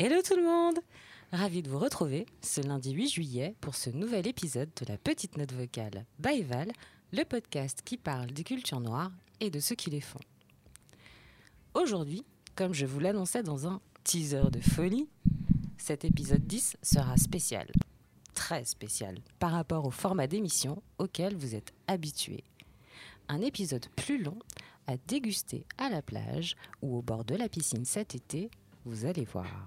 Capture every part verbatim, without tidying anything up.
Hello tout le monde! Ravi de vous retrouver ce lundi huit juillet pour ce nouvel épisode de la Petite Note Vocale by Val, le podcast qui parle des cultures noires et de ceux qui les font. Aujourd'hui, comme je vous l'annonçais dans un teaser de folie, cet épisode dix sera spécial, très spécial, par rapport au format d'émission auquel vous êtes habitués. Un épisode plus long à déguster à la plage ou au bord de la piscine cet été, vous allez voir.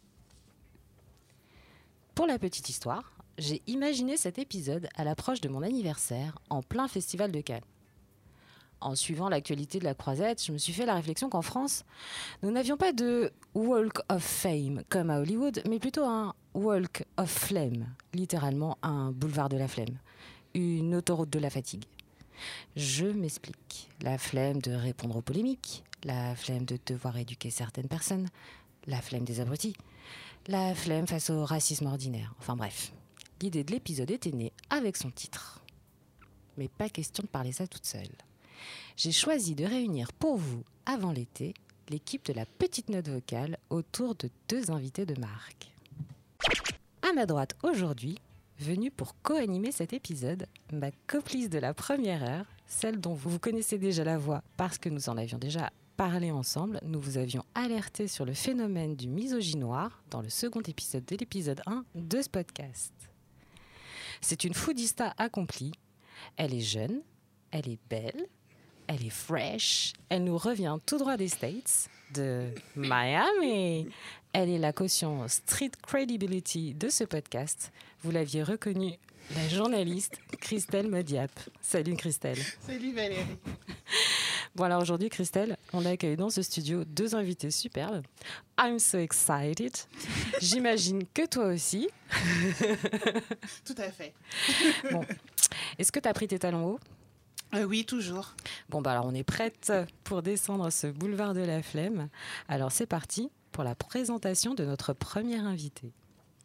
Pour la petite histoire, j'ai imaginé cet épisode à l'approche de mon anniversaire en plein festival de Cannes. En suivant l'actualité de la croisette, je me suis fait la réflexion qu'en France, nous n'avions pas de Walk of Fame comme à Hollywood, mais plutôt un Walk of Flame, littéralement un boulevard de la flemme, une autoroute de la fatigue. Je m'explique. La flemme de répondre aux polémiques, la flemme de devoir éduquer certaines personnes, la flemme des abrutis, la flemme face au racisme ordinaire. Enfin bref, l'idée de l'épisode était née avec son titre. Mais pas question de parler ça toute seule. J'ai choisi de réunir pour vous, avant l'été, l'équipe de la Petite Note Vocale autour de deux invités de marque. À ma droite aujourd'hui, venue pour co-animer cet épisode, ma complice de la première heure, celle dont vous connaissez déjà la voix parce que nous en avions déjà parlé ensemble. Nous vous avions alerté sur le phénomène du misogynoir dans le second épisode de l'épisode un de ce podcast. C'est une foodista accomplie. Elle est jeune, elle est belle, elle est fresh, elle nous revient tout droit des States, de Miami. Elle est la caution street credibility de ce podcast. Vous l'aviez reconnue, la journaliste Christelle Modiap. Salut Christelle. Salut Valérie. Bon alors aujourd'hui Christelle, on accueille dans ce studio deux invités superbes. I'm so excited. J'imagine que toi aussi. Tout à fait. Bon, est-ce que tu as pris tes talons hauts ? Euh, oui, toujours. Bon, bah alors on est prête pour descendre ce boulevard de la flemme. Alors c'est parti pour la présentation de notre première invitée.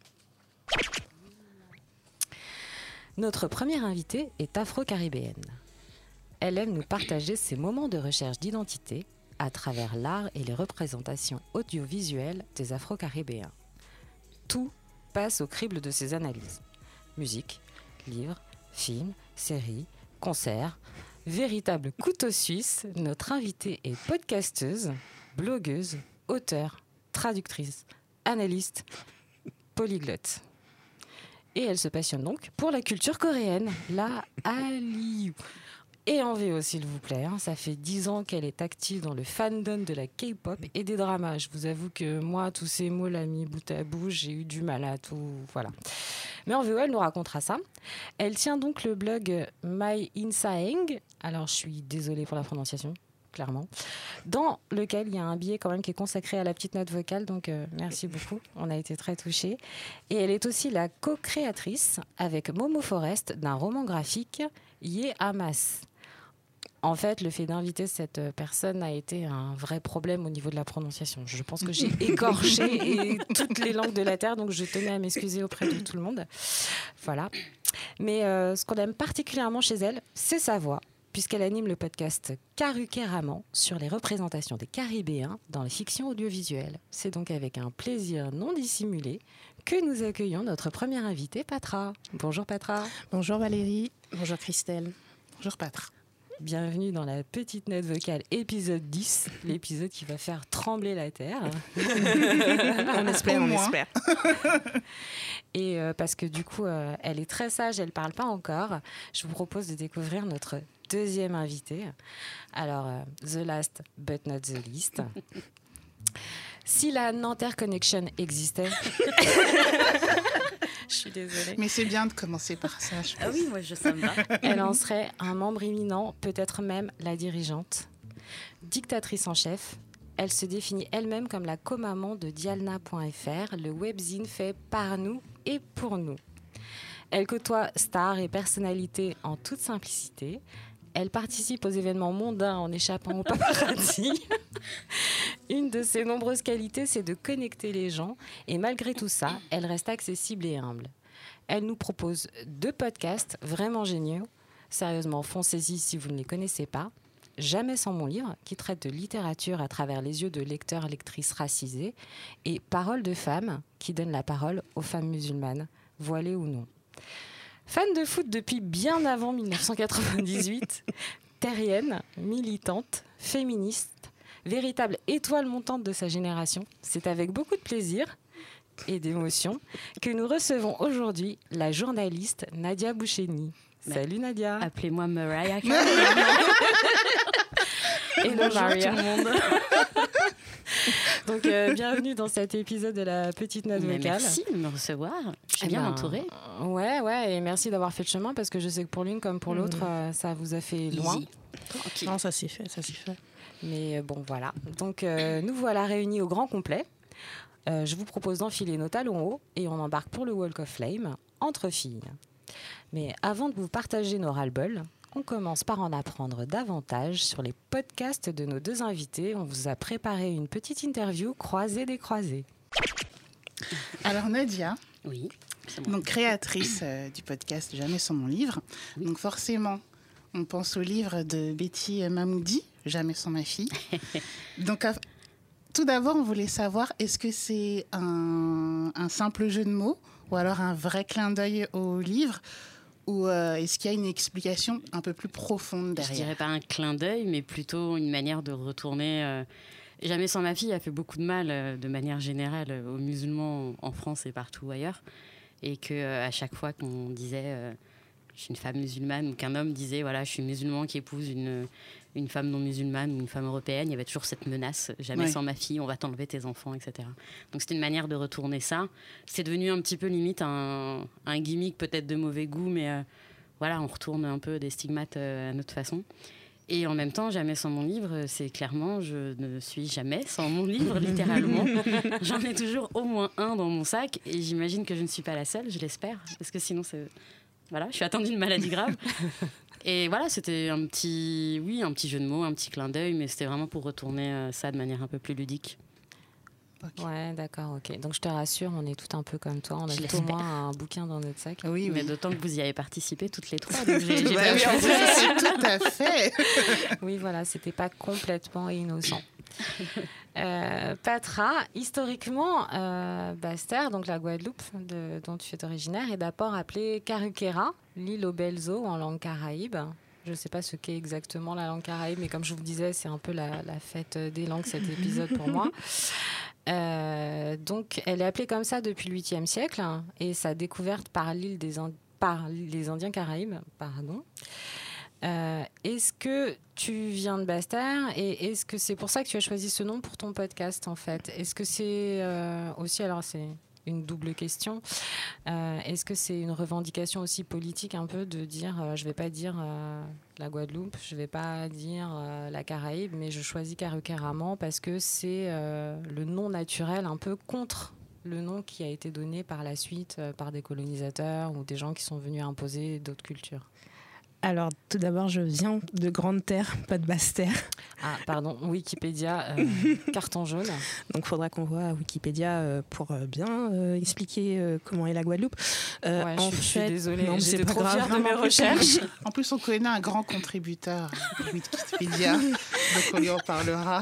Notre première invitée est afro-caribéenne. Elle aime nous partager ses moments de recherche d'identité à travers l'art et les représentations audiovisuelles des afro-caribéens. Tout passe au crible de ses analyses. Musique, livres, films, séries, concerts. Véritable couteau suisse, notre invitée est podcasteuse, blogueuse, auteure, traductrice, analyste, polyglotte. Et elle se passionne donc pour la culture coréenne, la Hallyu. Et en V O, s'il vous plaît. Hein, ça fait dix ans qu'elle est active dans le fandom de la K-pop et des dramas. Je vous avoue que moi, tous ces mots, l'ont mis bout à bout, j'ai eu du mal à tout. Voilà. Mais en V O, elle nous racontera ça. Elle tient donc le blog My Insaeng. Alors, je suis désolée pour la prononciation, clairement. Dans lequel il y a un billet quand même qui est consacré à la petite note vocale. Donc, euh, merci beaucoup. On a été très touchés. Et elle est aussi la co-créatrice avec Momo Forest d'un roman graphique, Ye Hamas. En fait, le fait d'inviter cette personne a été un vrai problème au niveau de la prononciation. Je pense que j'ai écorché et toutes les langues de la terre, donc je tenais à m'excuser auprès de tout le monde. Voilà. Mais euh, ce qu'on aime particulièrement chez elle, c'est sa voix, puisqu'elle anime le podcast Karukéraman sur les représentations des Caribéens dans les fictions audiovisuelles. C'est donc avec un plaisir non dissimulé que nous accueillons notre première invitée, Patra. Bonjour Patra. Bonjour Valérie. Bonjour Christelle. Bonjour Patra. Bienvenue dans la Petite Note Vocale épisode dix, l'épisode qui va faire trembler la terre. On espère, on espère. Et euh, parce que du coup, euh, elle est très sage, elle ne parle pas encore. Je vous propose de découvrir notre deuxième invitée. Alors, euh, the last but not the least. Si la Nanterre Connection existait... Je suis désolée. Mais c'est bien de commencer par ça, je pense. Ah oui, moi, je ça me va. Elle en serait un membre éminent, peut-être même la dirigeante. Dictatrice en chef, elle se définit elle-même comme la co-maman de Dialna point F R, le webzine fait par nous et pour nous. Elle côtoie stars et personnalités en toute simplicité. Elle participe aux événements mondains en échappant aux paparazzi. Une de ses nombreuses qualités, c'est de connecter les gens. Et malgré tout ça, elle reste accessible et humble. Elle nous propose deux podcasts vraiment géniaux. Sérieusement, foncez-y si vous ne les connaissez pas. Jamais sans mon livre, qui traite de littérature à travers les yeux de lecteurs, lectrices racisés, et Paroles de femmes, qui donne la parole aux femmes musulmanes, voilées ou non. Fan de foot depuis bien avant dix-neuf cent quatre-vingt-dix-huit, terrienne, militante, féministe, véritable étoile montante de sa génération, c'est avec beaucoup de plaisir et d'émotion que nous recevons aujourd'hui la journaliste Nadia Boucheni. Salut Nadia. Appelez-moi Mariah. Et bonjour Maria. Tout le monde. Donc euh, bienvenue dans cet épisode de la petite note vocale. Merci de me recevoir. Je suis eh bien ben, entourée. Ouais, ouais, et merci d'avoir fait le chemin parce que je sais que pour l'une comme pour mmh. l'autre, euh, ça vous a fait loin. Easy. Okay. Non, ça s'est fait, ça s'est fait. Mais euh, bon, voilà. Donc euh, nous voilà réunis au grand complet. Euh, je vous propose d'enfiler nos talons hauts et on embarque pour le Walk of Flame entre filles. Mais avant de vous partager nos ras-le-bol, on commence par en apprendre davantage sur les podcasts de nos deux invités. On vous a préparé une petite interview croisée des croisés. Alors Nadia, oui, donc créatrice euh, du podcast Jamais sans mon livre. Oui. Donc forcément, on pense au livre de Betty Mahmoudi, Jamais sans ma fille. Donc euh, tout d'abord, on voulait savoir, est-ce que c'est un, un simple jeu de mots ou alors un vrai clin d'œil au livre? Ou euh, est-ce qu'il y a une explication un peu plus profonde derrière? Je dirais pas un clin d'œil, mais plutôt une manière de retourner. Euh, Jamais sans ma fille a fait beaucoup de mal, euh, de manière générale, euh, aux musulmans en France et partout ailleurs. Et qu'à euh, chaque fois qu'on disait euh, je suis une femme musulmane, ou qu'un homme disait voilà, je suis musulman qui épouse une, une femme non musulmane ou une femme européenne, il y avait toujours cette menace jamais ouais. sans ma fille, on va t'enlever tes enfants, et cetera. Donc c'était une manière de retourner ça. C'est devenu un petit peu limite un, un gimmick peut-être de mauvais goût, mais euh, voilà, on retourne un peu des stigmates euh, à notre façon. Et en même temps, jamais sans mon livre, c'est clairement, je ne suis jamais sans mon livre, littéralement. J'en ai toujours au moins un dans mon sac et j'imagine que je ne suis pas la seule, je l'espère, parce que sinon, c'est... voilà, je suis atteinte d'une maladie grave. Et voilà, c'était un petit, oui, un petit jeu de mots, un petit clin d'œil, mais c'était vraiment pour retourner euh, ça de manière un peu plus ludique. Okay. Ouais, d'accord, ok. Donc je te rassure, on est tout un peu comme toi. On a tout au moins un bouquin dans notre sac. Oui, mais oui. D'autant que vous y avez participé toutes les trois. Donc j'ai, j'ai bah, pas choisi. Tout à fait. Oui, voilà, c'était pas complètement innocent. Euh, Patra, historiquement, euh, Basse-Terre, donc la Guadeloupe de, dont tu es originaire, est d'abord appelée Carhuquera, l'île aux belles eaux en langue caraïbe. Je ne sais pas ce qu'est exactement la langue caraïbe, mais comme je vous disais, c'est un peu la, la fête des langues, cet épisode pour moi. Euh, donc, elle est appelée comme ça depuis le huitième siècle et sa découverte par, l'île des Ind- par les Indiens Caraïbes. Pardon. Euh, est-ce que tu viens de Basse-Terre et est-ce que c'est pour ça que tu as choisi ce nom pour ton podcast en fait? Est-ce que c'est euh, aussi, alors c'est une double question, euh, est-ce que c'est une revendication aussi politique un peu de dire euh, je vais pas dire euh, la Guadeloupe, je vais pas dire euh, la Caraïbe, mais je choisis Carhuqueramant parce que c'est euh, le nom naturel un peu contre le nom qui a été donné par la suite euh, par des colonisateurs ou des gens qui sont venus imposer d'autres cultures? Alors, tout d'abord, je viens de Grande Terre, pas de Basse Terre. Ah, pardon, Wikipédia, euh, carton jaune. Donc, il faudra qu'on voit Wikipédia euh, pour euh, bien euh, expliquer euh, comment est la Guadeloupe. Euh, ouais, en je, fait, je suis désolée, non, j'étais trop fière de mes recherches. En plus, on connaît un grand contributeur, Wikipédia, donc on lui en parlera.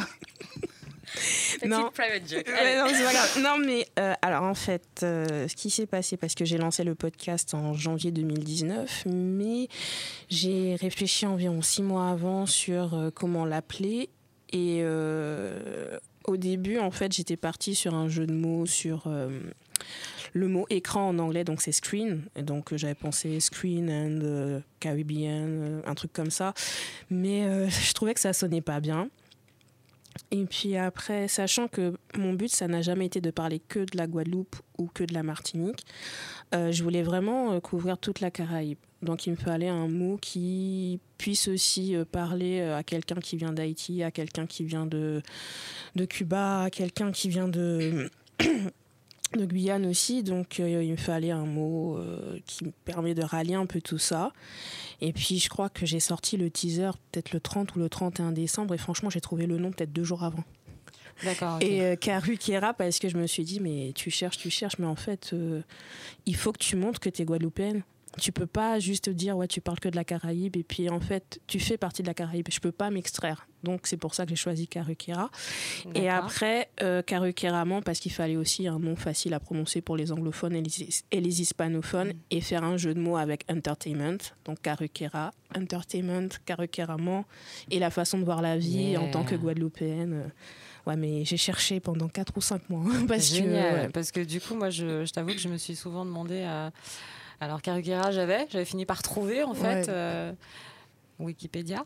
Petite non. private joke. Ouais, non, c'est pas grave. Non, mais euh, alors en fait, euh, ce qui s'est passé, parce que j'ai lancé le podcast en janvier deux mille dix-neuf, mais j'ai réfléchi environ six mois avant sur euh, comment l'appeler. Et euh, au début, en fait, j'étais partie sur un jeu de mots sur euh, le mot écran en anglais, donc c'est screen. Et donc euh, j'avais pensé screen and euh, Caribbean, euh, un truc comme ça. Mais euh, je trouvais que ça sonnait pas bien. Et puis après, sachant que mon but, ça n'a jamais été de parler que de la Guadeloupe ou que de la Martinique, euh, je voulais vraiment euh, couvrir toute la Caraïbe. Donc il me fallait un mot qui puisse aussi euh, parler à quelqu'un qui vient d'Haïti, à quelqu'un qui vient de, de Cuba, à quelqu'un qui vient de... de Guyane aussi, donc euh, il me fallait un mot euh, qui me permet de rallier un peu tout ça. Et puis je crois que j'ai sorti le teaser peut-être le trente ou le trente et un décembre et franchement j'ai trouvé le nom peut-être deux jours avant. D'accord. Okay. Et euh, Carhuquera parce que je me suis dit mais tu cherches, tu cherches, mais en fait euh, il faut que tu montres que tu es guadeloupéenne. tu peux pas juste dire ouais tu parles que de la Caraïbe et puis en fait tu fais partie de la Caraïbe. Je peux pas m'extraire. Donc c'est pour ça que j'ai choisi Karukera. D'accord. Et après euh, Karukeraman parce qu'il fallait aussi un nom facile à prononcer pour les anglophones et les, et les hispanophones mm. et faire un jeu de mots avec entertainment. Donc Karukera, entertainment, Karukeraman et la façon de voir la vie yeah. en tant que Guadeloupéenne. Euh, Ouais, mais j'ai cherché pendant quatre ou cinq mois. Hein, parce Génial, que, ouais. parce que du coup, moi, je, je t'avoue que je me suis souvent demandé... À... Alors, Karukera, j'avais, j'avais fini par trouver, en fait, ouais. euh, Wikipédia.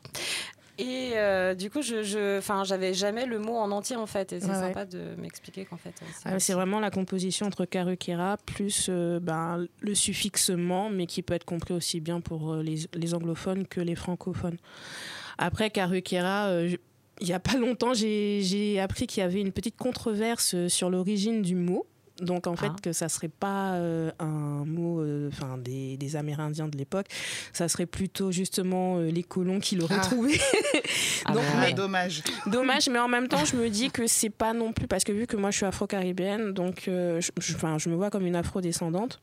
Et euh, du coup, je, je, j'avais jamais le mot en entier, en fait. Et c'est ouais, sympa ouais. de m'expliquer qu'en fait... C'est, ah, c'est vraiment la composition entre Karukera plus euh, ben, le suffixe man, mais qui peut être compris aussi bien pour les, les anglophones que les francophones. Après, Karukera... Euh, je... Il n'y a pas longtemps, j'ai, j'ai appris qu'il y avait une petite controverse sur l'origine du mot. Donc, en fait, ah. que ça ne serait pas euh, un mot euh, des, des Amérindiens de l'époque. Ça serait plutôt, justement, euh, les colons qui l'auraient ah. trouvé. ah Donc, mais, dommage. Dommage, mais en même temps, je me dis que ce n'est pas non plus... Parce que vu que moi, je suis afro-caribéenne, donc euh, je, je, je me vois comme une afro-descendante.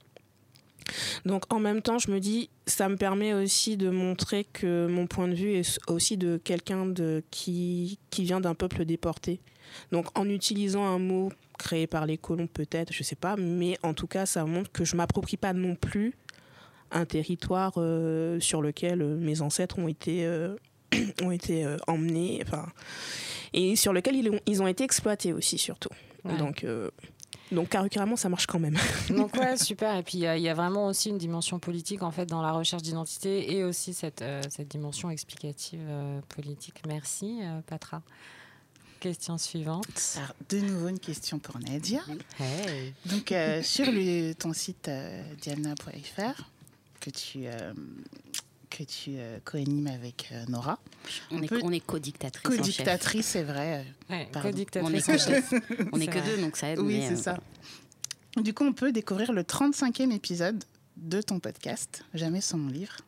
Donc en même temps, je me dis, ça me permet aussi de montrer que mon point de vue est aussi de quelqu'un de, qui, qui vient d'un peuple déporté. Donc en utilisant un mot créé par les colons peut-être, je ne sais pas, mais en tout cas, ça montre que je ne m'approprie pas non plus un territoire euh, sur lequel euh, mes ancêtres ont été, euh, ont été euh, emmenés, enfin, et sur lequel ils ont, ils ont été exploités aussi surtout. Ouais. Donc... Euh, Donc, Karukeraman, ça marche quand même. Donc, ouais, super. Et puis, il y, y a vraiment aussi une dimension politique, en fait, dans la recherche d'identité et aussi cette, euh, cette dimension explicative euh, politique. Merci, euh, Patra. Question suivante. Alors, de nouveau, une question pour Nadia. Hey. Donc, euh, sur le, ton site euh, diana point f r, que tu... Euh, que tu euh, co-animes avec euh, Nora. On, on, est, peut... on est co-dictatrice. Co-dictatrice, c'est vrai. Ouais, co-dictatrice. On est co-chef. On n'est que deux, donc ça aide. Oui, mais, c'est euh, ça. Du coup, on peut découvrir le trente-cinquième épisode de ton podcast, Jamais sans mon livre.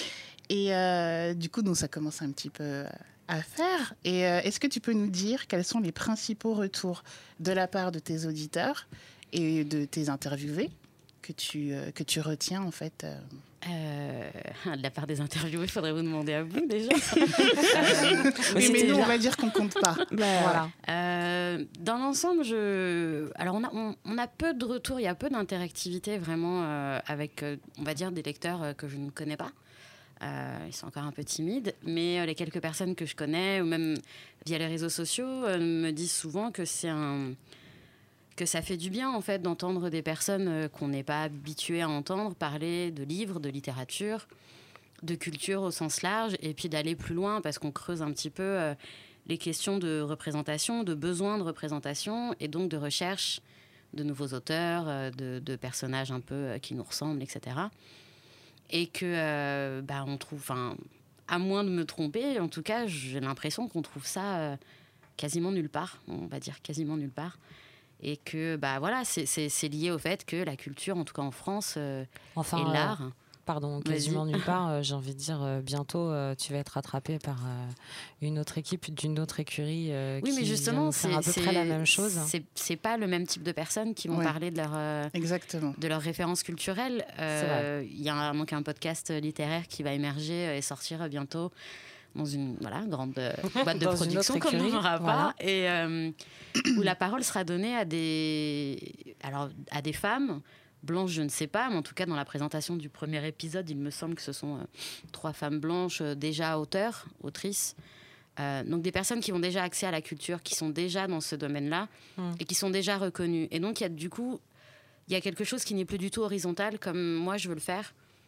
Et euh, du coup, donc, ça commence un petit peu à faire. Et euh, est-ce que tu peux nous dire quels sont les principaux retours de la part de tes auditeurs et de tes interviewés que tu, euh, que tu retiens, en fait euh... Euh, de la part des interviewés, il faudrait vous demander à vous déjà. euh, oui, mais nous, on va dire qu'on compte pas. Bah, voilà. Euh, dans l'ensemble, je... Alors on a, on, on a peu de retours, il y a peu d'interactivité vraiment euh, avec, euh, on va dire, des lecteurs euh, que je ne connais pas. Euh, ils sont encore un peu timides, mais euh, les quelques personnes que je connais, ou même via les réseaux sociaux, euh, me disent souvent que c'est un... que ça fait du bien en fait d'entendre des personnes euh, qu'on n'est pas habitué à entendre parler de livres, de littérature, de culture au sens large, et puis d'aller plus loin parce qu'on creuse un petit peu euh, les questions de représentation, de besoin de représentation, et donc de recherche de nouveaux auteurs, euh, de, de personnages un peu euh, qui nous ressemblent, et cetera. Et que euh, bah, on trouve, enfin, à moins de me tromper, en tout cas, j'ai l'impression qu'on trouve ça euh, quasiment nulle part, on va dire quasiment nulle part. Et que bah, voilà, c'est, c'est, c'est lié au fait que la culture, en tout cas en France, euh, enfin, et l'art... Euh, pardon, quasiment nulle part, euh, j'ai envie de dire, euh, bientôt, euh, tu vas être rattrapé par euh, une autre équipe d'une autre écurie euh, oui, qui mais justement, vient faire à peu près la même chose. C'est, c'est pas le même type de personnes qui vont ouais. parler de leur, euh, de leurs références culturelles. Il euh, y a donc un podcast littéraire qui va émerger et sortir bientôt dans une voilà, grande euh, boîte de production comme on n'aura pas, voilà. et euh, où la parole sera donnée à des, alors, à des femmes blanches, je ne sais pas, mais en tout cas dans la présentation du premier épisode, il me semble que ce sont euh, trois femmes blanches euh, déjà auteurs, autrices, euh, donc des personnes qui ont déjà accès à la culture, qui sont déjà dans ce domaine-là mmh. et qui sont déjà reconnues. Et donc il y a du coup, il y a quelque chose qui n'est plus du tout horizontal comme moi je veux le faire,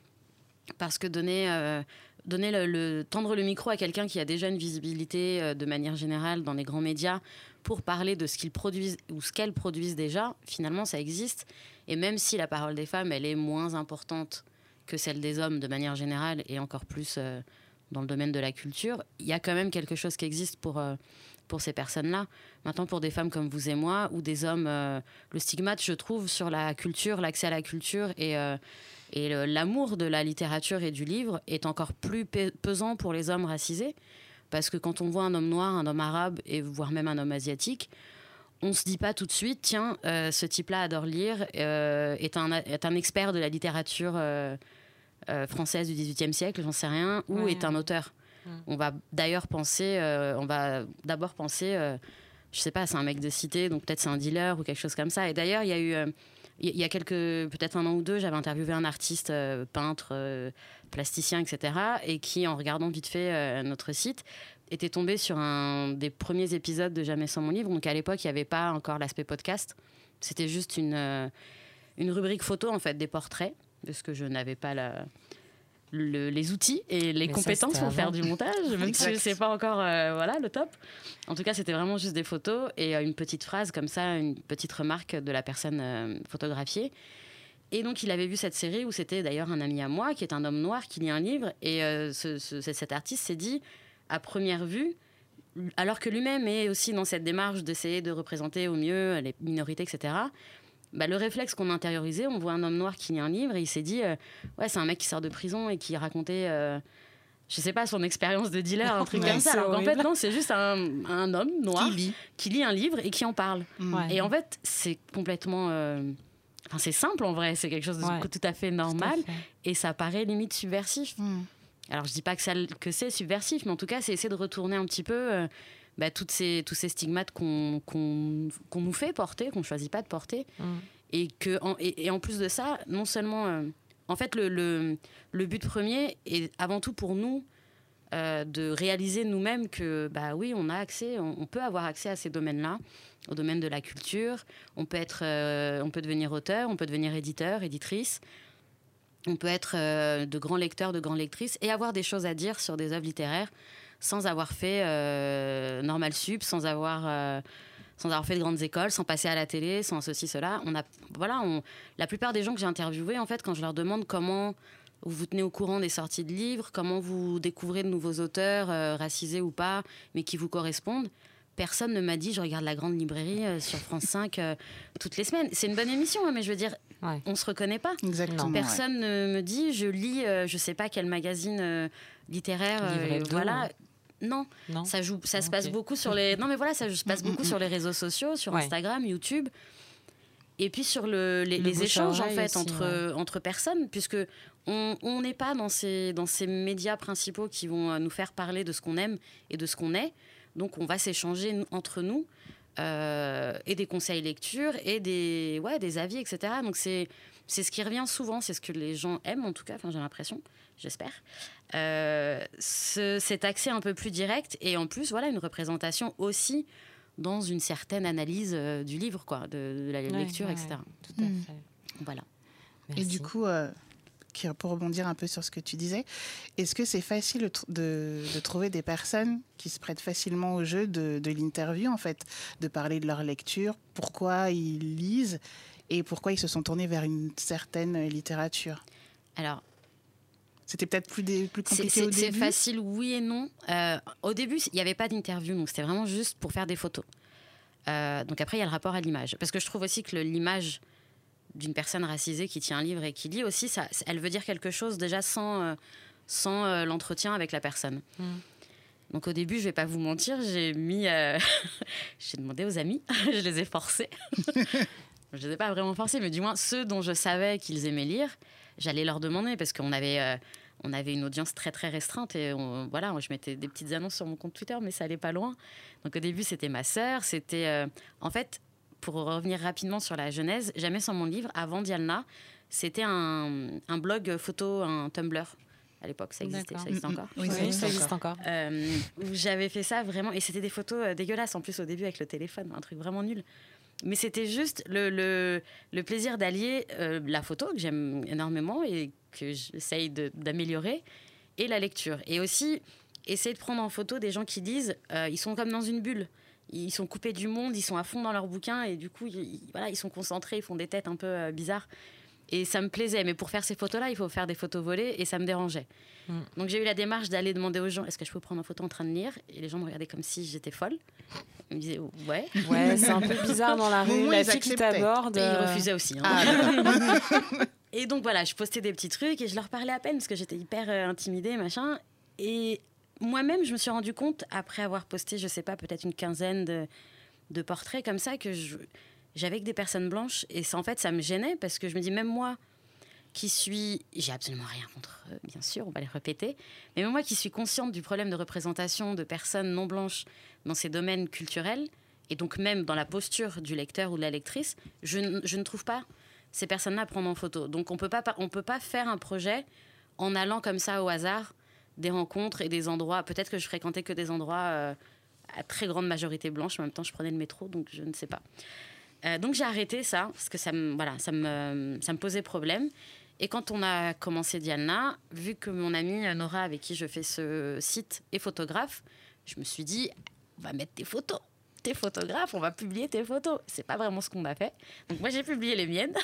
parce que donner... Euh, donner le, le, tendre le micro à quelqu'un qui a déjà une visibilité euh, de manière générale dans les grands médias pour parler de ce qu'ils produisent ou ce qu'elles produisent déjà, finalement ça existe. Et même si la parole des femmes, elle est moins importante que celle des hommes de manière générale et encore plus euh, dans le domaine de la culture, il y a quand même quelque chose qui existe pour, euh, pour ces personnes-là. Maintenant, pour des femmes comme vous et moi, ou des hommes, euh, le stigmate, je trouve, sur la culture, l'accès à la culture et... Euh, Et le, l'amour de la littérature et du livre est encore plus pe- pesant pour les hommes racisés, parce que quand on voit un homme noir, un homme arabe, et voire même un homme asiatique, on ne se dit pas tout de suite, tiens, euh, ce type-là adore lire, euh, est, un, est un expert de la littérature euh, euh, française du dix-huitième siècle, j'en sais rien, ou ouais. est un auteur. Mmh. On va d'ailleurs penser, euh, on va d'abord penser, euh, je sais pas, c'est un mec de cité, donc peut-être c'est un dealer ou quelque chose comme ça. Et d'ailleurs, il y a eu, euh, il y a quelques, peut-être un an ou deux, j'avais interviewé un artiste, euh, peintre, euh, plasticien, et cetera, et qui, en regardant vite fait euh, notre site, était tombé sur un des premiers épisodes de Jamais sans mon livre. Donc à l'époque, il n'y avait pas encore l'aspect podcast. C'était juste une, euh, une rubrique photo, en fait, des portraits, parce que je n'avais pas la, le, les outils et les Mais compétences ça, pour avant. faire du montage, même si c'est pas encore euh, voilà, le top. En tout cas, c'était vraiment juste des photos et euh, une petite phrase comme ça, une petite remarque de la personne euh, photographiée. Et donc, il avait vu cette série où c'était d'ailleurs un ami à moi, qui est un homme noir, qui lit un livre. Et euh, ce, ce, cet artiste s'est dit, à première vue, alors que lui-même est aussi dans cette démarche d'essayer de représenter au mieux les minorités, et cetera, bah, le réflexe qu'on a intériorisé, on voit un homme noir qui lit un livre et il s'est dit, euh, ouais, c'est un mec qui sort de prison et qui racontait, euh, je sais pas, son expérience de dealer, un truc Ouais, comme ça. c'est Alors qu'en horrible. fait, non, c'est juste un, un homme noir Qui lit. qui lit un livre et qui en parle. Ouais. Et en fait, c'est complètement... euh, Enfin, c'est simple en vrai, c'est quelque chose de Ouais. tout à fait normal Tout à fait. et ça paraît limite subversif. Mm. Alors je dis pas que, ça, que c'est subversif, mais en tout cas c'est essayer de retourner un petit peu euh, bah, toutes ces, tous ces stigmates qu'on, qu'on, qu'on nous fait porter, qu'on choisit pas de porter. Mm. Et, que, en, et, et en plus de ça, non seulement... Euh, en fait, le, le, le but premier est avant tout pour nous euh, de réaliser nous-mêmes que, bah oui, on a accès, on, on peut avoir accès à ces domaines-là, au domaine de la culture. On peut, être, euh, on peut devenir auteur, on peut devenir éditeur, éditrice. On peut être euh, de grands lecteurs, de grandes lectrices et avoir des choses à dire sur des œuvres littéraires sans avoir fait euh, Normal Sup, sans avoir, euh, sans avoir fait de grandes écoles, sans passer à la télé, sans ceci, cela. On a, voilà, on, la plupart des gens que j'ai interviewés, en fait, quand je leur demande comment vous vous tenez au courant des sorties de livres, comment vous découvrez de nouveaux auteurs, euh, racisés ou pas, mais qui vous correspondent, personne ne m'a dit je regarde la grande librairie euh, sur France cinq euh, toutes les semaines. C'est une bonne émission, hein, mais je veux dire, Ouais. on se reconnaît pas. Exactement. Personne ne me dit je lis, euh, je sais pas quel magazine euh, littéraire, euh, Livre hebdo, voilà. hein. Non, Non. ça joue, ça se Ok. passe beaucoup sur les. Non mais voilà, ça se passe Mm, mm, beaucoup mm. sur les réseaux sociaux, sur Ouais. Instagram, YouTube. Et puis sur le, les, Le les bouche à échanges en oreille fait aussi, entre, entre personnes, puisque on on n'est pas dans ces, dans ces médias principaux qui vont euh, nous faire parler de ce qu'on aime et de ce qu'on est. Donc on va s'échanger nous- entre nous euh, et des conseils lecture et des, ouais, des avis, et cetera. Donc c'est, c'est ce qui revient souvent, c'est ce que les gens aiment en tout cas, enfin, j'ai l'impression, j'espère. Euh, ce, cet accès un peu plus direct et en plus voilà, une représentation aussi dans une certaine analyse euh, du livre, quoi, de, de la Ouais, lecture, ouais, et cetera. Tout à Mm. fait. Voilà. Et Merci. du coup, euh, qui- pour rebondir un peu sur ce que tu disais, est-ce que c'est facile de, tr- de, de trouver des personnes qui se prêtent facilement au jeu de, de l'interview, en fait, de parler de leur lecture, pourquoi ils lisent et pourquoi ils se sont tournés vers une certaine littérature? Alors, C'était peut-être plus, dé- plus c'est, compliqué au c'est, c'est début. facile, oui et non. Euh, au début, il n'y avait pas d'interview, donc c'était vraiment juste pour faire des photos. Euh, donc après, il y a le rapport à l'image. Parce que je trouve aussi que le- l'image d'une personne racisée qui tient un livre et qui lit aussi, ça, elle veut dire quelque chose déjà sans, euh, sans euh, l'entretien avec la personne. Mm. Donc au début, je vais pas vous mentir, j'ai mis, euh, j'ai demandé aux amis, je les ai forcés. Je les ai pas vraiment forcés, mais du moins ceux dont je savais qu'ils aimaient lire, j'allais leur demander parce qu'on avait, euh, on avait une audience très très restreinte et on- voilà, je mettais des petites annonces sur mon compte Twitter, mais ça allait pas loin. Donc au début, c'était ma sœur, c'était, euh, en fait, pour revenir rapidement sur la genèse, Jamais sans mon livre, avant Dialna, c'était un, un blog photo, un Tumblr. À l'époque, ça existait, D'accord. ça existe Mm, mm. encore. Oui, ça Oui, existe ça existe encore. encore. Euh, où j'avais fait ça vraiment, et c'était des photos euh, dégueulasses en plus au début avec le téléphone, un truc vraiment nul. Mais c'était juste le, le, le plaisir d'allier euh, la photo, que j'aime énormément et que j'essaye de- d'améliorer, et la lecture. Et aussi, essayer de prendre en photo des gens qui disent, euh, ils sont comme dans une bulle. Ils sont coupés du monde, ils sont à fond dans leur bouquin, et du coup, ils, ils- voilà, ils sont concentrés, ils font des têtes un peu euh, bizarres. Et ça me plaisait. Mais pour faire ces photos-là, il faut faire des photos volées, et ça me dérangeait. Mm. Donc j'ai eu la démarche d'aller demander aux gens, est-ce que je peux prendre en photo en train de lire? Et les gens me regardaient comme si j'étais folle. Ils me disaient, ouais. Ouais, c'est un peu bizarre dans la Au rue. moins, La ils fille qui acceptaient. t'aborde. Et ils euh, refusaient aussi. hein. Ah, Et donc voilà, je postais des petits trucs et je leur parlais à peine parce que j'étais hyper euh, intimidée, machin. Et moi-même, je me suis rendu compte, après avoir posté, je sais pas, peut-être une quinzaine de, de portraits comme ça, que je- j'avais que des personnes blanches. Et ça, en fait, ça me gênait parce que je me dis, même moi, qui suis, j'ai absolument rien contre eux, bien sûr, on va les répéter, mais moi qui suis consciente du problème de représentation de personnes non blanches dans ces domaines culturels, et donc même dans la posture du lecteur ou de la lectrice, je, je ne trouve pas ces personnes-là à prendre en photo. Donc on peut pas, on peut pas faire un projet en allant comme ça au hasard des rencontres et des endroits. Peut-être que je fréquentais que des endroits euh, à très grande majorité blanche. En même temps, je prenais le métro, donc je ne sais pas. Euh, donc j'ai arrêté ça parce que ça me, voilà, ça me, ça me posait problème. Et quand on a commencé Dialna, vu que mon amie Nora, avec qui je fais ce site, est photographe, je me suis dit, on va mettre tes photos. T'es photographe, on va publier tes photos. C'est pas vraiment ce qu'on a fait. Donc moi, j'ai publié les miennes.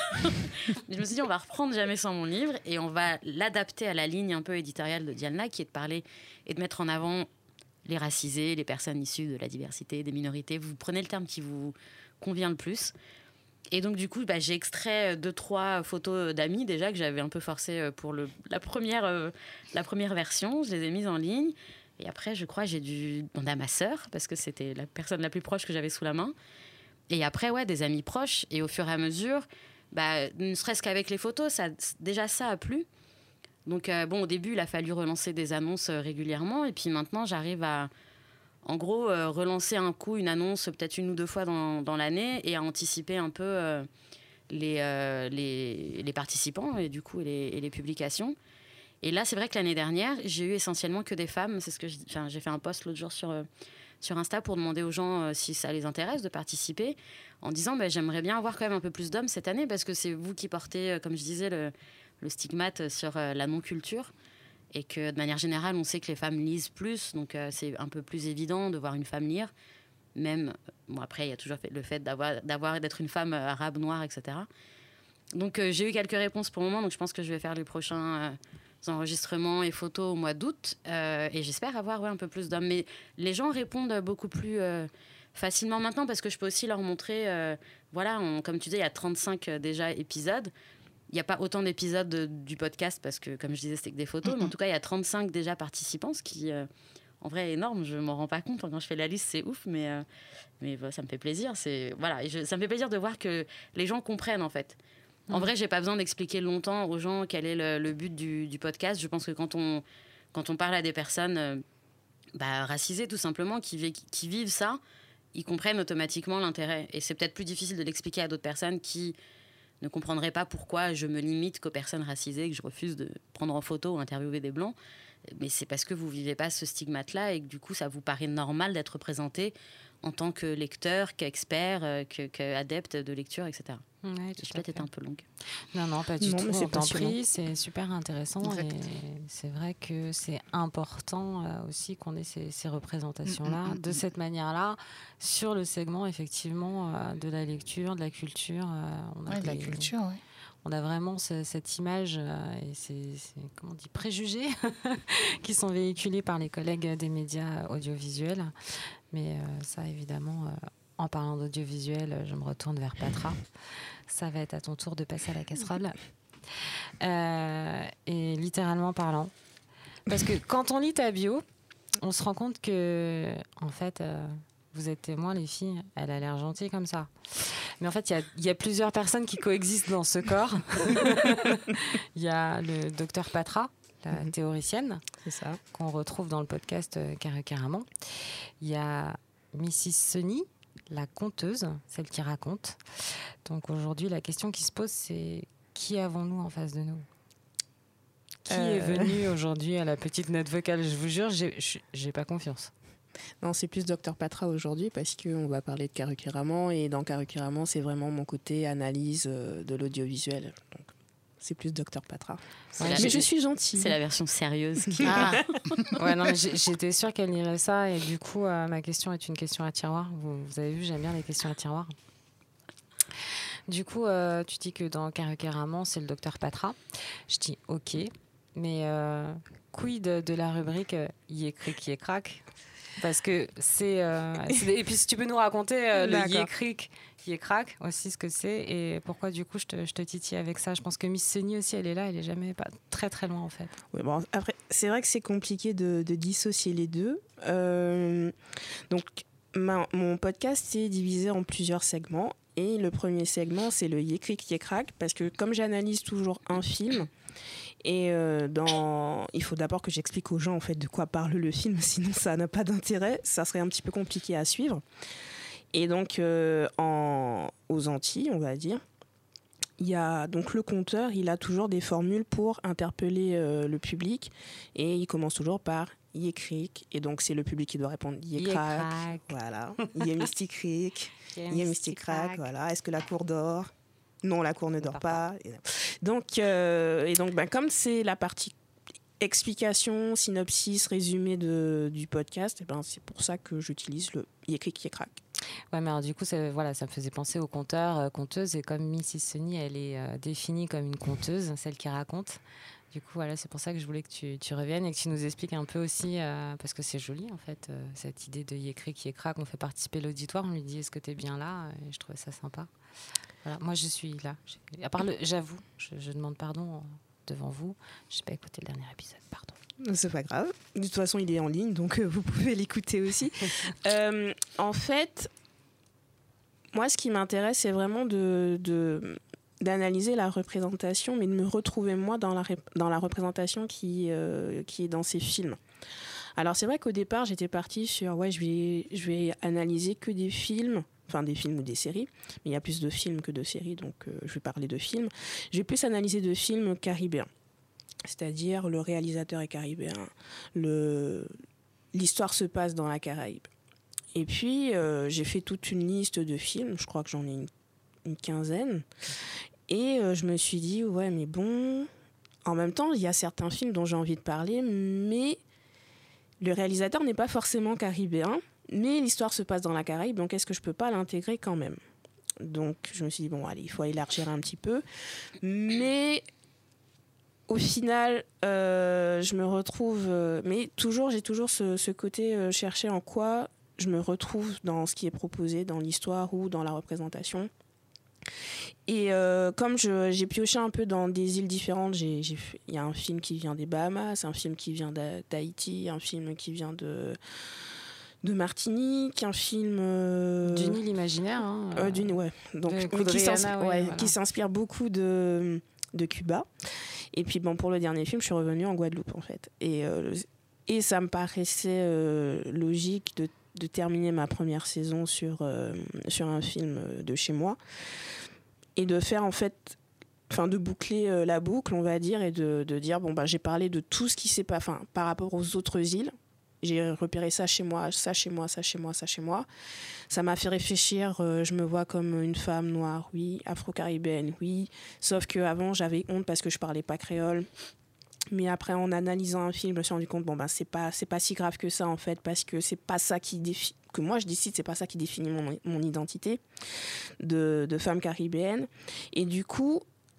Je me suis dit, on va reprendre Jamais sans mon livre et on va l'adapter à la ligne un peu éditoriale de Dialna, qui est de parler et de mettre en avant les racisés, les personnes issues de la diversité, des minorités. Vous prenez le terme qui vous convient le plus. Et donc, du coup, bah, j'ai extrait deux, trois photos d'amis, déjà, que j'avais un peu forcé pour le, la, première, euh, la première version. Je les ai mises en ligne. Et après, je crois, j'ai dû demander à ma sœur, parce que c'était la personne la plus proche que j'avais sous la main. Et après, ouais, des amis proches. Et au fur et à mesure, bah, ne serait-ce qu'avec les photos, ça, déjà ça a plu. Donc, euh, bon, au début, il a fallu relancer des annonces euh, régulièrement. Et puis maintenant, j'arrive à, en gros, euh, relancer un coup une annonce peut-être une ou deux fois dans, dans l'année et à anticiper un peu euh, les, euh, les, les participants et du coup, et les, et les publications. Et là, c'est vrai que l'année dernière, j'ai eu essentiellement que des femmes. C'est ce que j'ai, enfin, j'ai fait un post l'autre jour sur, euh, sur Insta pour demander aux gens euh, si ça les intéresse de participer, en disant bah, j'aimerais bien avoir quand même un peu plus d'hommes cette année parce que c'est vous qui portez, euh, comme je disais, le, le stigmate sur euh, la non-culture. Et que de manière générale, on sait que les femmes lisent plus. Donc euh, c'est un peu plus évident de voir une femme lire. Même, bon, après, il y a toujours le fait d'avoir, d'avoir, d'être une femme euh, arabe, noire, et cetera. Donc euh, j'ai eu quelques réponses pour le moment. Donc je pense que je vais faire les prochains... Euh, enregistrements et photos au mois d'août euh, et j'espère avoir ouais, un peu plus d'hommes, mais les gens répondent beaucoup plus euh, facilement maintenant parce que je peux aussi leur montrer euh, voilà, on, comme tu dis, il y a trente-cinq euh, déjà épisodes, il n'y a pas autant d'épisodes de, du podcast parce que comme je disais c'était que des photos, mm-hmm. mais en tout cas il y a trente-cinq déjà participants, ce qui euh, en vrai est énorme, je m'en rends pas compte quand je fais la liste, c'est ouf, mais, euh, mais bah, ça me fait plaisir, c'est, voilà, je, ça me fait plaisir de voir que les gens comprennent en fait. En vrai, j'ai pas besoin d'expliquer longtemps aux gens quel est le, le but du, du podcast. Je pense que quand on, quand on parle à des personnes euh, bah, racisées, tout simplement, qui, qui, qui vivent ça, ils comprennent automatiquement l'intérêt. Et c'est peut-être plus difficile de l'expliquer à d'autres personnes qui ne comprendraient pas pourquoi je me limite qu'aux personnes racisées, que je refuse de prendre en photo ou interviewer des blancs. Mais c'est parce que vous vivez pas ce stigmate-là et que du coup, ça vous paraît normal d'être présenté en tant que lecteur, qu'expert, euh, que, qu'adepte de lecture, et cetera. Ouais, je peut-être été un peu longue. Non, non, pas du non, tout. C'est on t'en prie, c'est super intéressant. Exact. Et c'est vrai que c'est important euh, aussi qu'on ait ces, ces représentations-là, mmh, mmh, de cette manière-là, sur le segment, effectivement, euh, de la lecture, de la culture. Euh, on a ouais, de la culture, oui. On a vraiment ce, cette image euh, et ces, ces comment on dit, préjugés qui sont véhiculés par les collègues des médias audiovisuels. Mais euh, ça, évidemment, euh, en parlant d'audiovisuel, je me retourne vers Patra. Ça va être à ton tour de passer à la casserole. Euh, et littéralement parlant. Parce que quand on lit ta bio, on se rend compte que, en fait, euh, vous êtes témoins, les filles, elle a l'air gentille comme ça. Mais en fait, il y, y a plusieurs personnes qui coexistent dans ce corps. Il y a le docteur Patra, la mmh. théoricienne, c'est ça, qu'on retrouve dans le podcast euh, Carrément. Il y a missus Sunny, la conteuse, celle qui raconte. Donc aujourd'hui, la question qui se pose, c'est qui avons-nous en face de nous ? Qui euh... est venu aujourd'hui à la petite note vocale ? Je vous jure, j'ai, j'ai pas confiance. Non, c'est plus docteur Patra aujourd'hui parce qu'on va parler de Carrément et dans Carrément, c'est vraiment mon côté analyse de l'audiovisuel. Donc, c'est plus docteur Patra. Ouais, mais je suis gentille. C'est la version sérieuse. Qui... Ah. Ouais, non, mais j'étais sûre qu'elle lirait ça et du coup, euh, ma question est une question à tiroir. Vous, vous avez vu, j'aime bien les questions à tiroir. Du coup, euh, tu dis que dans Carrément, c'est le docteur Patra. Je dis OK, mais euh, quid de, de la rubrique euh, y est cric, y est crac ? Parce que c'est, euh, c'est... Et puis si tu peux nous raconter euh, le y est cric, y est crac aussi ce que c'est et pourquoi du coup je te, je te titille avec ça. Je pense que Miss Sunny aussi elle est là, elle est jamais pas très très loin en fait. Oui, bon, après c'est vrai que c'est compliqué de, de dissocier les deux. Euh, donc ma, mon podcast est divisé en plusieurs segments Et le premier segment, c'est le Yécric Yécrac, parce que comme j'analyse toujours un film, et euh, dans... il faut d'abord que j'explique aux gens en fait de quoi parle le film, sinon ça n'a pas d'intérêt, ça serait un petit peu compliqué à suivre. Et donc euh, en... aux Antilles, on va dire, il y a donc le conteur, il a toujours des formules pour interpeller euh, le public, et il commence toujours par Yécric, et donc c'est le public qui doit répondre Yécrac, voilà, Yémisticrac, Yémisticrac, voilà, est-ce que la cour dort? Non, la cour ne dort pas. Donc, euh, et donc, ben, comme c'est la partie explication, synopsis, résumé de, du podcast, et ben, c'est pour ça que j'utilise le Yécric Yécrac. Ouais, mais alors, du coup, ça, voilà, ça me faisait penser aux conteurs, euh, conteuses, et comme Missis Sunny, elle est euh, définie comme une conteuse, celle qui raconte. Du coup, voilà, c'est pour ça que je voulais que tu, tu reviennes et que tu nous expliques un peu aussi, euh, parce que c'est joli, en fait, euh, cette idée de Yécric Yécrac, on fait participer l'auditoire, on lui dit « Est-ce que tu es bien là ?» Et je trouvais ça sympa. Voilà, moi, je suis là. À part le, j'avoue, je, je demande pardon devant vous. Je n'ai pas écouté le dernier épisode, pardon. C'est pas grave. De toute façon, il est en ligne, donc euh, vous pouvez l'écouter aussi. euh, en fait, moi, ce qui m'intéresse, c'est vraiment de, de, d'analyser la représentation, mais de me retrouver, moi, dans la, dans la représentation qui, euh, qui est dans ces films. Alors, c'est vrai qu'au départ, j'étais partie sur, ouais, je vais, je vais analyser que des films, enfin des films ou des séries, mais il y a plus de films que de séries, donc euh, je vais parler de films. Je vais plus analyser de films caribéens, c'est-à-dire le réalisateur est caribéen, le... l'histoire se passe dans la Caraïbe. Et puis, euh, j'ai fait toute une liste de films, je crois que j'en ai une, une quinzaine, et euh, je me suis dit, ouais, mais bon, en même temps, il y a certains films dont j'ai envie de parler, mais le réalisateur n'est pas forcément caribéen, mais l'histoire se passe dans la Caraïbe, donc est-ce que je peux pas l'intégrer quand même? Donc je me suis dit, bon, allez, il faut élargir un petit peu. Mais au final, euh, je me retrouve... Euh, mais toujours, j'ai toujours ce, ce côté euh, chercher en quoi je me retrouve dans ce qui est proposé, dans l'histoire ou dans la représentation. Et euh, comme je, j'ai pioché un peu dans des îles différentes, j'ai, j'ai, il y a un film qui vient des Bahamas, un film qui vient d'Haïti, un film qui vient de... de Martinique, un film euh... d'une île imaginaire, hein, euh, d'une ouais, donc mais qui, s'inspire, ouais, ouais, voilà. qui s'inspire beaucoup de de Cuba. Et puis bon, pour le dernier film, je suis revenue en Guadeloupe en fait, et euh, et ça me paraissait euh, logique de de terminer ma première saison sur euh, sur un film de chez moi et de faire en fait, enfin de boucler euh, la boucle, on va dire, et de de dire bon bah j'ai parlé de tout ce qui s'est pas, enfin par rapport aux autres îles. J'ai repéré ça chez moi, ça chez moi, ça chez moi, ça chez moi. Ça m'a fait réfléchir, euh, je me vois comme une femme noire, oui, afro-caribéenne, oui. Sauf qu'avant, j'avais honte parce que je parlais pas créole. Mais après, en analysant un film, je me suis rendu compte, bon, ben, c'est pas, c'est pas si grave que ça, en fait, parce que c'est pas ça qui définit, que moi je décide, c'est pas ça qui définit mon, mon identité de, de femme caribéenne. Et du coup,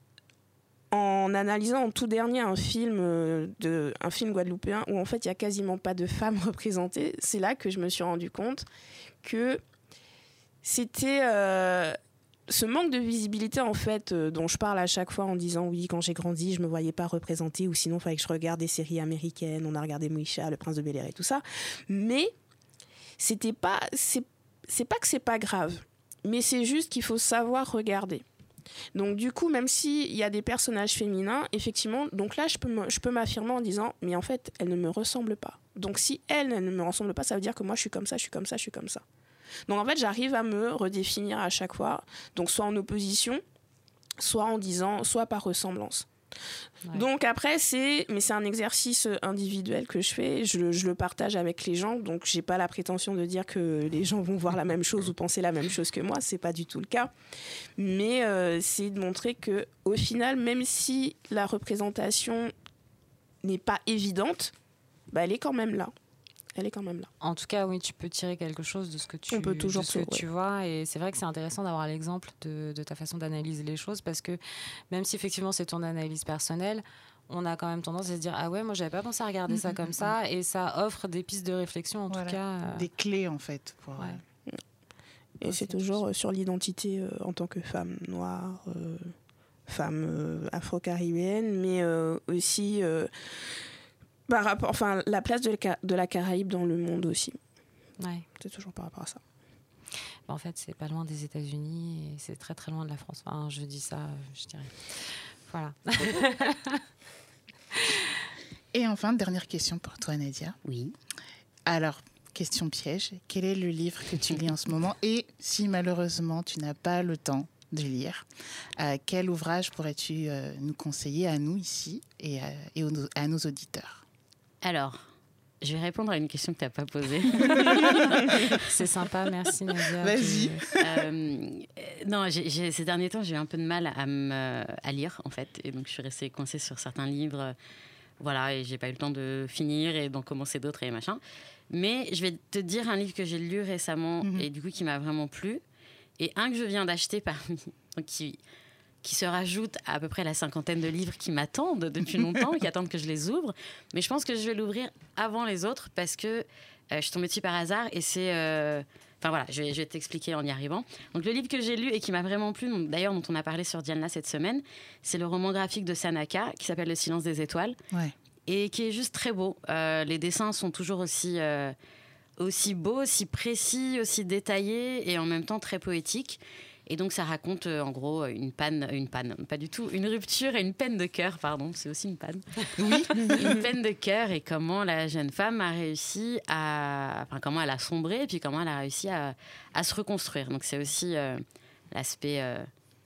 en analysant en tout dernier un film, de, un film guadeloupéen où en fait il n'y a quasiment pas de femmes représentées, c'est là que je me suis rendu compte que c'était euh, ce manque de visibilité en fait euh, dont je parle à chaque fois en disant oui, quand j'ai grandi je me voyais pas représentée, ou sinon il fallait que je regarde des séries américaines, on a regardé Moesha, Le Prince de Bel-Air et tout ça, mais c'était pas, c'est, c'est pas que c'est pas grave, mais c'est juste qu'il faut savoir regarder. Donc du coup, même s'il y a des personnages féminins, effectivement, donc là je peux, me, je peux m'affirmer en disant mais en fait elle ne me ressemble pas, donc si elle, elle ne me ressemble pas, ça veut dire que moi je suis comme ça, je suis comme ça, je suis comme ça. Donc en fait j'arrive à me redéfinir à chaque fois, donc soit en opposition, soit en disant, soit par ressemblance. Ouais. Donc après c'est, mais c'est un exercice individuel que je fais, je, je le partage avec les gens, donc j'ai pas la prétention de dire que les gens vont voir la même chose ou penser la même chose que moi, c'est pas du tout le cas, mais euh, c'est de montrer que au final, même si la représentation n'est pas évidente, bah, elle est quand même là. Elle est quand même là. En tout cas, oui, tu peux tirer quelque chose de ce que tu, On peut toujours de ce que ouais. tu vois. Et c'est vrai que c'est intéressant d'avoir l'exemple de, de ta façon d'analyser les choses, parce que même si effectivement c'est ton analyse personnelle, on a quand même tendance à se dire ah ouais, moi j'avais pas pensé à regarder mmh, ça comme mmh. ça, et ça offre des pistes de réflexion en voilà. tout cas. Euh... Des clés en fait. Pour, ouais. euh... Et c'est, c'est toujours euh, sur l'identité euh, en tant que femme noire, euh, femme euh, afro-caribéenne, mais euh, aussi... Euh, par rapport, enfin, la place de la, de la Caraïbe dans le monde aussi. Ouais. C'est toujours par rapport à ça. bah, en fait, c'est pas loin des États-Unis et c'est très très loin de la France. Enfin, je dis ça, je dirais. Voilà. Et enfin, dernière question pour toi, Nadia. Oui. Alors, question piège. Quel est le livre que tu lis en ce moment? Et si malheureusement tu n'as pas le temps de lire, euh, quel ouvrage pourrais-tu euh, nous conseiller à nous ici et, à, et aux, à nos auditeurs? Alors, je vais répondre à une question que tu n'as pas posée. C'est sympa, merci Nadia. Vas-y. euh, non, j'ai, j'ai, ces derniers temps, j'ai eu un peu de mal à, me, à lire, en fait. Et donc, je suis restée coincée sur certains livres. Voilà, et j'ai pas eu le temps de finir et d'en commencer d'autres et machin. Mais je vais te dire un livre que j'ai lu récemment mm-hmm. et du coup qui m'a vraiment plu. Et un que je viens d'acheter parmi, donc qui, qui se rajoute à à peu près la cinquantaine de livres qui m'attendent depuis longtemps, qui attendent que je les ouvre. Mais je pense que je vais l'ouvrir avant les autres parce que euh, je suis tombée dessus par hasard et c'est... Euh, Enfin voilà, je vais, je vais t'expliquer en y arrivant. Donc le livre que j'ai lu et qui m'a vraiment plu, donc, d'ailleurs dont on a parlé sur Diana cette semaine, c'est le roman graphique de Sanaka qui s'appelle Le silence des étoiles. Ouais. Et qui est juste très beau. Euh, les dessins sont toujours aussi, euh, aussi beaux, aussi précis, aussi détaillés et en même temps très poétiques. Et donc ça raconte euh, en gros une panne, une panne, pas du tout, une rupture et une peine de cœur, pardon, c'est aussi une panne. Oui. Une peine de cœur et comment la jeune femme a réussi à, enfin comment elle a sombré et puis comment elle a réussi à, à se reconstruire. Donc c'est aussi euh, l'aspect euh,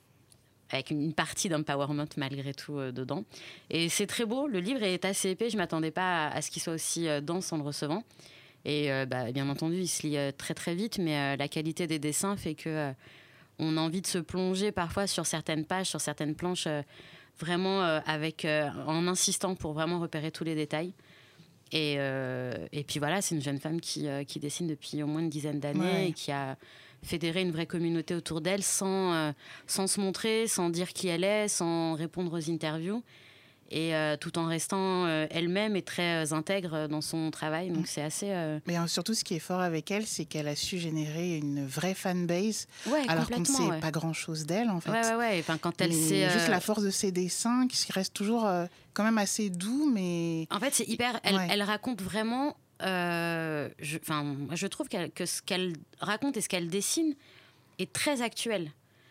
avec une partie d'empowerment malgré tout euh, dedans. Et c'est très beau, le livre est assez épais, je m'attendais pas à, à ce qu'il soit aussi euh, dense en le recevant. Et euh, bah, bien entendu, il se lit euh, très très vite, mais euh, la qualité des dessins fait que euh, on a envie de se plonger parfois sur certaines pages, sur certaines planches, euh, vraiment euh, avec, euh, en insistant pour vraiment repérer tous les détails. Et, euh, et puis voilà, c'est une jeune femme qui, euh, qui dessine depuis au moins une dizaine d'années ouais. et qui a fédéré une vraie communauté autour d'elle sans, euh, sans se montrer, sans dire qui elle est, sans répondre aux interviews. Et euh, tout en restant euh, elle-même et très euh, intègre dans son travail. Donc c'est assez... Euh... Mais euh, surtout, ce qui est fort avec elle, c'est qu'elle a su générer une vraie fanbase, ouais, alors qu'on ne sait ouais. pas grand-chose d'elle, en fait. Ouais, ouais, ouais. Enfin, quand elle mais sait... Juste euh... la force de ses dessins, qui reste toujours euh, quand même assez doux, mais... En fait, c'est hyper... Elle, ouais. elle raconte vraiment... Euh, je, je trouve qu'elle, que ce qu'elle raconte et ce qu'elle dessine est très actuel.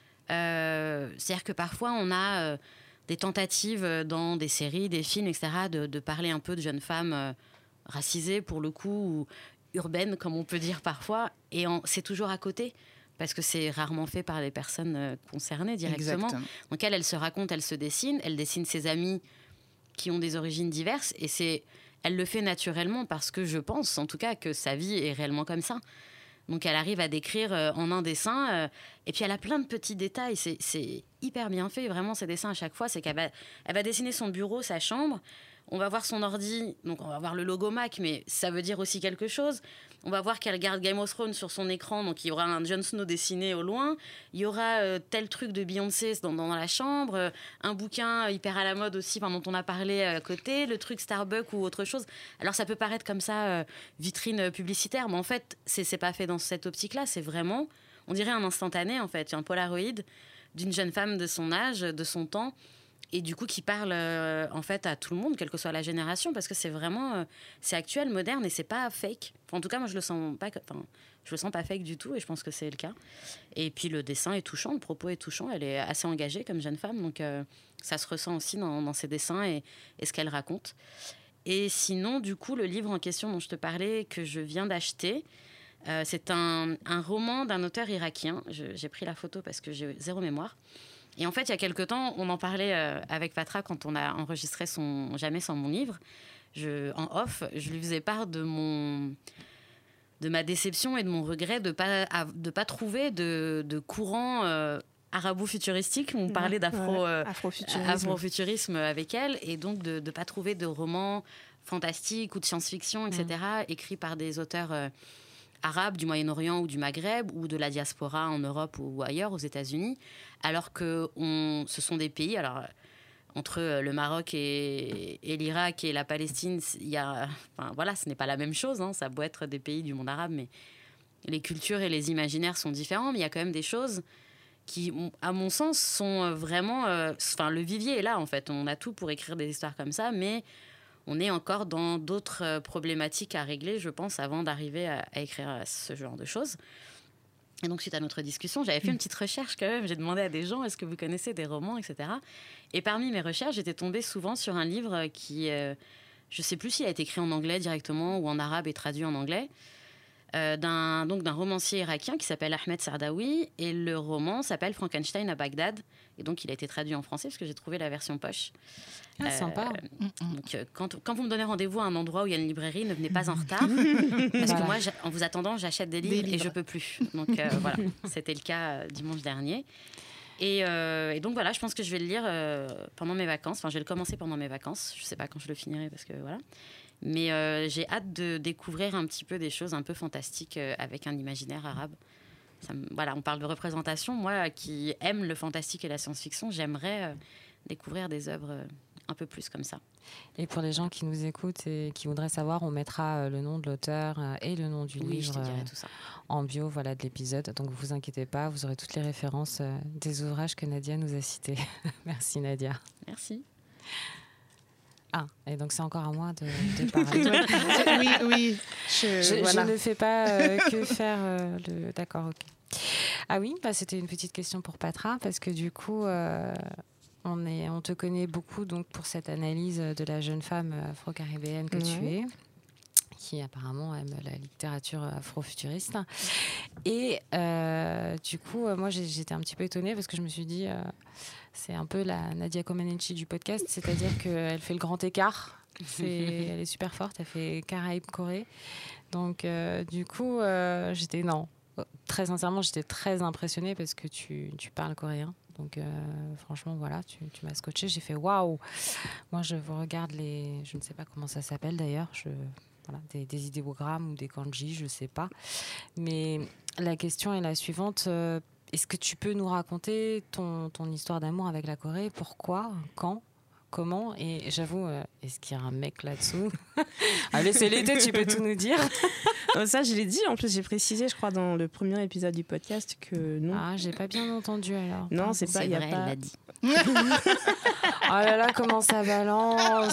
Euh, c'est-à-dire que parfois, on a... Euh, des tentatives dans des séries, des films, et cetera, de, de parler un peu de jeunes femmes euh, racisées, pour le coup, ou urbaines, comme on peut dire parfois. Et en, c'est toujours à côté, parce que c'est rarement fait par les personnes euh, concernées directement. Exactement. Donc elle, elle se raconte, elle se dessine, elle dessine ses amis qui ont des origines diverses, et c'est, elle le fait naturellement, parce que je pense, en tout cas, que sa vie est réellement comme ça. Donc elle arrive à décrire euh, en un dessin, euh, et puis elle a plein de petits détails, c'est, c'est hyper bien fait, vraiment ces dessins à chaque fois, c'est qu'elle va, elle va dessiner son bureau, sa chambre, on va voir son ordi, donc on va voir le logo Mac, mais ça veut dire aussi quelque chose. On va voir qu'elle regarde Game of Thrones sur son écran, donc il y aura un Jon Snow dessiné au loin, il y aura euh, tel truc de Beyoncé dans, dans la chambre, euh, un bouquin hyper à la mode aussi, enfin, dont on a parlé à côté, le truc Starbucks ou autre chose. Alors ça peut paraître comme ça, euh, vitrine publicitaire, mais en fait, c'est, c'est pas fait dans cette optique-là, c'est vraiment, on dirait un instantané en fait, un Polaroid d'une jeune femme de son âge, de son temps, et du coup qui parle euh, en fait à tout le monde, quelle que soit la génération, parce que c'est vraiment euh, c'est actuel, moderne, et c'est pas fake. Enfin, en tout cas, moi je le sens pas, enfin je le sens pas fake du tout, et je pense que c'est le cas. Et puis le dessin est touchant, le propos est touchant, elle est assez engagée comme jeune femme, donc euh, ça se ressent aussi dans, dans ses dessins et, et ce qu'elle raconte. Et sinon, du coup, le livre en question dont je te parlais, que je viens d'acheter, euh, c'est un, un roman d'un auteur irakien. Je, j'ai pris la photo parce que j'ai zéro mémoire. Et en fait, il y a quelque temps, on en parlait euh, avec Patra quand on a enregistré son Jamais sans mon livre. Je, en off, je lui faisais part de, mon, de ma déception et de mon regret de ne pas, de pas trouver de, de courant euh, arabo-futuristique. On parlait d'afro, ouais, euh, afrofuturisme. afrofuturisme avec elle, et donc de ne pas trouver de romans fantastiques ou de science-fiction, et cetera, mmh. écrits par des auteurs... Euh, arabes du Moyen-Orient ou du Maghreb ou de la diaspora en Europe ou ailleurs, aux États-Unis, alors que on, ce sont des pays, alors entre le Maroc et, et l'Irak et la Palestine, il y a, enfin, voilà, ce n'est pas la même chose, hein, ça peut être des pays du monde arabe, mais les cultures et les imaginaires sont différents, mais il y a quand même des choses qui, à mon sens, sont vraiment... Euh, enfin, le vivier est là, en fait, on a tout pour écrire des histoires comme ça, mais... on est encore dans d'autres problématiques à régler, je pense, avant d'arriver à, à écrire ce genre de choses. Et donc, suite à notre discussion, j'avais fait une petite recherche quand même. J'ai demandé à des gens, est-ce que vous connaissez des romans, et cetera. Et parmi mes recherches, j'étais tombée souvent sur un livre qui, euh, je ne sais plus s'il a été écrit en anglais directement ou en arabe et traduit en anglais, euh, d'un, donc d'un romancier irakien qui s'appelle Ahmed Sardawi. Et le roman s'appelle Frankenstein à Bagdad. Et donc, il a été traduit en français parce que j'ai trouvé la version poche. Ah, sympa. Euh, donc, euh, quand, quand vous me donnez rendez-vous à un endroit où il y a une librairie, ne venez pas en retard. Parce que moi, en vous attendant, j'achète des livres, des livres. Et je ne peux plus. Donc, euh, voilà, c'était le cas euh, dimanche dernier. Et, euh, et donc, voilà, je pense que je vais le lire euh, pendant mes vacances. Enfin, je vais le commencer pendant mes vacances. Je ne sais pas quand je le finirai parce que voilà. Mais euh, j'ai hâte de découvrir un petit peu des choses un peu fantastiques euh, avec un imaginaire arabe. Ça me, voilà, on parle de représentation. Moi, qui aime le fantastique et la science-fiction, j'aimerais euh, découvrir des œuvres euh, un peu plus comme ça. Et pour les gens qui nous écoutent et qui voudraient savoir, on mettra euh, le nom de l'auteur euh, et le nom du oui, livre je te dirai euh, tout ça. en bio, voilà, de l'épisode. Donc, vous inquiétez pas, vous aurez toutes les références euh, des ouvrages que Nadia nous a cités. Merci Nadia. Merci. Ah, et donc c'est encore à moi de, de parler. oui, oui. Je, je, voilà. je ne fais pas euh, que faire euh, le... D'accord, ok. Ah oui, bah, c'était une petite question pour Patra, parce que du coup, euh, on, est, on te connaît beaucoup donc, pour cette analyse de la jeune femme afro-caribéenne que ouais. tu es, qui apparemment aime la littérature afro-futuriste. Et euh, du coup, moi, j'étais un petit peu étonnée, parce que je me suis dit... Euh, c'est un peu la Nadia Comaneci du podcast, c'est-à-dire qu'elle fait le grand écart. C'est, elle est super forte, elle fait Caraïbes-Corée. Donc, euh, du coup, euh, j'étais, non, très sincèrement, j'étais très impressionnée parce que tu, tu parles coréen. Donc, euh, franchement, voilà, tu, tu m'as scotché. J'ai fait waouh. Moi, je vous regarde les. Je ne sais pas comment ça s'appelle d'ailleurs. Je, voilà, des, des idéogrammes ou des kanji, je ne sais pas. Mais la question est la suivante. Euh, Est-ce que tu peux nous raconter ton, ton histoire d'amour avec la Corée ? Pourquoi ? Quand ? Comment ? Et j'avoue, euh, est-ce qu'il y a un mec là-dessous ? Allez, c'est l'été, tu peux tout nous dire. Ça, je l'ai dit. En plus, j'ai précisé, je crois, dans le premier épisode du podcast que non. Ah, j'ai pas bien entendu alors. Non, c'est pas. C'est y a vrai, pas... elle l'a dit. Oh là là, comment ça balance ?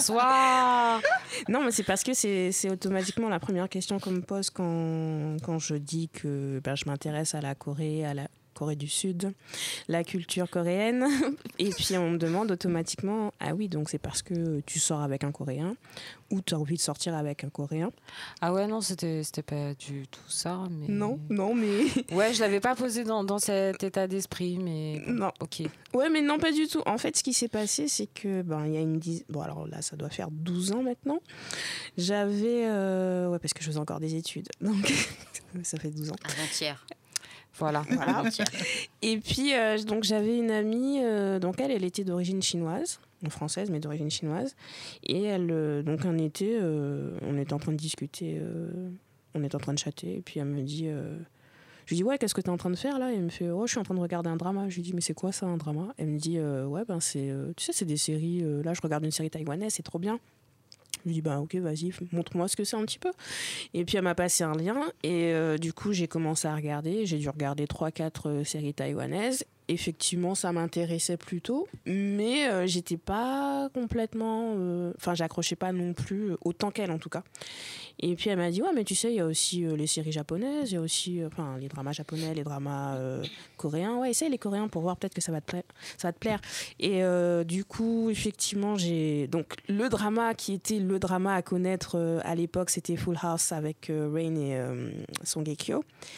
Waouh ! Non, mais c'est parce que c'est, c'est automatiquement la première question qu'on me pose quand, quand je dis que ben, je m'intéresse à la Corée, à la Corée du Sud, la culture coréenne. Et puis on me demande automatiquement, ah oui, donc c'est parce que tu sors avec un Coréen ou tu as envie de sortir avec un Coréen. Ah ouais, non, c'était, c'était pas du tout ça. Mais... Non, non, mais... Ouais, je l'avais pas posé dans, dans cet état d'esprit, mais... Bon, non. Ok. Ouais, mais non, pas du tout. En fait, ce qui s'est passé, c'est que, ben, il y a une dizaine... Bon, alors là, ça doit faire douze ans maintenant. J'avais... Euh... Ouais, parce que je faisais encore des études. Donc, ça fait douze ans. Avant-hier. Voilà. voilà. Et puis, euh, donc, j'avais une amie, euh, donc elle, elle était d'origine chinoise, française, mais d'origine chinoise. Et elle, euh, donc, un été, euh, on était en train de discuter, euh, on était en train de chatter, et puis elle me dit, euh, je lui dis, ouais, qu'est-ce que tu es en train de faire là ? Et elle me fait, oh, je suis en train de regarder un drama. Je lui dis, mais c'est quoi ça, un drama ? Elle me dit, euh, ouais, ben, c'est, euh, tu sais, c'est des séries, euh, là, je regarde une série taïwanaise, c'est trop bien. Je lui dis, bah ok, vas-y, montre-moi ce que c'est un petit peu. Et puis elle m'a passé un lien, et euh, du coup, j'ai commencé à regarder. J'ai dû regarder trois quatre euh, séries taïwanaises. Effectivement, ça m'intéressait plutôt, mais euh, j'étais pas complètement... Enfin, euh, j'accrochais pas non plus, autant qu'elle en tout cas. Et puis elle m'a dit, ouais, mais tu sais, il y a aussi euh, les séries japonaises, il y a aussi euh, enfin, les dramas japonais, les dramas euh, coréens. Ouais, essaye les coréens pour voir, peut-être que ça va te plaire. Ça va te plaire. Et euh, du coup, effectivement, j'ai... Donc, le drama qui était le drama à connaître euh, à l'époque, c'était Full House avec euh, Rain et euh, Song Hye-kyo.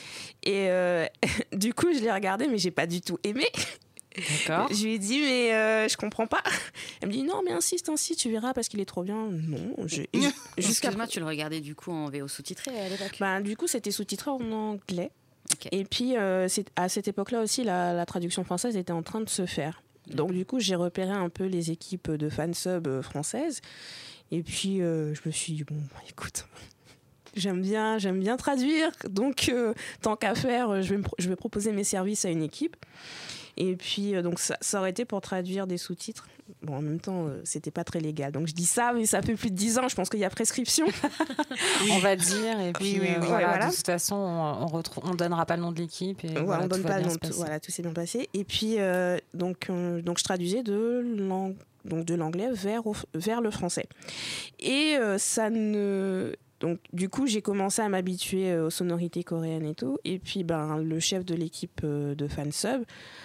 Et euh, du coup, je l'ai regardé, mais j'ai pas du tout aimé. D'accord. Je lui ai dit, mais euh, je comprends pas. Elle me dit, non, mais insiste, insiste, tu verras parce qu'il est trop bien. Non, je... jusqu'à moi, tu le regardais du coup en V O sous-titré à l'époque. Bah, du coup, c'était sous-titré en anglais. Okay. Et puis, euh, c'est, à cette époque-là aussi, la, la traduction française était en train de se faire. Donc, du coup, j'ai repéré un peu les équipes de fansub euh, françaises. Et puis, euh, je me suis dit, bon, écoute... J'aime bien, j'aime bien traduire, donc euh, tant qu'à faire, je vais, me, je vais proposer mes services à une équipe. Et puis, euh, donc ça, ça aurait été pour traduire des sous-titres. Bon, en même temps, euh, c'était pas très légal. Donc je dis ça, mais ça fait plus de dix ans, je pense qu'il y a prescription. On va dire, et puis oui, oui, euh, oui, voilà, voilà. De toute façon, on, on, retrouve, on donnera pas le nom de l'équipe. Et ouais, voilà, on donne tout pas va le bien nom, tout, voilà, tout s'est bien passé. Et puis, euh, donc, euh, donc je traduisais de l'anglais. Donc de l'anglais vers, au, vers le français. Et euh, ça ne... Donc, du coup, j'ai commencé à m'habituer aux sonorités coréennes et tout. Et puis, ben, le chef de l'équipe de fansub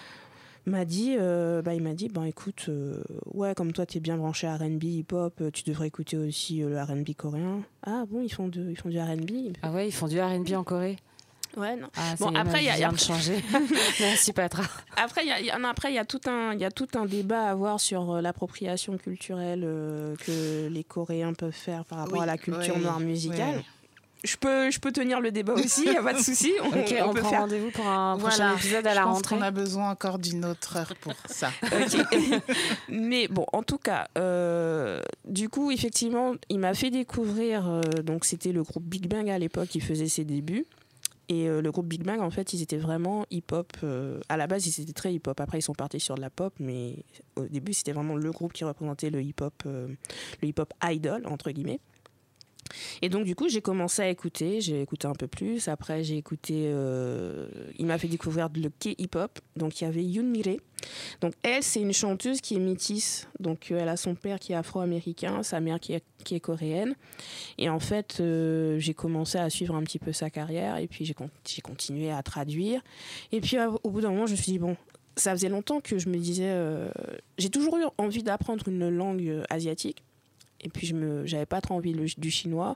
m'a dit, euh, bah, il m'a dit, ben, écoute, euh, ouais, comme toi, t'es bien branché R and B, hip-hop, tu devrais écouter aussi euh, le R and B coréen. Ah bon, ils font, de, ils font du R and B. Ah ouais, ils font du R and B en Corée. Ouais, non. Ah, bon, après, il y a, y a... de changer. Merci, Patra. Après, il y a, y a, après, il y a tout un, il y a tout un débat à avoir sur l'appropriation culturelle euh, que les Coréens peuvent faire par rapport oui, à la culture oui, noire musicale. Oui. Je peux, je peux tenir le débat aussi, il n'y a pas de souci. On, ok, on, on peut prend faire... rendez-vous pour un voilà, prochain épisode à la rentrée. On a besoin encore d'une autre heure pour ça. Okay. Mais bon, en tout cas, euh, du coup, effectivement, il m'a fait découvrir, euh, donc c'était le groupe Big Bang à l'époque qui faisait ses débuts. Et euh, le groupe Big Bang, en fait, ils étaient vraiment hip-hop. Euh, à la base, ils étaient très hip-hop. Après, ils sont partis sur de la pop, mais au début, c'était vraiment le groupe qui représentait le hip-hop, euh, le hip-hop idol, entre guillemets. Et donc, du coup, j'ai commencé à écouter. J'ai écouté un peu plus. Après, j'ai écouté... Euh, il m'a fait découvrir le K-hip-hop. Donc, il y avait Yoon Mi-rae. Donc, elle, c'est une chanteuse qui est métisse. Donc, elle a son père qui est afro-américain, sa mère qui est, qui est coréenne. Et en fait, euh, j'ai commencé à suivre un petit peu sa carrière. Et puis, j'ai, j'ai continué à traduire. Et puis, au bout d'un moment, je me suis dit, bon... Ça faisait longtemps que je me disais... Euh, j'ai toujours eu envie d'apprendre une langue asiatique. Et puis, je me, j'avais pas trop envie le, du chinois.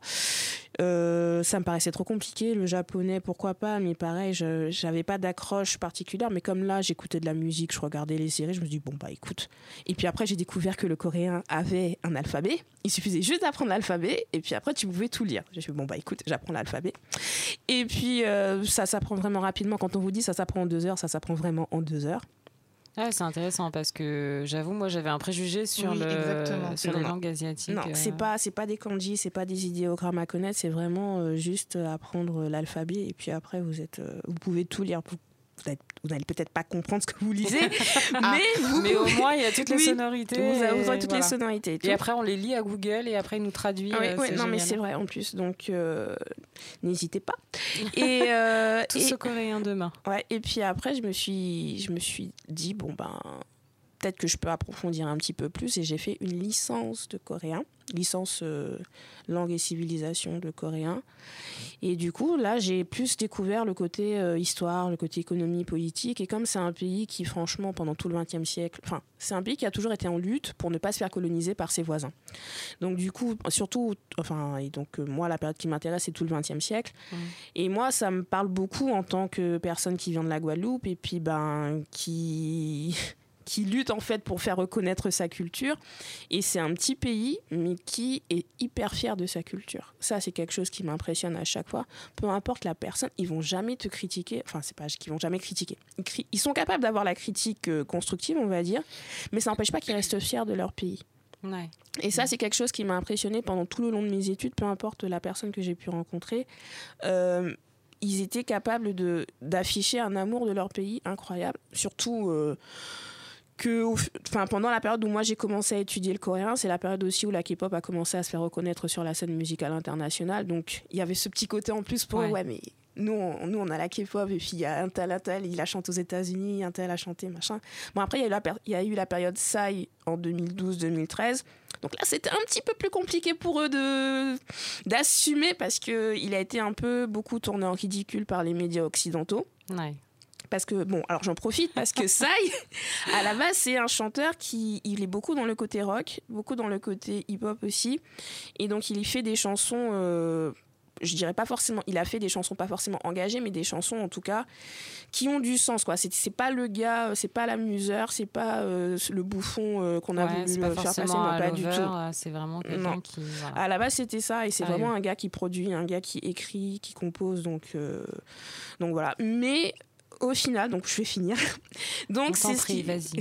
Euh, ça me paraissait trop compliqué. Le japonais, pourquoi pas. Mais pareil, je j'avais pas d'accroche particulière. Mais comme là, j'écoutais de la musique, je regardais les séries, je me suis dit, bon, bah écoute. Et puis après, j'ai découvert que le coréen avait un alphabet. Il suffisait juste d'apprendre l'alphabet. Et puis après, tu pouvais tout lire. J'ai dit, bon, bah écoute, j'apprends l'alphabet. Et puis, euh, ça s'apprend vraiment rapidement. Quand on vous dit ça s'apprend en deux heures, ça s'apprend vraiment en deux heures. Ah, c'est intéressant parce que j'avoue, moi j'avais un préjugé sur, oui, le, sur non, les non. langues asiatiques. Non, euh... c'est pas, c'est pas des kanji, c'est pas des idéogrammes à connaître, c'est vraiment euh, juste apprendre l'alphabet et puis après vous, êtes, euh, vous pouvez tout lire. Vous, vous n'allez peut-être pas comprendre ce que vous lisez, ah, mais, vous, mais au moins il y a toutes les oui, sonorités. Vous, et vous aurez toutes voilà. les sonorités. Et, et après on les lit à Google et après il nous traduit. Ah oui, euh, oui, c'est non, génial. mais c'est vrai en plus, donc euh, n'hésitez pas. Et, euh, Tous et, aux Coréens demain. Ouais, et puis après je me suis, je me suis dit, bon ben... peut-être que je peux approfondir un petit peu plus et j'ai fait une licence de coréen, licence euh, langue et civilisation de coréen. Et du coup, là, j'ai plus découvert le côté euh, histoire, le côté économie, politique. Et comme c'est un pays qui, franchement, pendant tout le vingtième siècle, enfin, c'est un pays qui a toujours été en lutte pour ne pas se faire coloniser par ses voisins. Donc du coup, surtout, enfin, et donc euh, moi, la période qui m'intéresse, c'est tout le vingtième siècle. Mmh. Et moi, ça me parle beaucoup en tant que personne qui vient de la Guadeloupe et puis, ben, qui... qui lutte en fait pour faire reconnaître sa culture. Et c'est un petit pays, mais qui est hyper fier de sa culture. Ça, c'est quelque chose qui m'impressionne à chaque fois. Peu importe la personne, ils vont jamais te critiquer. Enfin, c'est pas qu'ils vont jamais critiquer. Ils, cri- ils sont capables d'avoir la critique euh, constructive, on va dire, mais ça n'empêche pas qu'ils restent fiers de leur pays. Ouais. Et ça, c'est quelque chose qui m'a impressionné pendant tout le long de mes études, peu importe la personne que j'ai pu rencontrer. Euh, ils étaient capables de, d'afficher un amour de leur pays incroyable, surtout... Euh, que, enfin, pendant la période où moi j'ai commencé à étudier le coréen, c'est la période aussi où la K-pop a commencé à se faire reconnaître sur la scène musicale internationale. Donc il y avait ce petit côté en plus pour ouais, eux, ouais mais nous on, nous on a la K-pop et puis il y a un tel, un tel, il a chanté aux États-Unis, un tel a chanté, machin. Bon, après il y a eu la, il y a eu la période Psy en deux mille douze deux mille treize. Donc là, c'était un petit peu plus compliqué pour eux de, d'assumer parce qu'il a été un peu beaucoup tourné en ridicule par les médias occidentaux. Ouais. Parce que, bon, alors j'en profite parce que Psy, à la base, c'est un chanteur qui il est beaucoup dans le côté rock, beaucoup dans le côté hip-hop aussi. Et donc, il y fait des chansons, euh, je dirais pas forcément, il a fait des chansons pas forcément engagées, mais des chansons en tout cas qui ont du sens, quoi. C'est, c'est pas le gars, c'est pas l'amuseur, c'est pas euh, le bouffon euh, qu'on a ouais, voulu faire passer, non, pas du tout. C'est vraiment quelqu'un non. qui. Voilà. À la base, c'était ça, et c'est ah, vraiment oui. un gars qui produit, un gars qui écrit, qui compose, donc, euh, donc voilà. Mais. Au final, donc je vais finir. Donc On c'est t'en ce prie, qui... vas-y.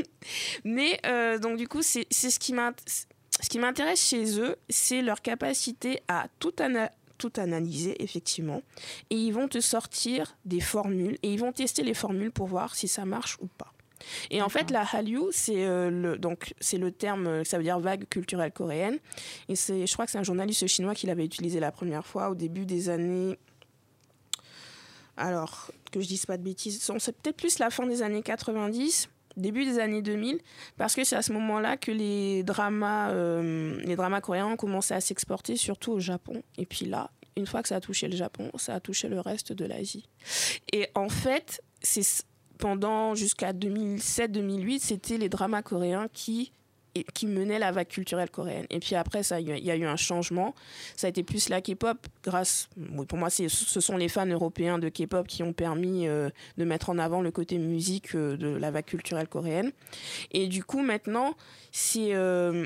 Mais euh, donc du coup, c'est, c'est ce qui m'int... ce qui m'intéresse chez eux, c'est leur capacité à tout, ana... tout analyser effectivement, et ils vont te sortir des formules et ils vont tester les formules pour voir si ça marche ou pas. Et D'accord. en fait, la Hallyu, c'est euh, le donc c'est le terme, ça veut dire vague culturelle coréenne. Et c'est, je crois que c'est un journaliste chinois qui l'avait utilisé la première fois au début des années. Alors, que je dise pas de bêtises, c'est peut-être plus la fin des années quatre-vingt-dix, début des années deux mille, parce que c'est à ce moment-là que les dramas, euh, les dramas coréens ont commencé à s'exporter, surtout au Japon. Et puis là, une fois que ça a touché le Japon, ça a touché le reste de l'Asie. Et en fait, c'est pendant jusqu'à deux mille sept deux mille huit, c'était les dramas coréens qui qui menait la vague culturelle coréenne. Et puis après, ça, il y a eu un changement. Ça a été plus la K-pop grâce... Oui, pour moi, c'est, ce sont les fans européens de K-pop qui ont permis euh, de mettre en avant le côté musique euh, de la vague culturelle coréenne. Et du coup, maintenant, c'est... Euh,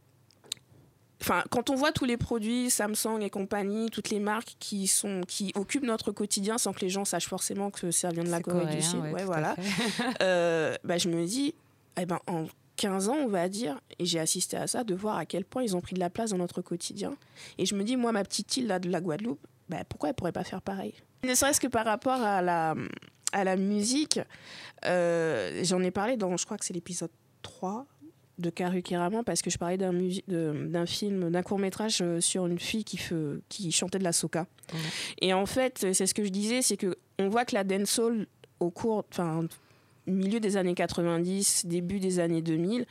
Enfin, quand on voit tous les produits, Samsung et compagnie, toutes les marques qui, sont, qui occupent notre quotidien sans que les gens sachent forcément que ça vient de la c'est Corée coréen, du Sud, ouais, ouais, voilà. euh, bah, je me dis, eh ben, en quinze ans, on va dire, et j'ai assisté à ça, de voir à quel point ils ont pris de la place dans notre quotidien. Et je me dis, moi, ma petite île là, de la Guadeloupe, bah, pourquoi elle ne pourrait pas faire pareil ? Ne serait-ce que par rapport à la, à la musique, euh, j'en ai parlé dans, je crois que c'est l'épisode trois de Karukiraman, parce que je parlais d'un, musi- de, d'un film, d'un court-métrage sur une fille qui, fe, qui chantait de la soca. Mmh. Et en fait, c'est ce que je disais, c'est qu'on voit que la dancehall, au cours... milieu des années quatre-vingt-dix, début des années deux mille,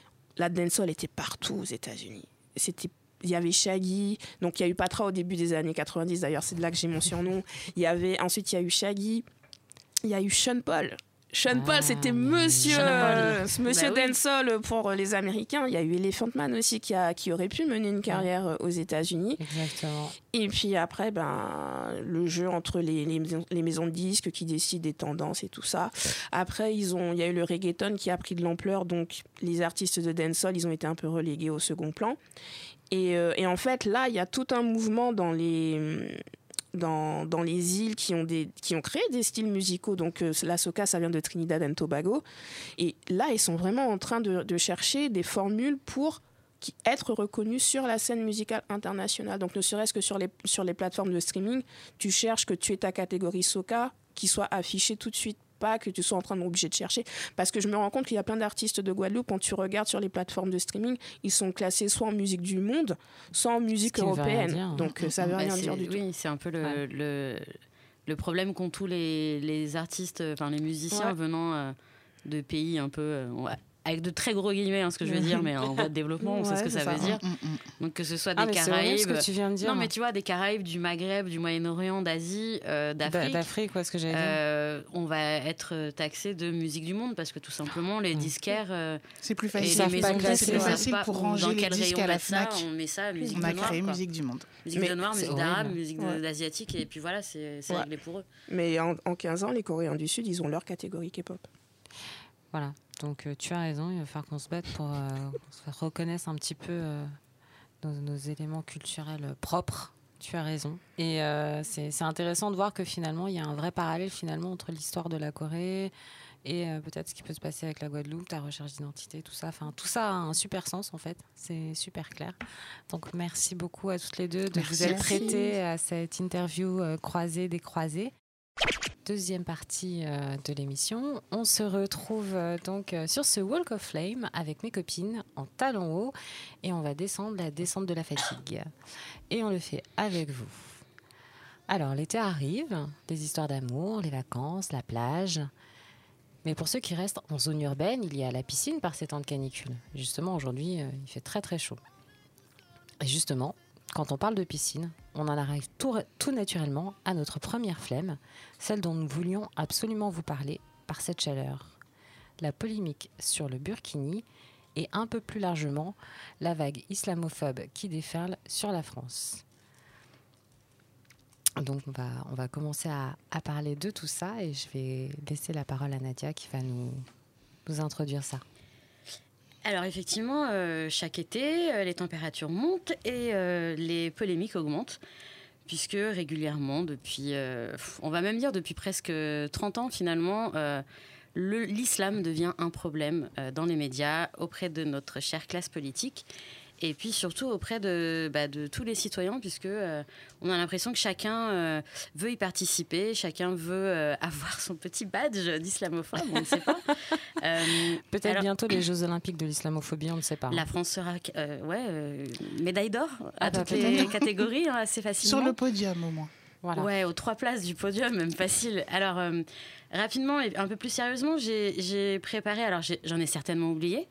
la dancehall était partout aux États-Unis. C'était, il y avait Shaggy, donc il y a eu Patra au début des années quatre-vingt-dix, d'ailleurs c'est de là que j'ai mon surnom. Il y avait, ensuite il y a eu Shaggy, il y a eu Sean Paul. Sean ah, Paul, c'était monsieur, euh, monsieur bah dancehall oui. pour les Américains. Il y a eu Elephant Man aussi qui, a, qui aurait pu mener une carrière ouais. aux États-Unis. Exactement. Et puis après, ben, le jeu entre les, les, les maisons de disques qui décident des tendances et tout ça. Après, ils ont, il y a eu le reggaeton qui a pris de l'ampleur. Donc, les artistes de dancehall, ils ont été un peu relégués au second plan. Et, euh, et en fait, là, il y a tout un mouvement dans les... Dans, dans les îles qui ont, des, qui ont créé des styles musicaux. Donc euh, la soca, ça vient de Trinidad and Tobago. Et là, ils sont vraiment en train de, de chercher des formules pour qui, être reconnus sur la scène musicale internationale. Donc ne serait-ce que sur les, sur les plateformes de streaming, tu cherches que tu aies ta catégorie soca qui soit affichée tout de suite, pas que tu sois en train d'obligé de chercher. Parce que je me rends compte qu'il y a plein d'artistes de Guadeloupe, quand tu regardes sur les plateformes de streaming, ils sont classés soit en musique du monde, soit en musique européenne. Dire, hein. Donc ça veut bah rien dire du oui, tout. Oui, c'est un peu le, ouais. le, le problème qu'ont tous les, les artistes, enfin les musiciens ouais. venant euh, de pays un peu... Euh, ouais. avec de très gros guillemets, hein, ce que je veux dire, mais en voie de développement, on ouais, sait ce que ça, ça veut dire. Donc que ce soit des ah, Caraïbes, ce que tu viens de dire. Non, mais tu vois, des Caraïbes, du Maghreb, du Moyen-Orient, d'Asie, euh, d'Afrique. D'Afrique, quoi, ce que j'allais euh, dire. On va être taxé de musique du monde parce que tout simplement, les disquaires, euh, c'est plus facile. Et les maisons de c'est plus facile pas, pour ranger les disques à la Fnac. Ça, on met ça, musique on a de noir, créé quoi. musique du monde. Musique mais de noir, musique d'arabe, musique ouais. d'asiatique, et puis voilà, c'est, c'est ouais. réglé pour eux. Mais en, en quinze ans, les Coréens du Sud, ils ont leur catégorie K-pop. Voilà. Donc euh, tu as raison, il va falloir qu'on se batte pour euh, qu'on se reconnaisse un petit peu euh, nos, nos éléments culturels propres. Tu as raison. Et euh, c'est, c'est intéressant de voir que finalement, il y a un vrai parallèle finalement entre l'histoire de la Corée et euh, peut-être ce qui peut se passer avec la Guadeloupe, ta recherche d'identité, tout ça. Enfin, tout ça a un super sens en fait. C'est super clair. Donc merci beaucoup à toutes les deux de merci. vous être prêtées à cette interview euh, croisée des croisés. Deuxième partie euh, de l'émission, on se retrouve euh, donc euh, sur ce Walk of Flame avec mes copines en talons hauts et on va descendre la descente de la fatigue. Et on le fait avec vous. Alors l'été arrive, les histoires d'amour, les vacances, la plage. Mais pour ceux qui restent en zone urbaine, il y a la piscine par ces temps de canicule. Justement aujourd'hui, euh, il fait très très chaud. Et justement, quand on parle de piscine, on en arrive tout, tout naturellement à notre première flemme, celle dont nous voulions absolument vous parler par cette chaleur. La polémique sur le burkini et un peu plus largement la vague islamophobe qui déferle sur la France. Donc on va, on va commencer à, à parler de tout ça et je vais laisser la parole à Nadia qui va nous, nous introduire ça. Alors effectivement, euh, chaque été, euh, les températures montent et euh, les polémiques augmentent, puisque régulièrement, depuis, euh, on va même dire depuis presque trente ans finalement, euh, le, l'islam devient un problème euh, dans les médias, auprès de notre chère classe politique, et puis surtout auprès de, bah, de tous les citoyens, puisque euh, on a l'impression que chacun euh, veut y participer, chacun veut euh, avoir son petit badge d'islamophobe, on ne sait pas. Euh, Peut-être alors, bientôt les Jeux Olympiques de l'islamophobie, on ne sait pas. La France sera euh, ouais, euh, médaille d'or à ah toutes bah, les catégories, hein, assez facilement. Sur le podium au moins. Voilà. Ouais, aux trois places du podium, même facile. Alors, euh, rapidement et un peu plus sérieusement, j'ai, j'ai préparé... Alors, j'ai, j'en ai certainement oublié.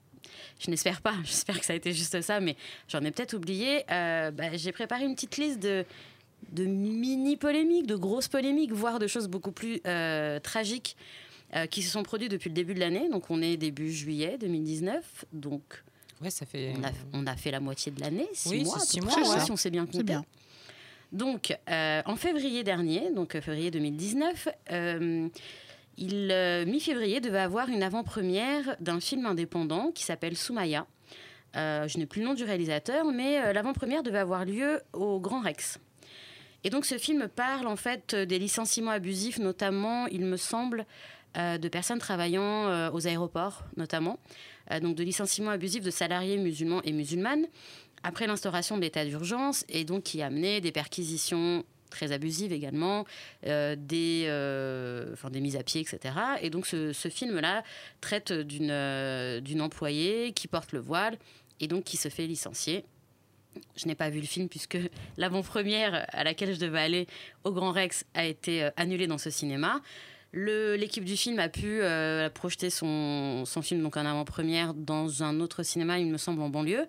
Je n'espère pas. J'espère que ça a été juste ça, mais j'en ai peut-être oublié. Euh, bah, j'ai préparé une petite liste de, de mini-polémiques, de grosses polémiques, voire de choses beaucoup plus euh, tragiques euh, qui se sont produites depuis le début de l'année. Donc, on est début juillet deux mille dix-neuf. Donc, ouais, ça fait... on, a, on a fait la moitié de l'année, six oui, mois. C'est six mois, mois, ouais, ouais. si on sait bien compter. C'est bien. Donc, euh, en février dernier, donc euh, février deux mille dix-neuf, euh, il, euh, mi-février, devait avoir une avant-première d'un film indépendant qui s'appelle Soumaya. Euh, je n'ai plus le nom du réalisateur, mais euh, l'avant-première devait avoir lieu au Grand Rex. Et donc, ce film parle en fait des licenciements abusifs, notamment, il me semble, euh, de personnes travaillant euh, aux aéroports, notamment. Euh, donc, de licenciements abusifs de salariés musulmans et musulmanes, après l'instauration de l'état d'urgence, et donc qui a amené des perquisitions très abusives également, euh, des, euh, enfin, des mises à pied, et cetera. Et donc ce, ce film-là traite d'une, euh, d'une employée qui porte le voile et donc qui se fait licencier. Je n'ai pas vu le film puisque l'avant-première à laquelle je devais aller au Grand Rex a été euh, annulée dans ce cinéma. Le, l'équipe du film a pu euh, projeter son, son film donc en avant-première dans un autre cinéma, il me semble, en banlieue.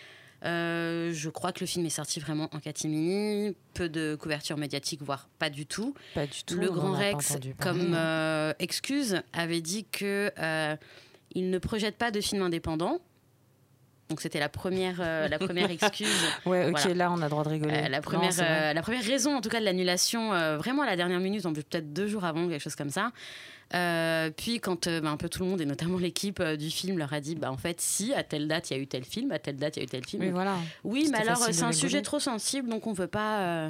Euh, je crois que le film est sorti vraiment en catimini, peu de couverture médiatique, voire pas du tout. Pas du tout. Le Grand Rex, comme euh, excuse, avait dit que euh, il ne projette pas de films indépendants. Donc c'était la première, euh, la première excuse. Ouais, ok, voilà. Là on a le droit de rigoler. Euh, la, première, non, euh, la première raison, en tout cas, de l'annulation, euh, vraiment à la dernière minute, en plus peut-être deux jours avant, quelque chose comme ça. Euh, puis quand euh, bah, un peu tout le monde, et notamment l'équipe euh, du film, leur a dit, bah, en fait, si, à telle date, il y a eu tel film, à telle date, il y a eu tel film. Oui, donc, voilà. oui mais alors, c'est un rigoler. sujet trop sensible, donc on ne veut pas... Euh,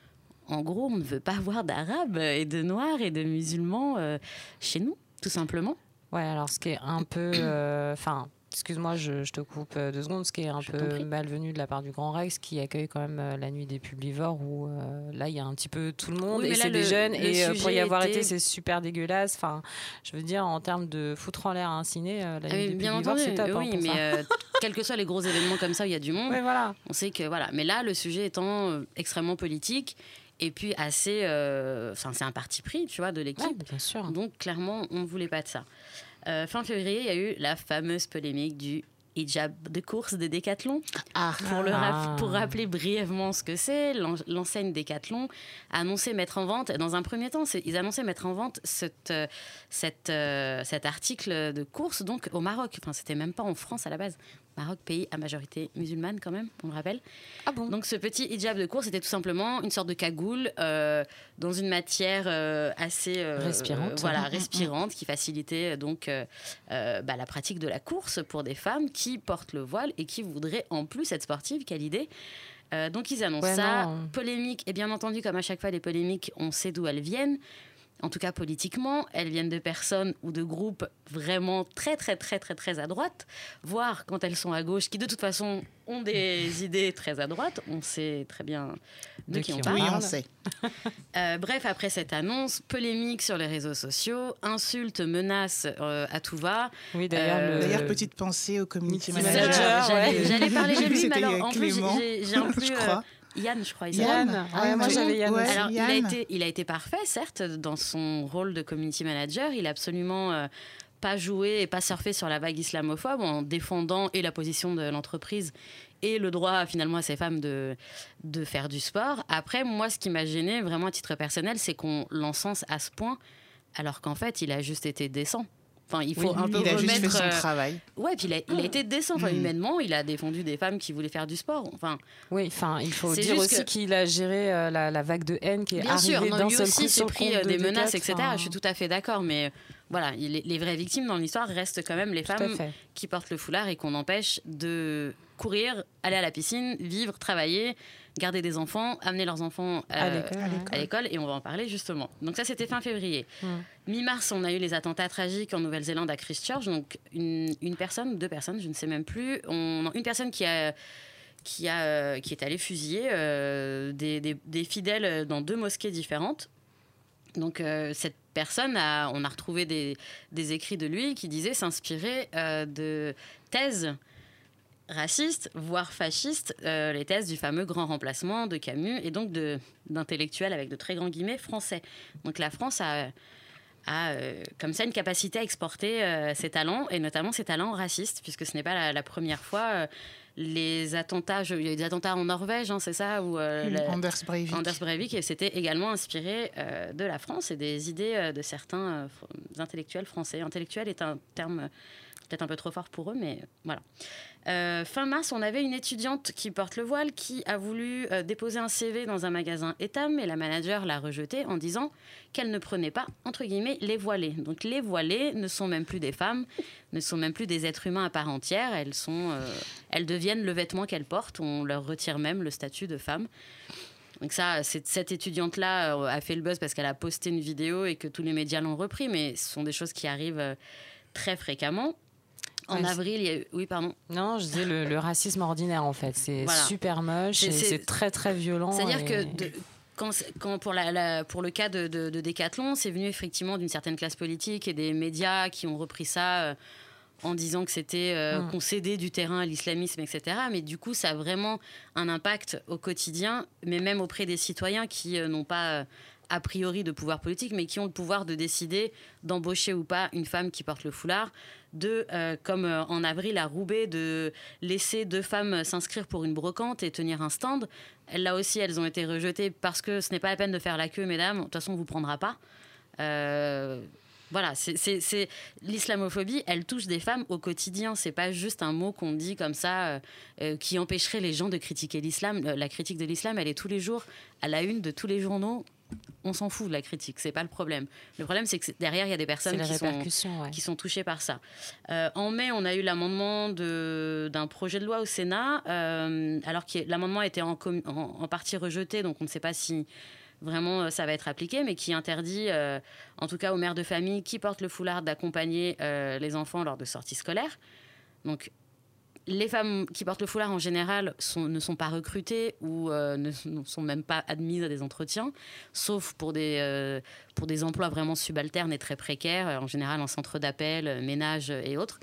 en gros, on ne veut pas voir d'Arabes et de Noirs et de musulmans euh, chez nous, tout simplement. Ouais, alors ce qui est un peu... Enfin... Euh, Excuse-moi, je, je te coupe deux secondes. Ce qui est un je peu malvenu de la part du Grand Rex, qui accueille quand même euh, la nuit des publivores, où euh, là, il y a un petit peu tout le monde, oui, et c'est le, des jeunes. Et euh, pour y avoir était... été, c'est super dégueulasse. Enfin, je veux dire, en termes de foutre en l'air à un ciné, euh, la nuit ah, des bien publivores, entendu, c'est top. Oui, hein, mais euh, quels que soient les gros événements comme ça où il y a du monde, ouais, voilà. On sait que voilà. Mais là, le sujet étant euh, extrêmement politique. Et puis assez, euh, c'est un parti pris, tu vois, de l'équipe. Ouais, bien sûr. Donc clairement, on ne voulait pas de ça. Euh, fin février, il y a eu la fameuse polémique du hijab de course de Decathlon. Ah. Pour, le rap- pour rappeler brièvement ce que c'est, l'en- l'enseigne Decathlon a annoncé mettre en vente, dans un premier temps, c'est, ils annonçaient mettre en vente cette, euh, cette, euh, cet article de course donc, au Maroc. Enfin, c'était même pas en France à la base. Maroc, pays à majorité musulmane quand même, on le rappelle. Ah bon ? Donc ce petit hijab de course était tout simplement une sorte de cagoule euh, dans une matière euh, assez euh, respirante, euh, voilà, respirante qui facilitait donc euh, euh, bah, la pratique de la course pour des femmes qui portent le voile et qui voudraient en plus être sportives. Quelle idée ! Euh, donc ils annoncent ouais, ça, non. Polémique, et bien entendu comme à chaque fois les polémiques, on sait d'où elles viennent. En tout cas politiquement, elles viennent de personnes ou de groupes vraiment très très très très très à droite, voire quand elles sont à gauche, qui de toute façon ont des idées très à droite. On sait très bien de, de qui, qui on parle. Oui, on sait. Euh, bref, après cette annonce, polémique sur les réseaux sociaux, insultes, menaces euh, à tout va. Oui, d'ailleurs, euh, le... d'ailleurs petite pensée au community manager. manager j'allais, ouais. j'allais parler de lui, mais alors en plus Clément, j'ai, j'ai un peu... je crois. Yann, je crois. Yann, Yann. Ah, ouais, moi j'avais Yann. Ouais, Alors, Yann. Il, a été, il a été parfait, certes, dans son rôle de community manager. Il a absolument euh, pas joué et pas surfé sur la vague islamophobe en défendant et la position de l'entreprise et le droit finalement à ces femmes de, de faire du sport. Après, moi, ce qui m'a gêné vraiment à titre personnel, c'est qu'on l'encense à ce point, alors qu'en fait, il a juste été décent. Enfin, il faut oui, un peu il a remettre... juste fait son travail. Ouais, puis il a, il a été décent. Enfin, mmh. humainement, il a défendu des femmes qui voulaient faire du sport. Enfin, oui, enfin, il faut dire aussi que... qu'il a géré euh, la, la vague de haine qui est Bien arrivée sûr, d'un lui seul aussi coup s'est sur le pris compte des de menaces, Decat, et cetera. Enfin... Je suis tout à fait d'accord, mais voilà, les, les vraies victimes dans l'histoire restent quand même les tout femmes qui portent le foulard et qu'on empêche de courir, aller à la piscine, vivre, travailler, garder des enfants, amener leurs enfants euh, à, l'école, à, l'école. à l'école, et on va en parler justement. Donc ça, c'était fin février. Mm. Mi-mars, on a eu les attentats tragiques en Nouvelle-Zélande à Christchurch. Donc une, une personne, deux personnes, je ne sais même plus. On, une personne qui a qui a euh, qui est allée fusiller euh, des, des, des fidèles dans deux mosquées différentes. Donc euh, cette personne, a, on a retrouvé des, des écrits de lui qui disaient s'inspirer euh, de thèses racistes, voire fascistes, euh, les thèses du fameux grand remplacement de Camus et donc de, d'intellectuels avec de très grands guillemets français. Donc la France a, a euh, comme ça une capacité à exporter euh, ses talents, et notamment ses talents racistes, puisque ce n'est pas la, la première fois. Euh, les attentats, je, il y a eu des attentats en Norvège, hein, c'est ça où, euh, mmh, la, Anders Breivik. Anders Breivik, et c'était également inspiré euh, de la France et des idées euh, de certains euh, f- intellectuels français. Intellectuel est un terme peut-être un peu trop fort pour eux, mais voilà. Euh, fin mars, on avait une étudiante qui porte le voile qui a voulu euh, déposer un C V dans un magasin Etam, et la manager l'a rejeté en disant qu'elle ne prenait pas, entre guillemets, les voilées. Donc les voilées ne sont même plus des femmes, ne sont même plus des êtres humains à part entière, elles, sont, euh, elles deviennent le vêtement qu'elles portent, on leur retire même le statut de femme. Donc ça, c'est, cette étudiante-là euh, a fait le buzz parce qu'elle a posté une vidéo et que tous les médias l'ont repris, mais ce sont des choses qui arrivent euh, très fréquemment. En ouais, avril, il y a eu... Oui, pardon. Non, je disais le, le racisme ordinaire, en fait. C'est voilà. super moche, c'est, et c'est... c'est très, très violent. C'est-à-dire et... que de, quand, quand pour, la, la, pour le cas de, de, de Décathlon, c'est venu effectivement d'une certaine classe politique et des médias qui ont repris ça euh, en disant que c'était euh, mmh. concéder du terrain à l'islamisme, et cetera. Mais du coup, ça a vraiment un impact au quotidien, mais même auprès des citoyens qui euh, n'ont pas... Euh, a priori de pouvoir politique, mais qui ont le pouvoir de décider d'embaucher ou pas une femme qui porte le foulard, de, euh, comme euh, en avril à Roubaix, de laisser deux femmes s'inscrire pour une brocante et tenir un stand. Là aussi, elles ont été rejetées parce que ce n'est pas la peine de faire la queue, mesdames, de toute façon, on ne vous prendra pas. Euh, voilà, c'est, c'est, c'est... l'islamophobie, elle touche des femmes au quotidien. C'est pas juste un mot qu'on dit comme ça euh, euh, qui empêcherait les gens de critiquer l'islam. La critique de l'islam, elle est tous les jours à la une de tous les journaux. On s'en fout de la critique, c'est pas le problème. Le problème, c'est que derrière, il y a des personnes qui sont, ouais. qui sont touchées par ça. Euh, en mai, on a eu l'amendement de, d'un projet de loi au Sénat, euh, alors que l'amendement a été en, com- en, en partie rejeté, donc on ne sait pas si vraiment ça va être appliqué, mais qui interdit, euh, en tout cas aux mères de famille qui portent le foulard, d'accompagner euh, les enfants lors de sorties scolaires. Donc, les femmes qui portent le foulard, en général, sont, ne sont pas recrutées ou euh, ne, ne sont même pas admises à des entretiens, sauf pour des, euh, pour des emplois vraiment subalternes et très précaires, en général en centre d'appel, ménage et autres.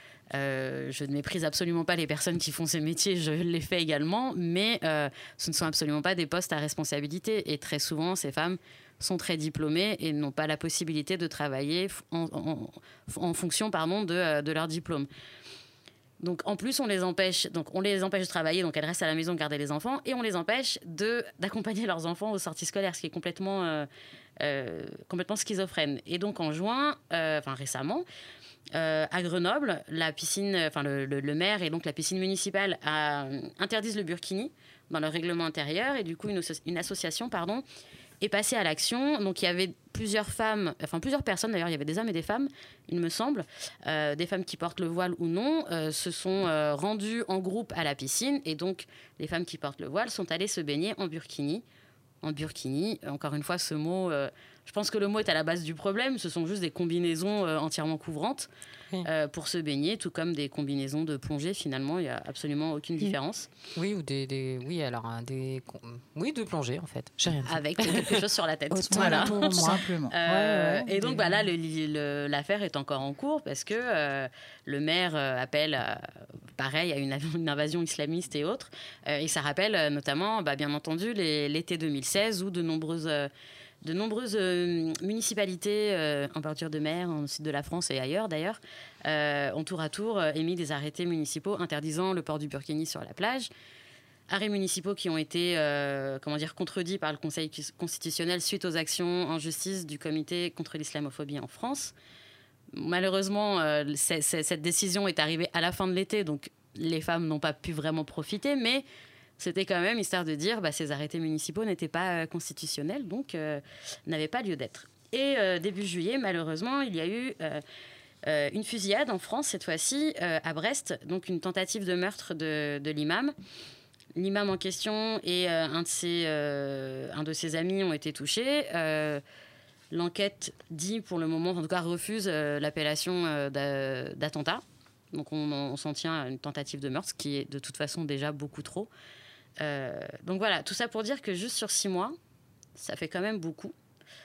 Euh, je ne méprise absolument pas les personnes qui font ces métiers, je les fais également, mais euh, ce ne sont absolument pas des postes à responsabilité. Et très souvent, ces femmes sont très diplômées et n'ont pas la possibilité de travailler en, en, en fonction pardon, de, de leur diplôme. Donc, en plus, on les empêche, donc on les empêche de travailler, donc elles restent à la maison garder les enfants, et on les empêche de, d'accompagner leurs enfants aux sorties scolaires, ce qui est complètement, euh, euh, complètement schizophrène. Et donc, en juin, euh, enfin récemment, euh, à Grenoble, la piscine, enfin le, le, le maire et donc la piscine municipale a, interdisent le burkini dans leur règlement intérieur, et du coup, une, une association, pardon, est passée à l'action. Donc il y avait plusieurs femmes, enfin plusieurs personnes d'ailleurs, il y avait des hommes et des femmes, il me semble, euh, des femmes qui portent le voile ou non, euh, se sont euh, rendues en groupe à la piscine, et donc les femmes qui portent le voile sont allées se baigner en burkini. En burkini, encore une fois, ce mot, euh, je pense que le mot est à la base du problème, ce sont juste des combinaisons euh, entièrement couvrantes oui. euh, pour se baigner, tout comme des combinaisons de plongée, finalement, il n'y a absolument aucune différence. Oui, ou des, des oui, alors, hein, des, oui, de plongée, en fait. J'ai rien dit. Avec quelque chose sur la tête. Voilà, tout simplement. Euh, ouais, ouais, et donc, bah, là, le, le, l'affaire est encore en cours parce que euh, le maire euh, appelle, euh, pareil, à une, une invasion islamiste et autres. Euh, et ça rappelle euh, notamment, bah, bien entendu, les, l'été deux mille seize où de nombreuses... Euh, De nombreuses euh, municipalités euh, en bordure de mer, au sud de la France et ailleurs d'ailleurs, euh, ont tour à tour euh, émis des arrêtés municipaux interdisant le port du burkini sur la plage. Arrêts municipaux qui ont été euh, comment dire, contredits par le Conseil constitutionnel suite aux actions en justice du Comité contre l'islamophobie en France. Malheureusement, euh, c'est, c'est, cette décision est arrivée à la fin de l'été, donc les femmes n'ont pas pu vraiment profiter, mais c'était quand même histoire de dire bah, ces arrêtés municipaux n'étaient pas euh, constitutionnels, donc euh, n'avaient pas lieu d'être. Et euh, début juillet, malheureusement, il y a eu euh, euh, une fusillade en France, cette fois-ci, euh, à Brest, donc une tentative de meurtre de, de l'imam. L'imam en question et euh, un, de ses, euh, un de ses amis ont été touchés. Euh, l'enquête dit, pour le moment, en tout cas refuse euh, l'appellation euh, d'a, d'attentat. Donc on, on s'en tient à une tentative de meurtre, ce qui est de toute façon déjà beaucoup trop. Euh, donc voilà, tout ça pour dire que juste sur six mois, ça fait quand même beaucoup,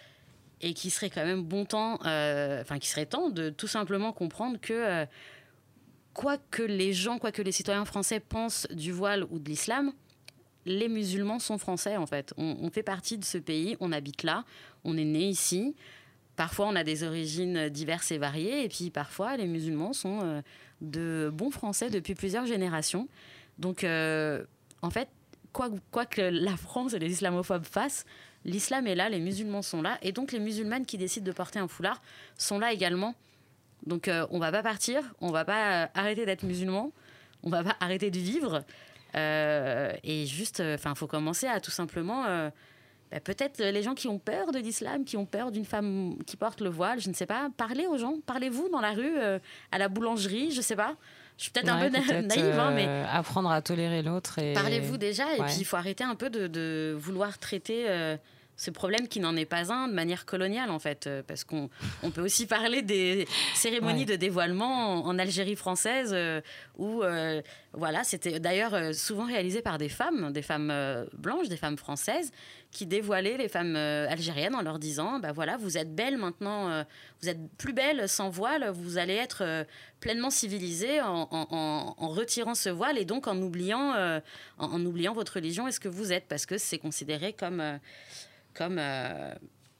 et qu'il serait quand même bon temps, euh, enfin qu'il serait temps de tout simplement comprendre que euh, quoi que les gens, quoi que les citoyens français pensent du voile ou de l'islam, les musulmans sont français en fait. On, on fait partie de ce pays, on habite là, on est né ici. Parfois, on a des origines diverses et variées. Et puis, parfois, les musulmans sont euh, de bons Français depuis plusieurs générations. Donc, euh, en fait, quoi, quoi que la France et les islamophobes fassent, l'islam est là, les musulmans sont là. Et donc, les musulmanes qui décident de porter un foulard sont là également. Donc, euh, on ne va pas partir, on ne va pas euh, arrêter d'être musulmans, on ne va pas arrêter de vivre. Euh, et juste, enfin, il faut commencer à tout simplement... Euh, Bah, peut-être les gens qui ont peur de l'islam, qui ont peur d'une femme qui porte le voile, je ne sais pas, parlez aux gens, parlez-vous dans la rue, euh, à la boulangerie, je ne sais pas. Je suis peut-être ouais, un peu peut-être, naïve, hein, mais... Euh, apprendre à tolérer l'autre. Et... Parlez-vous déjà, et ouais. puis il faut arrêter un peu de, de vouloir traiter euh, ce problème qui n'en est pas un de manière coloniale, en fait. Euh, parce qu'on on peut aussi parler des cérémonies ouais. de dévoilement en, en Algérie française, euh, où, euh, voilà, c'était d'ailleurs euh, souvent réalisé par des femmes, des femmes euh, blanches, des femmes françaises, qui dévoilaient les femmes euh, algériennes en leur disant bah voilà, vous êtes belles maintenant, euh, vous êtes plus belles sans voile, vous allez être euh, pleinement civilisées en, en, en, en retirant ce voile et donc en oubliant, euh, en, en oubliant votre religion et ce que vous êtes, parce que c'est considéré comme, euh, comme euh,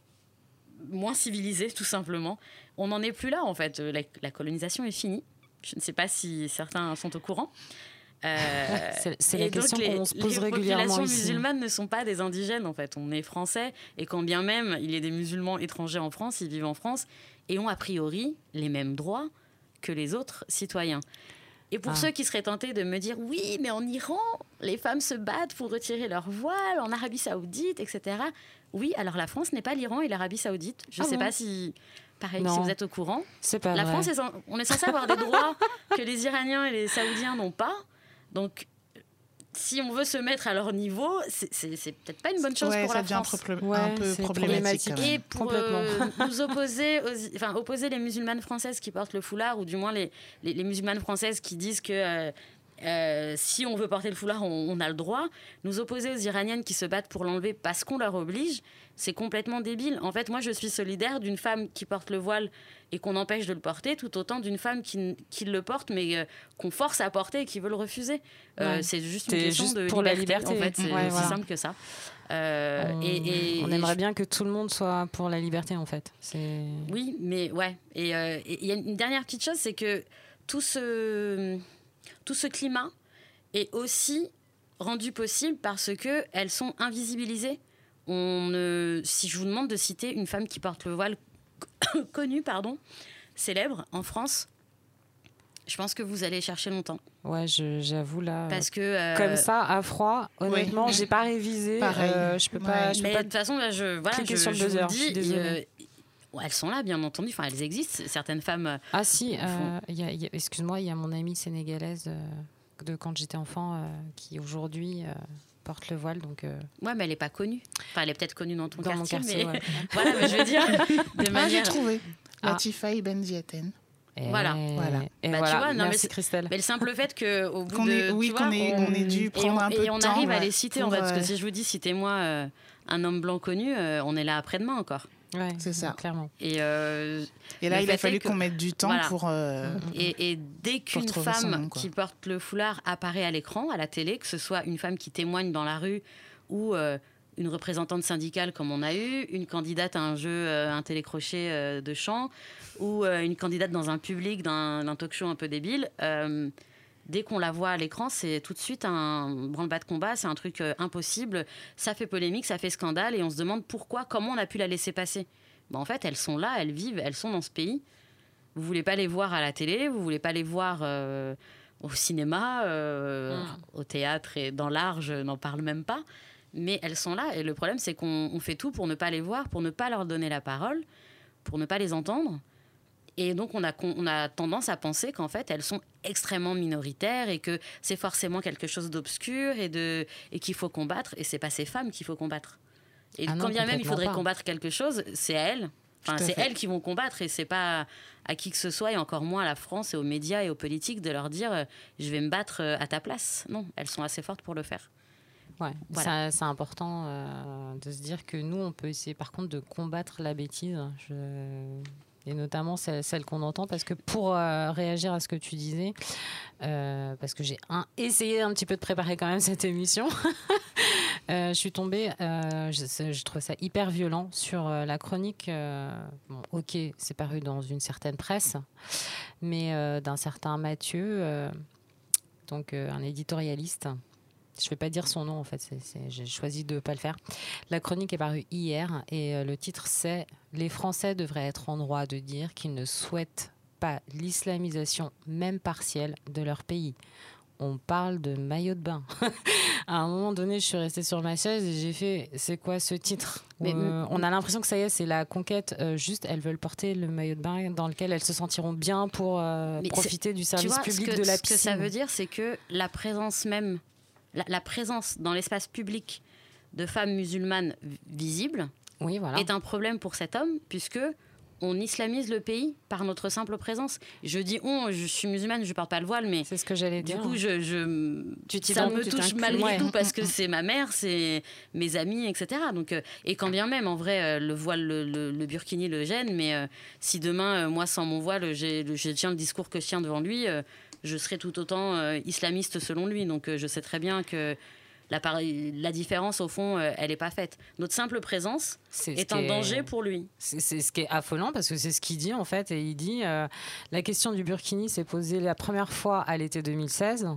moins civilisé, tout simplement. On n'en est plus là, en fait. La, la colonisation est finie. Je ne sais pas si certains sont au courant. Euh, c'est c'est la question qu'on se pose régulièrement ici. Les populations musulmanes ne sont pas des indigènes, en fait. On est français, et quand bien même il y a des musulmans étrangers en France, ils vivent en France et ont a priori les mêmes droits que les autres citoyens. Et pour ah. ceux qui seraient tentés de me dire oui, mais en Iran, les femmes se battent pour retirer leur voile, en Arabie Saoudite, et cetera. Oui, alors la France n'est pas l'Iran et l'Arabie Saoudite. Je ne ah sais bon pas si... Pareil, non. Si vous êtes au courant. C'est pas la vrai. France, est, on est censé avoir des droits que les Iraniens et les Saoudiens n'ont pas. Donc, si on veut se mettre à leur niveau, c'est, c'est, c'est peut-être pas une bonne chose ouais, pour ça la devient France. Un peu, ouais, un peu problématique. problématique et pour euh, nous opposer, aux, enfin, opposer les musulmanes françaises qui portent le foulard, ou du moins les, les, les musulmanes françaises qui disent que euh, euh, si on veut porter le foulard, on, on a le droit. Nous opposer aux Iraniennes qui se battent pour l'enlever parce qu'on leur oblige, c'est complètement débile. En fait, moi, je suis solidaire d'une femme qui porte le voile et qu'on empêche de le porter, tout autant d'une femme qui, qui le porte, mais euh, qu'on force à porter et qui veut le refuser. Euh, ouais. C'est juste une question juste de pour liberté. La liberté. En fait, c'est ouais, aussi voilà. simple que ça. Euh, on, et, et, on et aimerait je... bien que tout le monde soit pour la liberté, en fait. C'est... Oui, mais ouais. Et il euh, y a une dernière petite chose, c'est que tout ce, tout ce climat est aussi rendu possible parce qu'elles sont invisibilisées. On ne, si je vous demande de citer une femme qui porte le voile connue, pardon, célèbre en France, je pense que vous allez chercher longtemps. Ouais, je, j'avoue là. Parce que euh... comme ça, à froid, honnêtement, oui. j'ai pas révisé. Pareil. Euh, je peux pas. Ouais. Je mais peux pas de toute façon, là, je voilà, je, sur le je vous buzzer, dis, je euh, ouais, elles sont là, bien entendu. Enfin, elles existent. Certaines femmes. Ah si, euh, font... y a, y a, excuse-moi, il y a mon amie sénégalaise euh, de quand j'étais enfant euh, qui aujourd'hui. Euh, porte le voile, donc... Euh... Ouais, mais elle n'est pas connue. Enfin, elle est peut-être connue dans ton dans quartier, mon quartier, mais... Ouais. voilà, mais je veux dire... De manière... Ah, j'ai trouvé. Ah. Latifa Ibn Ziaten. Et voilà. voilà. Et bah, voilà. Tu vois, non, merci mais Christelle. Mais le simple fait qu'au bout qu'on de... Est, oui, tu qu'on vois, ait, on, on ait dû prendre on, un peu et on de temps. arrive ouais, à les citer, pour, en fait, parce que euh... si je vous dis, citez-moi euh, un homme blanc connu, euh, on est là après-demain encore. Ouais, c'est ça. Clairement. Et, euh, et là, il a fallu que... qu'on mette du temps voilà. pour... Euh, et, et dès qu'une femme nom, qui porte le foulard apparaît à l'écran, à la télé, que ce soit une femme qui témoigne dans la rue ou... Euh, une représentante syndicale comme on a eu, une candidate à un jeu, euh, un télécrochet euh, de chant, ou euh, une candidate dans un public, d'un, d'un talk-show un peu débile, euh, dès qu'on la voit à l'écran, c'est tout de suite un branle-bas de combat, c'est un truc euh, impossible, ça fait polémique, ça fait scandale, et on se demande pourquoi, comment on a pu la laisser passer. Ben, en fait, elles sont là, elles vivent, elles sont dans ce pays. Vous voulez pas les voir à la télé, vous voulez pas les voir euh, au cinéma, euh, mmh. au théâtre et dans l'art, je n'en parle même pas. Mais elles sont là, et le problème, c'est qu'on on fait tout pour ne pas les voir, pour ne pas leur donner la parole, pour ne pas les entendre. Et donc, on a, on a tendance à penser qu'en fait, elles sont extrêmement minoritaires et que c'est forcément quelque chose d'obscur et, de, et qu'il faut combattre. Et c'est pas ces femmes qu'il faut combattre. Et ah quand non, bien même il faudrait pas. combattre quelque chose, c'est à elles. Enfin, c'est fait. elles qui vont combattre, et c'est pas à qui que ce soit, et encore moins à la France et aux médias et aux politiques de leur dire euh, « je vais me battre à ta place ». Non, elles sont assez fortes pour le faire. Ouais, voilà. c'est, c'est important euh, de se dire que nous, on peut essayer par contre de combattre la bêtise. Je... et notamment celle, celle qu'on entend, parce que pour euh, réagir à ce que tu disais, euh, parce que j'ai un, essayé un petit peu de préparer quand même cette émission, euh, je suis tombée, euh, je, je trouve ça hyper violent sur euh, la chronique, euh, bon, ok, c'est paru dans une certaine presse, mais euh, d'un certain Mathieu, euh, donc euh, un éditorialiste. Je ne vais pas dire son nom, en fait. C'est, c'est, j'ai choisi de ne pas le faire. La chronique est parue hier et euh, le titre, c'est « Les Français devraient être en droit de dire qu'ils ne souhaitent pas l'islamisation, même partielle, de leur pays. » On parle de maillot de bain. À un moment donné, je suis restée sur ma chaise et j'ai fait « C'est quoi ce titre ?» Mais euh, on a l'impression que ça y est, c'est la conquête. Euh, juste, elles veulent porter le maillot de bain dans lequel elles se sentiront bien pour euh, profiter du service vois, public que, de la piscine. piscine. Ce que ça veut dire, c'est que la présence même... La, la présence dans l'espace public de femmes musulmanes visibles oui, voilà. est un problème pour cet homme, puisque on islamise le pays par notre simple présence. Je dis on, je suis musulmane, je ne porte pas le voile, mais c'est ce que j'allais du dire. coup, je, je, tu ça me tu touche malgré ouais. tout parce que c'est ma mère, c'est mes amis, et cetera. Donc, euh, et quand bien même, en vrai, euh, le voile, le, le, le burkini le gêne, mais euh, si demain, euh, moi, sans mon voile, j'ai, je tiens le discours que je tiens devant lui, euh, je serai tout autant euh, islamiste selon lui. Donc euh, je sais très bien que la, par- la différence, au fond, euh, elle n'est pas faite. Notre simple présence c'est est un est... danger pour lui. C'est, c'est ce qui est affolant, parce que c'est ce qu'il dit, en fait. Et il dit, euh, la question du burkini s'est posée la première fois à l'été deux mille seize.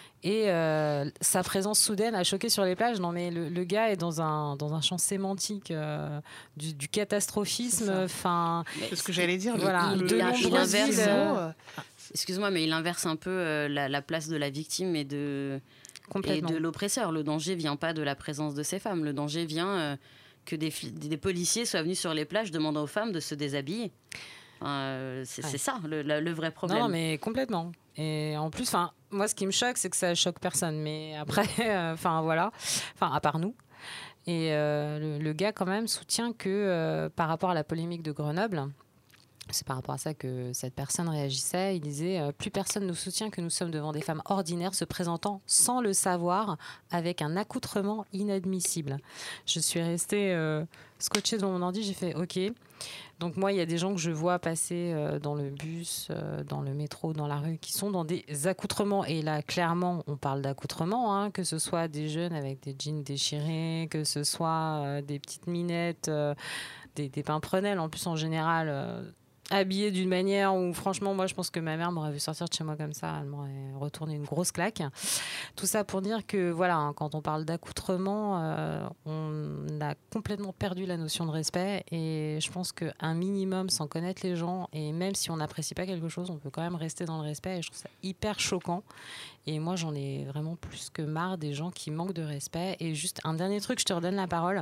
Et euh, sa présence soudaine a choqué sur les plages. Non, mais le, le gars est dans un, dans un champ sémantique euh, du, du catastrophisme. Enfin, c'est ce que j'allais dire. Voilà, il, de il, il inverse... Euh, Excuse-moi, mais il inverse un peu euh, la, la place de la victime et de, et de l'oppresseur. Le danger vient pas de la présence de ces femmes. Le danger vient euh, que des, des policiers soient venus sur les plages demandant aux femmes de se déshabiller. Euh, c'est, ouais. c'est ça, le, le, le vrai problème. Non, mais complètement. Et en plus, moi, ce qui me choque, c'est que ça choque personne. Mais après, enfin, euh, voilà. Enfin, à part nous. Et euh, le, le gars, quand même, soutient que euh, par rapport à la polémique de Grenoble... C'est par rapport à ça que cette personne réagissait. Il disait euh, « Plus personne nous soutient que nous sommes devant des femmes ordinaires se présentant sans le savoir avec un accoutrement inadmissible. » Je suis restée euh, scotchée devant mon ordi. J'ai fait « Ok ». Donc moi, il y a des gens que je vois passer euh, dans le bus, euh, dans le métro, dans la rue, qui sont dans des accoutrements. Et là, clairement, on parle d'accoutrements, hein, que ce soit des jeunes avec des jeans déchirés, que ce soit euh, des petites minettes, euh, des, des pimprenelles. En plus, en général... Euh, habillée d'une manière où franchement moi je pense que ma mère m'aurait vu sortir de chez moi comme ça, elle m'aurait retourné une grosse claque. Tout ça pour dire que voilà, hein, quand on parle d'accoutrement, euh, on a complètement perdu la notion de respect et je pense qu'un minimum sans connaître les gens et même si on n'apprécie pas quelque chose, on peut quand même rester dans le respect et je trouve ça hyper choquant. Et moi j'en ai vraiment plus que marre des gens qui manquent de respect. Et juste un dernier truc, je te redonne la parole.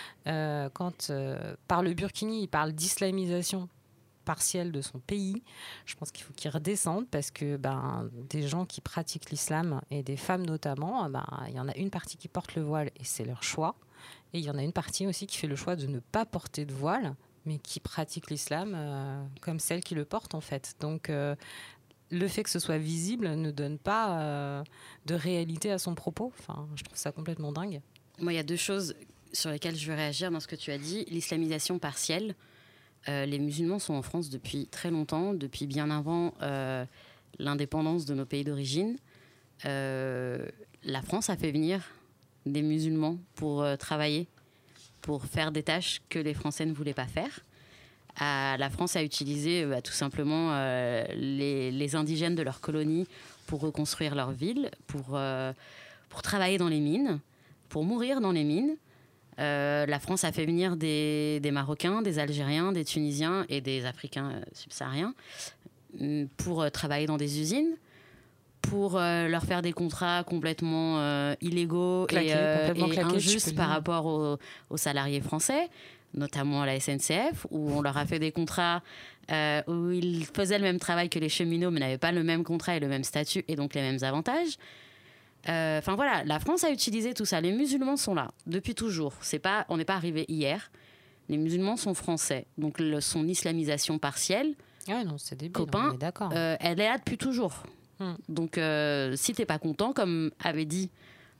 Euh, quand euh, par le burkini, il parle d'islamisation partielle de son pays, je pense qu'il faut qu'il redescende parce que ben, des gens qui pratiquent l'islam et des femmes notamment, ben, il y en a une partie qui porte le voile et c'est leur choix et il y en a une partie aussi qui fait le choix de ne pas porter de voile mais qui pratique l'islam euh, comme celle qui le porte en fait. Donc euh, le fait que ce soit visible ne donne pas euh, de réalité à son propos. Enfin, je trouve ça complètement dingue. Moi, il y a deux choses sur lesquelles je veux réagir dans ce que tu as dit. L'islamisation partielle. Euh, les musulmans sont en France depuis très longtemps, depuis bien avant euh, l'indépendance de nos pays d'origine. Euh, la France a fait venir des musulmans pour euh, travailler, pour faire des tâches que les Français ne voulaient pas faire. À, la France a utilisé bah, tout simplement euh, les, les indigènes de leur colonie pour reconstruire leur ville, pour, euh, pour travailler dans les mines, pour mourir dans les mines. Euh, la France a fait venir des, des Marocains, des Algériens, des Tunisiens et des Africains euh, subsahariens pour euh, travailler dans des usines, pour euh, leur faire des contrats complètement euh, illégaux claqué, et, euh, complètement et claqué, injustes par rapport aux, aux salariés français, notamment à la S N C F, où on leur a fait des contrats euh, où ils faisaient le même travail que les cheminots, mais n'avaient pas le même contrat et le même statut et donc les mêmes avantages. Enfin euh, voilà, la France a utilisé tout ça. Les musulmans sont là depuis toujours. C'est pas, on n'est pas arrivé hier. Les musulmans sont français, donc le, son islamisation partielle, ouais, non, c'est débile, copain, on est d'accord. Euh, elle est là depuis toujours. Hmm. Donc euh, si t'es pas content, comme avait dit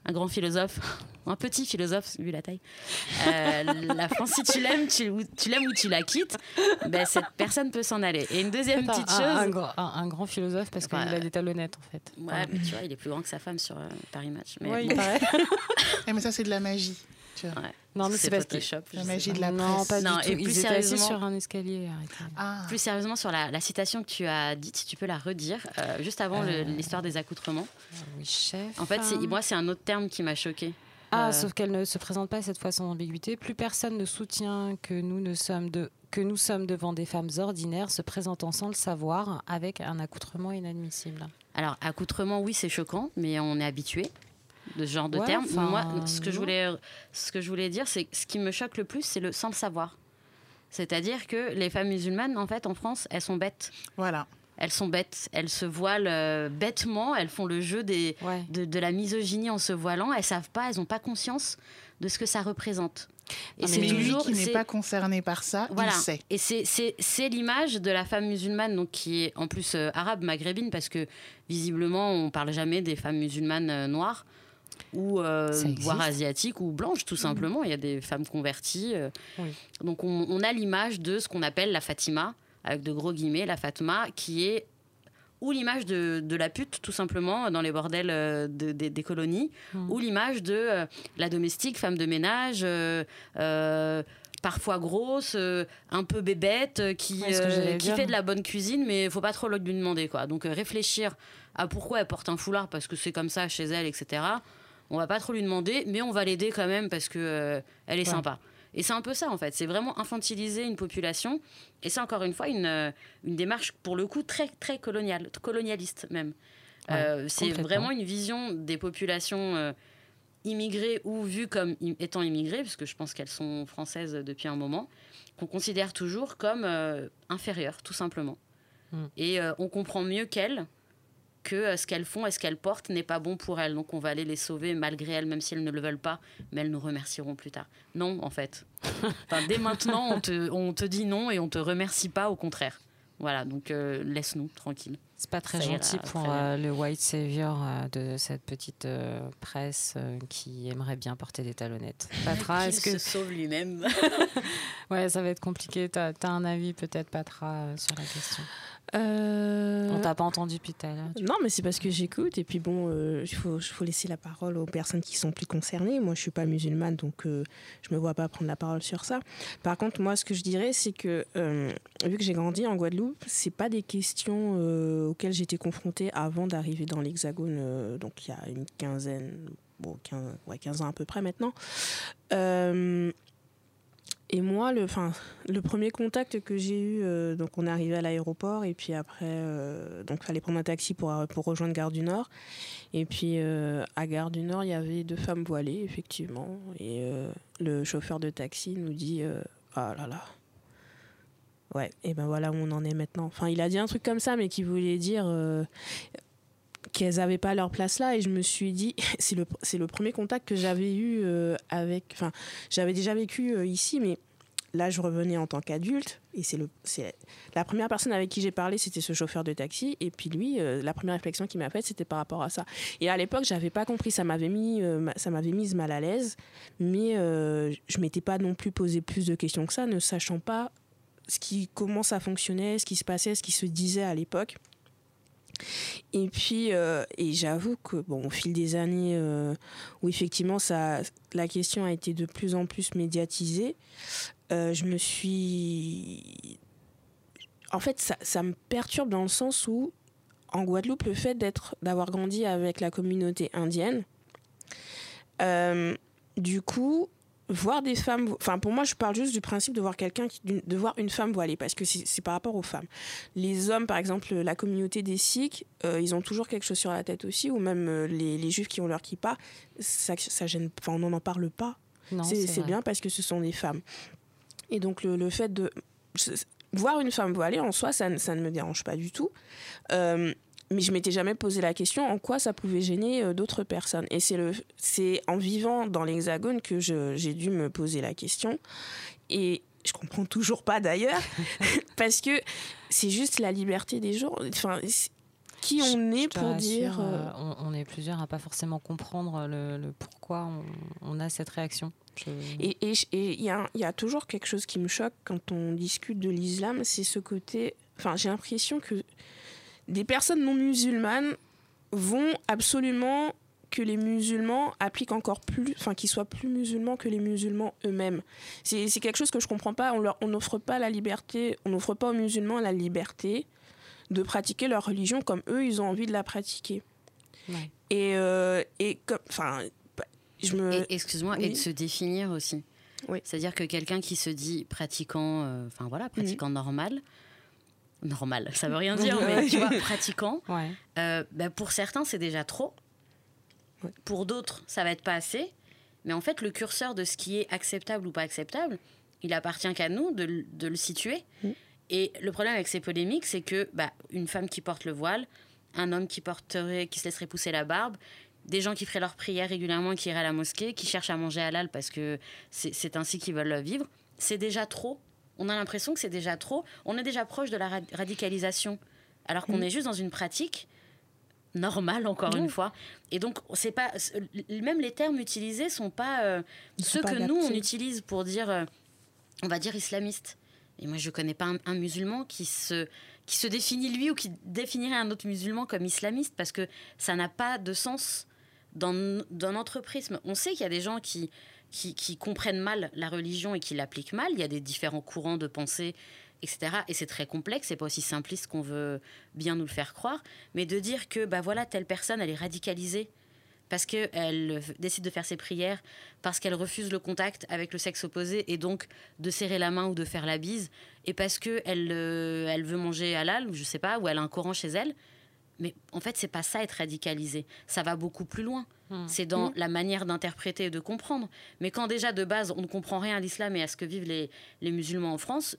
un grand philosophe, un petit philosophe vu la taille. Euh, la France, si tu l'aimes, tu, tu l'aimes ou tu la quittes, ben, cette personne peut s'en aller. Et une deuxième Attends, petite un, chose... Un, un, un grand philosophe parce qu'il Ouais. a des talonnettes en fait. Ouais, ouais, mais tu vois, il est plus grand que sa femme sur euh, Paris Match. Mais Ouais, bon, il paraît. Eh, mais ça, c'est de la magie. Tu vois. ouais. Non, mais c'est parce que Photoshop. je La sais magie pas. de la non, presse. pas Non, du tout. et plus Ils étaient assis sérieusement- sur un escalier. Arrêtez. Ah, Plus sérieusement, sur la, la citation que tu as dite, si tu peux la redire, euh, juste avant le- Euh. l'histoire des accoutrements. Oui, chef. En fait, c'est- moi, c'est un autre terme qui m'a choquée. Ah, Euh, sauf qu'elle ne se présente pas cette fois sans ambiguïté. Plus personne ne soutient que nous ne sommes de que nous sommes devant des femmes ordinaires se présentant sans le savoir avec un accoutrement inadmissible. Alors, accoutrement, oui, c'est choquant, mais on est habitué de ce genre de Ouais, terme. enfin, Moi, ce que, je non. voulais, ce que je voulais dire, c'est que ce qui me choque le plus, c'est le sans le savoir. C'est-à-dire que les femmes musulmanes, en fait, en France, elles sont bêtes. voilà. Elles sont bêtes. Elles se voilent euh, bêtement. Elles font le jeu des, Ouais. de, de la misogynie en se voilant. Elles savent pas, elles n'ont pas conscience de ce que ça représente. Et Ah, c'est Mais lui toujours, qui n'est c'est- pas concerné par ça, voilà. il sait. Et c'est, c'est, c'est l'image de la femme musulmane, donc qui est en plus euh, arabe, maghrébine, parce que visiblement, on parle jamais des femmes musulmanes euh, noires ou euh, Ça existe. voire asiatiques ou blanches, tout simplement. Il y a des femmes converties. euh. Oui. Donc on, on a l'image de ce qu'on appelle la Fatima, avec de gros guillemets, la Fatma, qui est ou l'image de, de la pute, tout simplement, dans les bordels euh, de- de- des colonies, Mm. ou l'image de euh, la domestique, femme de ménage, euh, euh, parfois grosse, euh, un peu bébête, euh, qui, Ouais, ce que euh, j'allais qui dire. fait de la bonne cuisine, mais il faut pas trop lui demander, quoi. Donc euh, réfléchir à pourquoi elle porte un foulard, parce que c'est comme ça chez elle, et cetera. On va pas trop lui demander, mais on va l'aider quand même, parce que euh, elle est Ouais. sympa. Et c'est un peu ça, en fait. C'est vraiment infantiliser une population. Et c'est encore une fois une, euh, une démarche, pour le coup, très, très coloniale, colonialiste même. Ouais, Euh, c'est complètement. vraiment une vision des populations euh, immigrées ou vues comme im- étant immigrées, parce que je pense qu'elles sont françaises depuis un moment, qu'on considère toujours comme euh, inférieures, tout simplement. Mm. Et euh, on comprend mieux qu'elles que euh, ce qu'elles font et ce qu'elles portent n'est pas bon pour elles. Donc on va aller les sauver malgré elles, même si elles ne le veulent pas, mais elles nous remercieront plus tard. Non, en fait. Enfin, dès maintenant, on te, on te dit non et on te remercie pas, au contraire. Voilà, donc euh, laisse-nous tranquilles. C'est pas très Ça ira gentil pour très bien. euh, le white savior euh, de cette petite euh, presse euh, qui aimerait bien porter des talonnettes. Patra, Qu'il est-ce que se sauve lui-même. ouais, ça va être compliqué. T'as as un avis peut-être, Patra, euh, sur la question. Euh, On t'a pas entendu depuis tout à l'heure. Non, mais c'est parce que j'écoute. Et puis bon, euh, il faut, faut laisser la parole aux personnes qui sont plus concernées. Moi, je suis pas musulmane, donc euh, je me vois pas prendre la parole sur ça. Par contre, moi, ce que je dirais, c'est que euh, vu que j'ai grandi en Guadeloupe, c'est pas des questions euh, auxquelles j'étais confrontée avant d'arriver dans l'Hexagone, euh, donc il y a une quinzaine, bon, quinze, ouais, quinze ans à peu près maintenant. Euh, Et moi, le, enfin, le premier contact que j'ai eu, euh, donc on est arrivé à l'aéroport et puis après, euh, donc fallait prendre un taxi pour, pour rejoindre Gare du Nord. Et puis euh, à Gare du Nord, il y avait deux femmes voilées, effectivement. Et euh, le chauffeur de taxi nous dit euh, ah là là. Ouais, et ben voilà où on en est maintenant. Enfin, il a dit un truc comme ça, mais qui voulait dire euh, qu'elles n'avaient pas leur place là. Et je me suis dit, c'est le, c'est le premier contact que j'avais eu euh, avec. Enfin, j'avais déjà vécu euh, ici, mais là, je revenais en tant qu'adulte. Et c'est, le, c'est la première personne avec qui j'ai parlé, c'était ce chauffeur de taxi. Et puis lui, euh, la première réflexion qu'il m'a faite, c'était par rapport à ça. Et à l'époque, j'avais pas compris. Ça m'avait mis, euh, ça m'avait mise mal à l'aise. Mais euh, je m'étais pas non plus posé plus de questions que ça, ne sachant pas ce qui, comment ça fonctionnait, ce qui se passait, ce qui se disait à l'époque. Et puis, euh, et j'avoue que, bon, au fil des années euh, où effectivement ça, la question a été de plus en plus médiatisée, euh, je me suis... En fait, ça, ça me perturbe dans le sens où, en Guadeloupe, le fait d'être, d'avoir grandi avec la communauté indienne, euh, du coup... voir des femmes, enfin pour moi je parle juste du principe de voir quelqu'un qui, de voir une femme voilée, parce que c'est, c'est par rapport aux femmes. Les hommes, par exemple la communauté des Sikhs, euh, ils ont toujours quelque chose sur la tête aussi, ou même euh, les, les juifs qui ont leur kippa, ça, ça gêne, enfin on n'en parle pas. Non, c'est, c'est, c'est vrai. bien parce que ce sont des femmes. Et donc le, le fait de voir une femme voilée en soi, ça, ça ne me dérange pas du tout. Euh, Mais je m'étais jamais posé la question en quoi ça pouvait gêner euh, d'autres personnes. Et c'est, le, c'est en vivant dans l'Hexagone que je, j'ai dû me poser la question. Et je comprends toujours pas d'ailleurs, parce que c'est juste la liberté des gens. Enfin, qui on est pour rassure, dire... Euh, on, on est plusieurs à pas forcément comprendre le, le pourquoi on, on a cette réaction. Je... Et il y, y a toujours quelque chose qui me choque quand on discute de l'islam, c'est ce côté... Enfin, j'ai l'impression que des personnes non musulmanes vont absolument que les musulmans appliquent encore plus... Enfin, qu'ils soient plus musulmans que les musulmans eux-mêmes. C'est, c'est quelque chose que je comprends pas. On leur, on n'offre pas la liberté... On n'offre pas aux musulmans la liberté de pratiquer leur religion comme eux, ils ont envie de la pratiquer. Ouais. Et, euh, et comme... Enfin... Je me... Et, excuse-moi, oui. Et de se définir aussi. Oui. C'est-à-dire que quelqu'un qui se dit pratiquant, enfin euh, voilà, pratiquant mmh. normal, normal, ça veut rien dire, mais tu vois, pratiquant, ouais. euh, bah pour certains, c'est déjà trop. Ouais. Pour d'autres, ça va être pas assez. Mais en fait, le curseur de ce qui est acceptable ou pas acceptable, il appartient qu'à nous de, de le situer. Mmh. Et le problème avec ces polémiques, c'est que bah, une femme qui porte le voile, un homme qui porterait, qui se laisserait pousser la barbe, des gens qui feraient leurs prières régulièrement, qui iraient à la mosquée, qui cherchent à manger halal parce que c'est, c'est ainsi qu'ils veulent vivre, c'est déjà trop. On a l'impression que c'est déjà trop. On est déjà proche de la ra- radicalisation, alors qu'on mmh. est juste dans une pratique normale, encore mmh. une fois. Et donc, c'est pas, même les termes utilisés sont pas euh, ceux pas que adaptés. Nous, on utilise pour dire, euh, on va dire islamiste. Et moi, je connais pas un, un musulman qui se... qui se définit lui ou qui définirait un autre musulman comme islamiste, parce que ça n'a pas de sens dans, dans notre prisme. On sait qu'il y a des gens qui, qui, qui comprennent mal la religion et qui l'appliquent mal. Il y a des différents courants de pensée, et cetera. Et c'est très complexe, c'est pas aussi simpliste qu'on veut bien nous le faire croire. Mais de dire que bah voilà, telle personne, elle est radicalisée parce qu'elle décide de faire ses prières, parce qu'elle refuse le contact avec le sexe opposé et donc de serrer la main ou de faire la bise, et parce qu'elle euh, elle veut manger halal, ou je sais pas, ou elle a un Coran chez elle. Mais en fait, c'est pas ça être radicalisé. Ça va beaucoup plus loin. Mmh. C'est dans mmh. la manière d'interpréter et de comprendre. Mais quand déjà, de base, on ne comprend rien à l'islam et à ce que vivent les, les musulmans en France,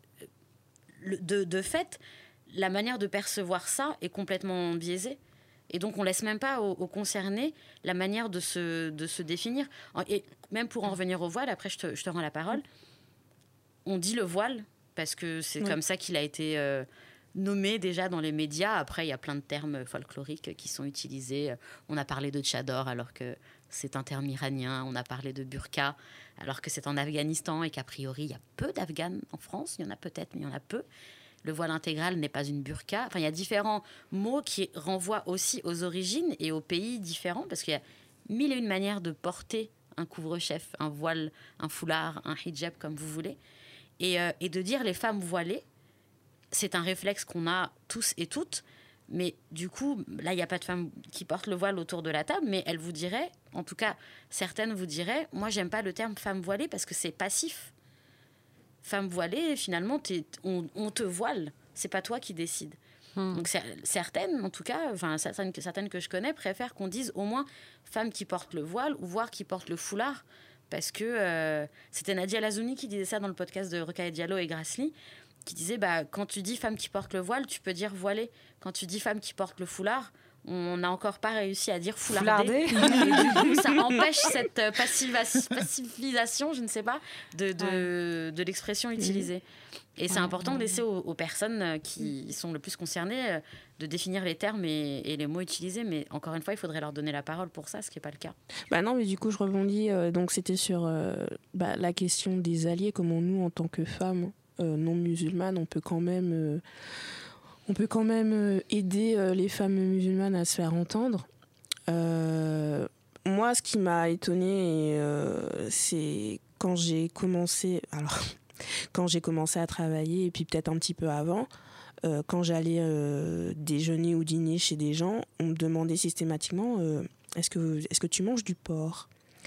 de, de fait, la manière de percevoir ça est complètement biaisée. Et donc, on ne laisse même pas aux, aux concernés la manière de se, de se définir. Et même pour en revenir au voile, après, je te, je te rends la parole. On dit le voile parce que c'est oui. comme ça qu'il a été euh, nommé déjà dans les médias. Après, il y a plein de termes folkloriques qui sont utilisés. On a parlé de tchador alors que c'est un terme iranien. On a parlé de burqa alors que c'est en Afghanistan et qu'a priori, il y a peu d'Afghanes en France. Il y en a peut-être, mais il y en a peu. Le voile intégral n'est pas une burqa. Enfin, il y a différents mots qui renvoient aussi aux origines et aux pays différents, parce qu'il y a mille et une manières de porter un couvre-chef, un voile, un foulard, un hijab, comme vous voulez. Et, euh, et de dire les femmes voilées, c'est un réflexe qu'on a tous et toutes. Mais du coup, là, il n'y a pas de femmes qui portent le voile autour de la table, mais elles vous diraient, en tout cas, certaines vous diraient, moi, j'aime pas le terme femme voilée parce que c'est passif. Femme voilée, finalement, on, on te voile. C'est pas toi qui décides. Hmm. Donc, certaines, en tout cas, enfin, certaines, certaines que je connais, préfèrent qu'on dise au moins femme qui porte le voile ou voire qui porte le foulard. Parce que euh, c'était Nadia Lazouni qui disait ça dans le podcast de Rokhaya Diallo et Grassley, qui disait bah, quand tu dis femme qui porte le voile, tu peux dire voilée. Quand tu dis femme qui porte le foulard, on n'a encore pas réussi à dire foulardée. Foulardée. Et du coup, ça empêche cette passiva- passivisation, je ne sais pas, de, de, ouais. de l'expression utilisée. Et c'est ouais, important ouais. de laisser aux, aux personnes qui sont le plus concernées de définir les termes et, et les mots utilisés. Mais encore une fois, il faudrait leur donner la parole pour ça, ce qui n'est pas le cas. Bah non, mais du coup, je rebondis. Euh, donc, c'était sur euh, bah, la question des alliés. Comment nous, en tant que femmes euh, non musulmanes, on peut quand même... Euh, On peut quand même aider les femmes musulmanes à se faire entendre. Euh, moi, ce qui m'a étonnée, euh, c'est quand j'ai commencé, alors, quand j'ai commencé à travailler, et puis peut-être un petit peu avant, euh, quand j'allais euh, déjeuner ou dîner chez des gens, on me demandait systématiquement euh, est-ce que, est-ce que tu manges du porc ?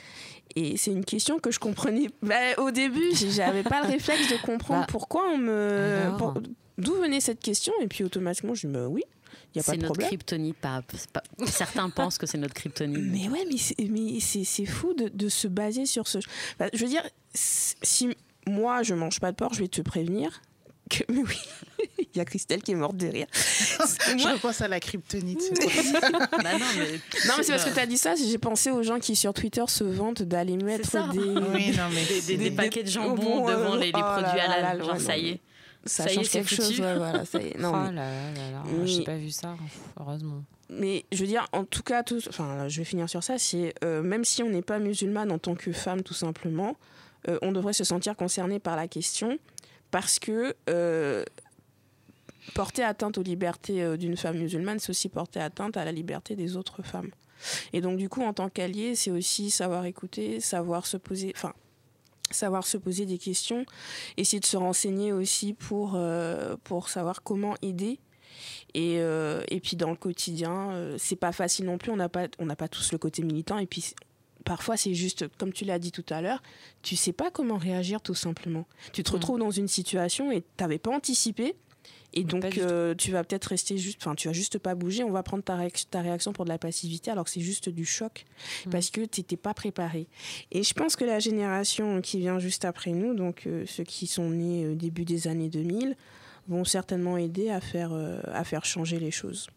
Et c'est une question que je comprenais. Bah, au début, j'avais pas le réflexe de comprendre bah, pourquoi on me. Pour, d'où venait cette question ? Et puis automatiquement, je me dis, bah, oui, il n'y a pas de problème. C'est notre kryptonite. Pas, pas, certains pensent que c'est notre kryptonite. Mais ouais, mais c'est, mais c'est, c'est fou de, de se baser sur ce. Bah, je veux dire, si moi, je mange pas de porc, je vais te prévenir. Que, mais oui, il y a Christelle qui est morte de rire. Moi, je pense à la kryptonite. bah non, mais, non, mais c'est parce que tu as dit ça, j'ai pensé aux gens qui sur Twitter se vantent d'aller mettre des, oui, non, mais des, des, des, des paquets de jambon devant euh, les, les oh produits halal. Genre, ouais, ça y est. ça, ça change y est, quelque chose. Ouais, voilà, ça y est. Non, oh mais, là là là, mais- j'ai pas vu ça, heureusement. mais je veux dire, en tout cas, tout, enfin, là, je vais finir sur ça. C'est euh, même si on n'est pas musulmane en tant que femme, tout simplement, euh, on devrait se sentir concerné par la question parce que euh, porter atteinte aux libertés euh, d'une femme musulmane, c'est aussi porter atteinte à la liberté des autres femmes. Et donc, du coup, en tant qu'allié, c'est aussi savoir écouter, savoir se poser, enfin, savoir se poser des questions, essayer de se renseigner aussi pour, euh, pour savoir comment aider. Et, euh, et puis, dans le quotidien, euh, c'est pas facile non plus. On n'a pas, on n'a pas tous le côté militant. Et puis, parfois, c'est juste, comme tu l'as dit tout à l'heure, tu sais pas comment réagir, tout simplement. Tu te Mmh. retrouves dans une situation et t'avais pas anticipé. Et Pas donc, du euh, tu vas peut-être rester juste, enfin, tu vas juste pas bouger. On va prendre ta, réac- ta réaction pour de la passivité, alors que c'est juste du choc Mm. parce que t'étais pas préparé. Et je pense que la génération qui vient juste après nous, donc euh, ceux qui sont nés euh, début des années deux mille, vont certainement aider à faire, euh, à faire changer les choses.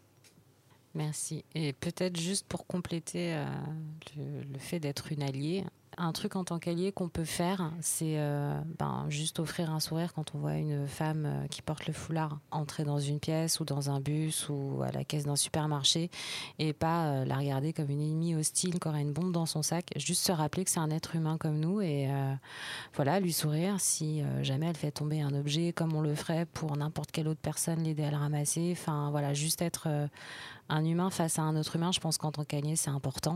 Merci. Et peut-être juste pour compléter euh, le, le fait d'être une alliée, un truc en tant qu'allié qu'on peut faire, c'est euh, ben, juste offrir un sourire quand on voit une femme euh, qui porte le foulard entrer dans une pièce ou dans un bus ou à la caisse d'un supermarché et pas euh, la regarder comme une ennemie hostile qui aurait une bombe dans son sac. Juste se rappeler que c'est un être humain comme nous et euh, voilà, lui sourire si euh, jamais elle fait tomber un objet comme on le ferait pour n'importe quelle autre personne, l'aider à le ramasser. Enfin voilà, juste être euh, un humain face à un autre humain, je pense qu'en tant qu'allié, c'est important.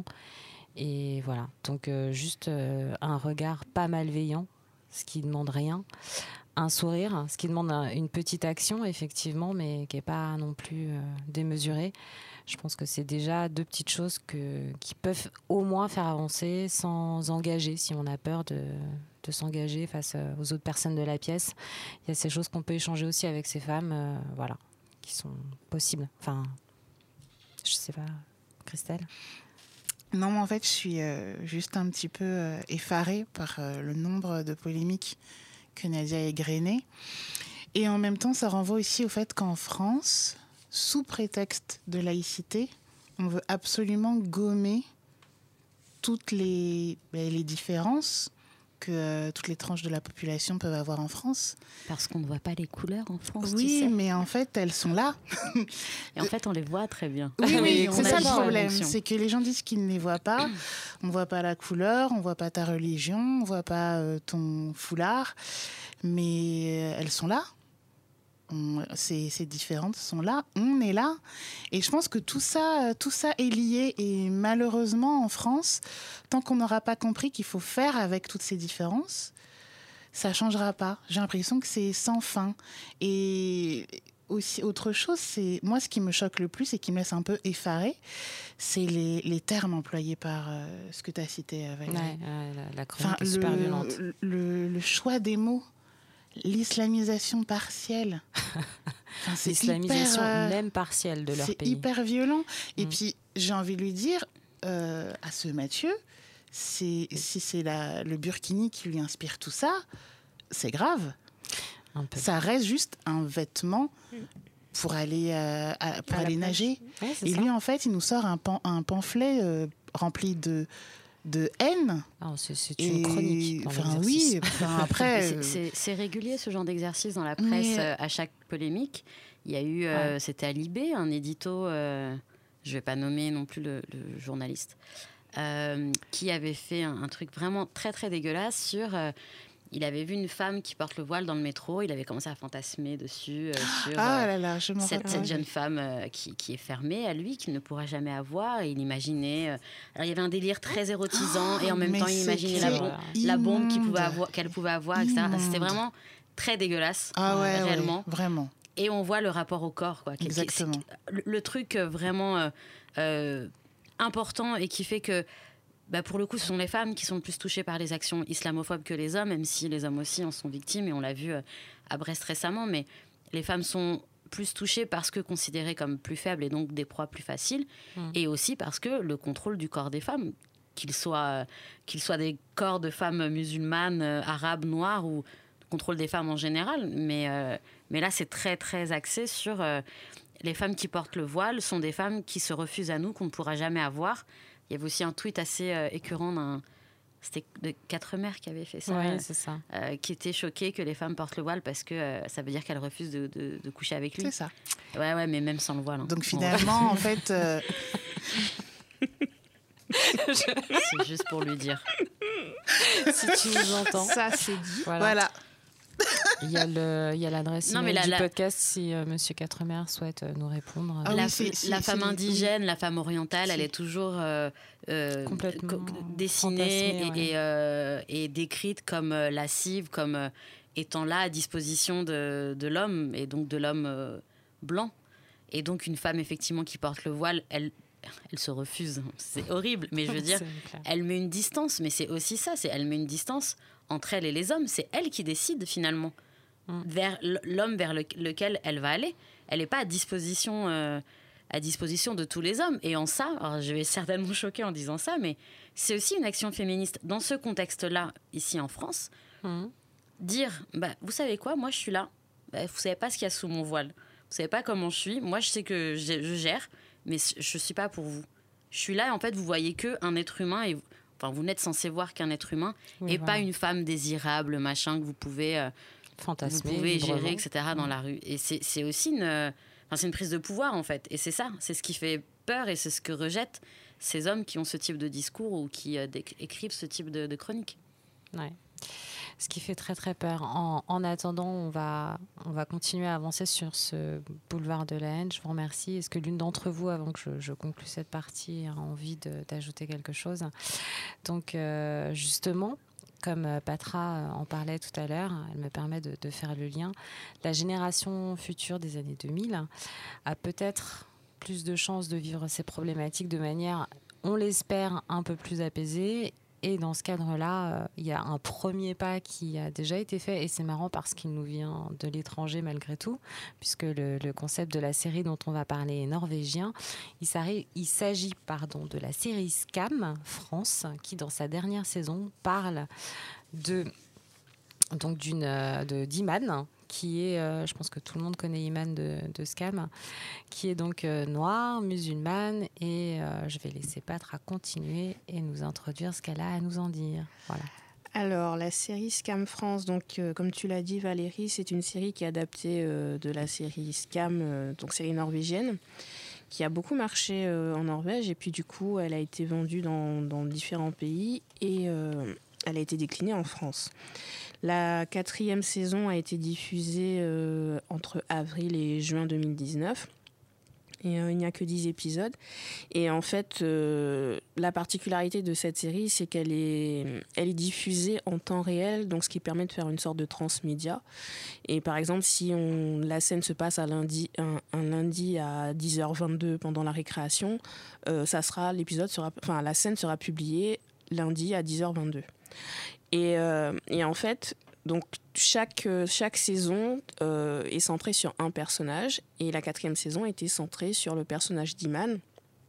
Et voilà, donc euh, juste euh, un regard pas malveillant, ce qui demande rien, un sourire, ce qui demande un- une petite action, effectivement, mais qui n'est pas non plus euh, démesurée. Je pense que c'est déjà deux petites choses que, qui peuvent au moins faire avancer sans engager, si on a peur de, de s'engager face euh, aux autres personnes de la pièce. Il y a ces choses qu'on peut échanger aussi avec ces femmes, euh, voilà, qui sont possibles. Enfin, je sais pas, Christelle? Non, mais en fait, je suis euh, juste un petit peu euh, effarée par euh, le nombre de polémiques que Nadia a égrenées. Et en même temps, ça renvoie aussi au fait qu'en France, sous prétexte de laïcité, on veut absolument gommer toutes les, ben, les différences que euh, toutes les tranches de la population peuvent avoir en France. Parce qu'on ne voit pas les couleurs en France, tu Oui, sais. mais en fait, elles sont là. Et en fait, on les voit très bien. Oui, oui, Mais on c'est a ça le juste problème. l'illusion. C'est que les gens disent qu'ils ne les voient pas. On ne voit pas la couleur, on ne voit pas ta religion, on ne voit pas euh, ton foulard. Mais euh, elles sont là. On- ces, ces différentes sont là. On est là. Et je pense que tout ça, euh, tout ça est lié. Et malheureusement, en France, tant qu'on n'aura pas compris qu'il faut faire avec toutes ces différences, ça ne changera pas. J'ai l'impression que c'est sans fin. Et aussi, autre chose, c'est moi, ce qui me choque le plus et qui me laisse un peu effarée, c'est les, les termes employés par euh, ce que tu as cité, Valérie. Ouais, ouais, la, la chronique Enfin, est super le, violente. le, le choix des mots, l'islamisation partielle. Enfin, c'est L'islamisation, hyper, euh, même partielle, de leur c'est pays. hyper violent. Et Mm. puis, j'ai envie de lui dire euh, à ce Mathieu, c'est, si c'est la, le burkini qui lui inspire tout ça, c'est grave. Un peu. Ça reste juste un vêtement pour aller, euh, à- pour À la aller plage. nager. Ouais, c'est Et ça. lui, en fait, il nous sort un, pan- un pamphlet euh, rempli de, de haine. Ah, c'est, c'est une chronique. Dans Enfin, l'exercice. oui, enfin, après. C'est- euh, C'est c'est régulier ce genre d'exercice dans la Mais- presse euh, à chaque polémique. Il y a eu, euh, c'était à Libé, un édito, euh, je ne vais pas nommer non plus le, le journaliste, euh, qui avait fait un, un truc vraiment très très dégueulasse sur. euh, il avait vu une femme qui porte le voile dans le métro, il avait commencé à fantasmer dessus, euh, sur Ah euh, là là, je m'en cette, rappelle. cette jeune femme euh, qui, qui est fermée à lui, qu'il ne pourra jamais avoir. Et il imaginait. euh, alors il y avait un délire très érotisant et en même Mais temps il imaginait la, c'était bombe- la bombe qu'il immonde. pouvait avoir, qu'elle pouvait avoir, et cetera. C'était Immonde. vraiment très dégueulasse, Ah ouais, réellement. ouais, vraiment. Et on voit le rapport au corps, quoi. qui- qui- Exactement. le, le truc euh, vraiment euh, euh, important et qui fait que, bah, pour le coup, ce sont les femmes qui sont le plus touchées par les actions islamophobes que les hommes, même si les hommes aussi en sont victimes, et on l'a vu euh, à Brest récemment. Mais les femmes sont plus touchées parce que considérées comme plus faibles et donc des proies plus faciles, Mm. et aussi parce que le contrôle du corps des femmes, qu'ils soient, qu'ils soient des corps de femmes musulmanes, euh, arabes, noires, ou le contrôle des femmes en général, mais, euh, mais là c'est très très axé sur euh, les femmes qui portent le voile sont des femmes qui se refusent à nous, qu'on ne pourra jamais avoir. Il y avait aussi un tweet assez euh, écœurant d'un c'était de Quatremer qui avait fait ça, ouais, c'est ça. Euh, qui était choqué que les femmes portent le voile parce que euh, ça veut dire qu'elles refusent de, de, de coucher avec lui. C'est ça. Ouais, ouais, mais même sans le voile. Hein. Donc finalement, en fait... Euh... C'est juste pour lui dire. Si tu nous entends. Ça, c'est dit. Voilà. voilà. Il y a, le, il y a l'adresse non, email mais la, du la... podcast si euh, Monsieur Quatremer souhaite euh, nous répondre. Ah la, oui, c'est, c'est, la femme c'est, indigène, oui. la femme orientale, c'est... elle est toujours euh, euh, complètement co- dessinée et, ouais. et, euh, et décrite comme euh, lascive, comme euh, étant là à disposition de, de l'homme, et donc de l'homme euh, blanc. Et donc une femme effectivement qui porte le voile, elle, elle se refuse. C'est horrible, mais je veux dire, elle met une distance, mais c'est aussi ça, c'est elle met une distance entre elle et les hommes. C'est elle qui décide finalement. Vers l'homme vers le, lequel elle va aller. Elle n'est pas à disposition, euh, à disposition de tous les hommes. Et en ça, alors je vais certainement choquer en disant ça, mais c'est aussi une action féministe. Dans ce contexte-là, ici en France, mmh. dire, bah, vous savez quoi, moi je suis là, bah, vous ne savez pas ce qu'il y a sous mon voile, vous ne savez pas comment je suis, moi je sais que je, je gère, mais je ne suis pas pour vous. Je suis là et en fait vous voyez qu'un être humain, et, enfin vous n'êtes censé voir qu'un être humain, oui, et voilà. pas une femme désirable, machin, que vous pouvez... Euh, fantasmer, vous pouvez gérer, et cetera dans mmh. la rue. Et c'est, c'est aussi une, enfin, c'est une prise de pouvoir, en fait. Et c'est ça, c'est ce qui fait peur et c'est ce que rejettent ces hommes qui ont ce type de discours ou qui euh, écrivent ce type de, de chroniques. Ouais. Ce qui fait très très peur. En, en attendant, on va, on va continuer à avancer sur ce boulevard de la haine. Je vous remercie. Est-ce que l'une d'entre vous, avant que je, je conclue cette partie, a envie de, d'ajouter quelque chose ? Donc, euh, justement... Comme Patra en parlait tout à l'heure, elle me permet de, de faire le lien. La génération future des années deux mille a peut-être plus de chances de vivre ces problématiques de manière, on l'espère, un peu plus apaisée. Et dans ce cadre-là, il y a un premier pas qui a déjà été fait. Et c'est marrant parce qu'il nous vient de l'étranger malgré tout, puisque le, le concept de la série dont on va parler est norvégien. Il s'agit, il s'agit pardon, de la série Skam France, qui dans sa dernière saison parle de, donc d'une, de, d'Iman, qui est, euh, je pense que tout le monde connaît Iman de, de Skam, qui est donc euh, noire, musulmane, et euh, je vais laisser Patra continuer et nous introduire ce qu'elle a à nous en dire. Voilà. Alors, la série Skam France, donc, euh, comme tu l'as dit Valérie, c'est une série qui est adaptée euh, de la série Skam, euh, donc série norvégienne, qui a beaucoup marché euh, en Norvège, et puis du coup, elle a été vendue dans, dans différents pays, et euh, elle a été déclinée en France. La quatrième saison a été diffusée euh, entre avril et juin deux mille dix-neuf. Et euh, il n'y a que dix épisodes. Et en fait, euh, la particularité de cette série, c'est qu'elle est, elle est diffusée en temps réel, donc ce qui permet de faire une sorte de transmédia. Et par exemple, si on, la scène se passe à lundi, un, un lundi à dix heures vingt-deux pendant la récréation, euh, ça sera, l'épisode sera, enfin, la scène sera publiée lundi à dix heures vingt-deux. Et, euh, et en fait, donc chaque, chaque saison euh, est centrée sur un personnage, et la quatrième saison était centrée sur le personnage d'Iman.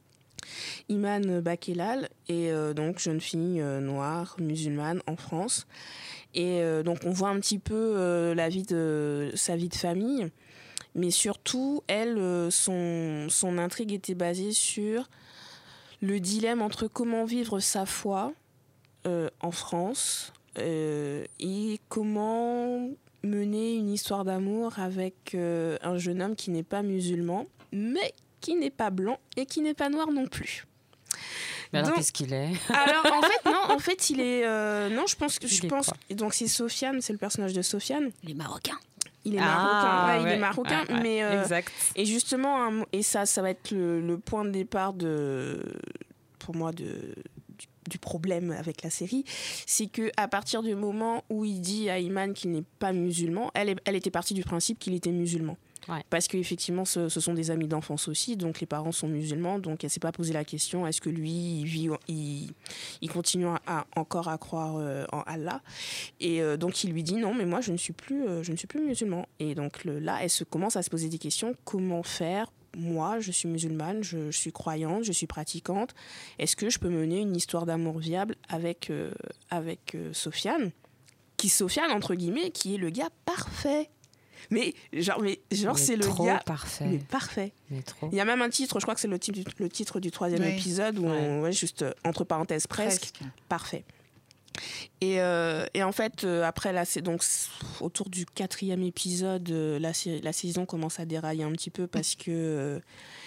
Iman Bakelal est euh, donc jeune fille euh, noire, musulmane en France. Et euh, donc on voit un petit peu euh, la vie de, sa vie de famille, mais surtout, elle, euh, son, son intrigue était basée sur le dilemme entre comment vivre sa foi euh, en France, Euh, et comment mener une histoire d'amour avec euh, un jeune homme qui n'est pas musulman, mais qui n'est pas blanc et qui n'est pas noir non plus. Mais alors, donc, qu'est-ce qu'il est ? Alors, en fait, non, en fait, il est... Euh, non, je pense que... Il Je est pense, quoi ? donc, c'est Sofiane, c'est le personnage de Sofiane. Il est marocain. Il est Ah, marocain, ouais, ouais, il est marocain, ouais, ouais, mais... Euh, exact. Et justement, un, et ça, ça va être le, le point de départ de... Pour moi, de... du problème avec la série, c'est qu'à partir du moment où il dit à Iman qu'il n'est pas musulman, elle, est, elle était partie du principe qu'il était musulman. Ouais. Parce qu'effectivement, ce, ce sont des amis d'enfance aussi, donc les parents sont musulmans, donc elle ne s'est pas posé la question, est-ce que lui, il, vit, il, il continue à, à, encore à croire euh, en Allah ? Et euh, donc il lui dit non, mais moi je ne suis plus, euh, je ne suis plus musulman. Et donc le, là, elle se, commence à se poser des questions, comment faire ? Moi, je suis musulmane, je, je suis croyante, je suis pratiquante. Est-ce que je peux mener une histoire d'amour viable avec, euh, avec euh, Sofiane ? Qui, Sofiane, entre guillemets, qui est le gars parfait. Mais genre, mais, genre mais c'est le gars parfait. Mais parfait. Mais trop. Il y a même un titre, je crois que c'est le titre du, le titre du troisième oui. épisode, où ouais. on, ouais, juste euh, entre parenthèses presque, presque, parfait. Et, euh, et en fait, euh, après, là, c'est donc autour du quatrième épisode, euh, la, la saison commence à dérailler un petit peu parce que euh,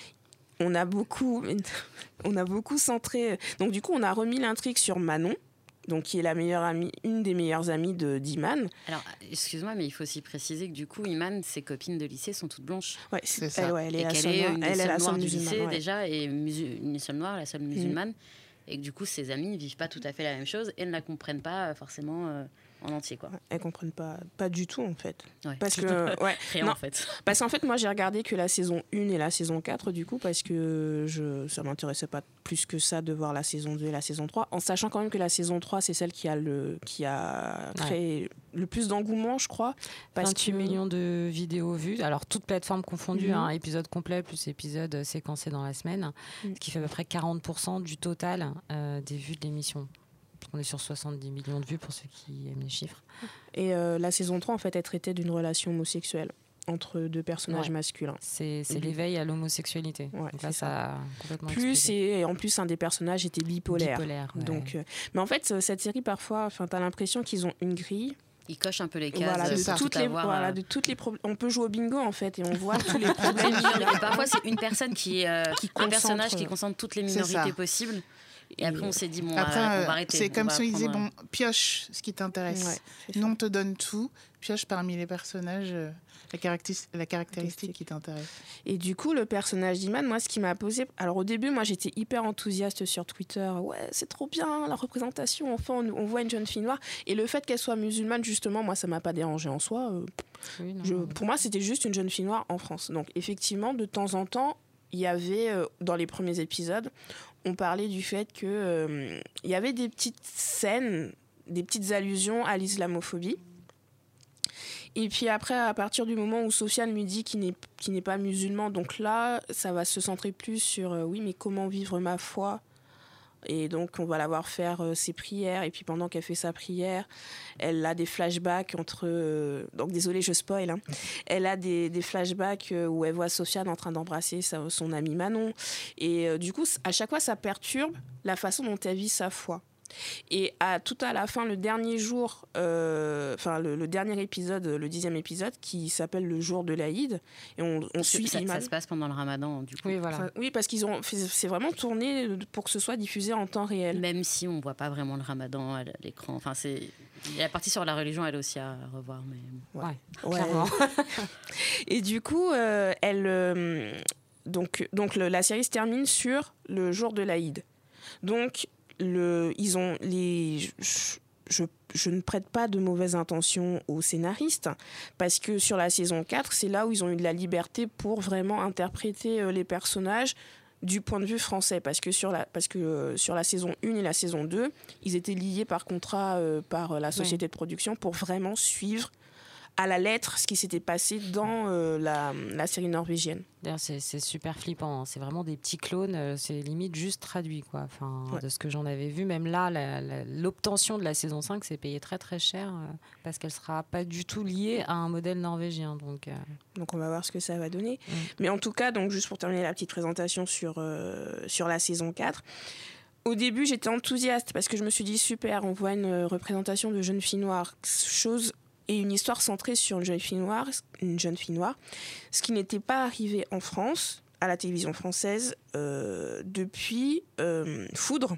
on a beaucoup, on a beaucoup centré. Donc du coup, on a remis l'intrigue sur Manon, donc qui est la meilleure amie, une des meilleures amies de d'Iman. Alors, excuse-moi, mais il faut aussi préciser que du coup, Iman, ses copines de lycée sont toutes blanches. Ouais, c'est ça. Elle, ouais, elle est et la qu'elle seule est noire, une des elle est seules la noire seule du musulmane, lycée ouais. déjà, et musu- une seule noire, la seule musulmane. Mm. Et que du coup, ses amis ne vivent pas tout à fait la même chose et ne la comprennent pas forcément euh, en entier, quoi. Elles comprennent pas, pas du tout en fait. Ouais. Parce que, ouais, Rien non, en fait. Parce qu'en fait, moi j'ai regardé que la saison un et la saison quatre du coup, parce que je, ça m'intéressait pas plus que ça de voir la saison deux et la saison trois, en sachant quand même que la saison trois, c'est celle qui a, le, qui a créé ouais. le plus d'engouement, je crois. Parce vingt-huit que... millions de vidéos vues, alors toutes plateformes confondues, mm-hmm. hein, épisode complet plus épisode séquencé dans la semaine, mm-hmm. ce qui fait à peu près quarante pour cent du total euh, des vues de l'émission. On est sur soixante-dix millions de vues pour ceux qui aiment les chiffres. Et euh, la saison trois, en fait, elle traitait d'une relation homosexuelle entre deux personnages ouais. masculins. C'est, c'est l'éveil à l'homosexualité. Ouais, donc là, ça. ça a complètement plus et en plus, un des personnages était bipolaire. Bipolaire, ouais. Donc, euh, mais en fait, cette série, parfois, tu as l'impression qu'ils ont une grille. Ils cochent un peu les cases. Voilà, de, pour toutes les, avoir, voilà euh... de toutes les problèmes. On peut jouer au bingo, en fait, et on voit tous les problèmes. Et parfois, c'est une personne qui, euh, qui un personnage qui concentre toutes les minorités possibles. Et après, on s'est dit, bon, après, euh, on va arrêter. C'est comme si on disait, prendre... bon, pioche ce qui t'intéresse. Ouais, nous, on te donne tout. Pioche parmi les personnages euh, la, caractéris- la caractéristique qui t'intéresse. Et du coup, le personnage d'Iman, moi, ce qui m'a posé... Alors, au début, moi, j'étais hyper enthousiaste sur Twitter. Ouais, c'est trop bien, la représentation. Enfin, on, on voit une jeune fille noire. Et le fait qu'elle soit musulmane, justement, moi, ça m'a pas dérangé en soi. Euh, oui, non, je, non. Pour moi, c'était juste une jeune fille noire en France. Donc, effectivement, de temps en temps, il y avait, euh, dans les premiers épisodes, on parlait du fait qu'il euh, y avait des petites scènes, des petites allusions à l'islamophobie. Et puis après, à partir du moment où Sofiane lui dit qu'il n'est, qu'il n'est pas musulman, donc là, ça va se centrer plus sur euh, oui, mais comment vivre ma foi ? Et donc, on va la voir faire euh, ses prières. Et puis, pendant qu'elle fait sa prière, elle a des flashbacks entre... Euh, donc, désolé, je spoil. Hein. Elle a des, des flashbacks euh, où elle voit Sofiane en train d'embrasser sa, son amie Manon. Et euh, du coup, à chaque fois, ça perturbe la façon dont elle vit sa foi. Et à, tout à la fin, le dernier jour, euh, enfin le, le dernier épisode, le dixième épisode, qui s'appelle le jour de l'Aïd, et on, on suit ça, Iman. Ça se passe pendant le Ramadan, du coup. Oui, voilà. Enfin, oui, parce qu'ils ont, c'est vraiment tourné pour que ce soit diffusé en temps réel. Même si on voit pas vraiment le Ramadan à l'écran. Enfin, c'est la partie sur la religion, elle aussi à revoir, mais ouais, ouais. clairement. Et du coup, euh, elle, euh, donc, donc le, la série se termine sur le jour de l'Aïd. Donc Le, ils ont les, je, je, je ne prête pas de mauvaises intentions aux scénaristes parce que sur la saison quatre, c'est là où ils ont eu de la liberté pour vraiment interpréter les personnages du point de vue français parce que sur la, parce que, euh, sur la saison un et la saison deux, ils étaient liés par contrat euh, par la société ouais. de production pour vraiment suivre à la lettre ce qui s'était passé dans euh, la, la série norvégienne. D'ailleurs, c'est, c'est super flippant. Hein. C'est vraiment des petits clones. Euh, c'est limite juste traduit, quoi. Enfin, ouais. De ce que j'en avais vu. Même là, la, la, l'obtention de la saison cinq s'est payée très très cher euh, parce qu'elle ne sera pas du tout liée à un modèle norvégien. Donc, euh... donc on va voir ce que ça va donner. Mm. Mais en tout cas, donc, juste pour terminer la petite présentation sur, euh, sur la saison quatre, au début, j'étais enthousiaste parce que je me suis dit, super, on voit une représentation de jeunes filles noires. Chose... et une histoire centrée sur une jeune fille noire, une jeune fille noire, ce qui n'était pas arrivé en France, à la télévision française, euh, depuis euh, Foudre,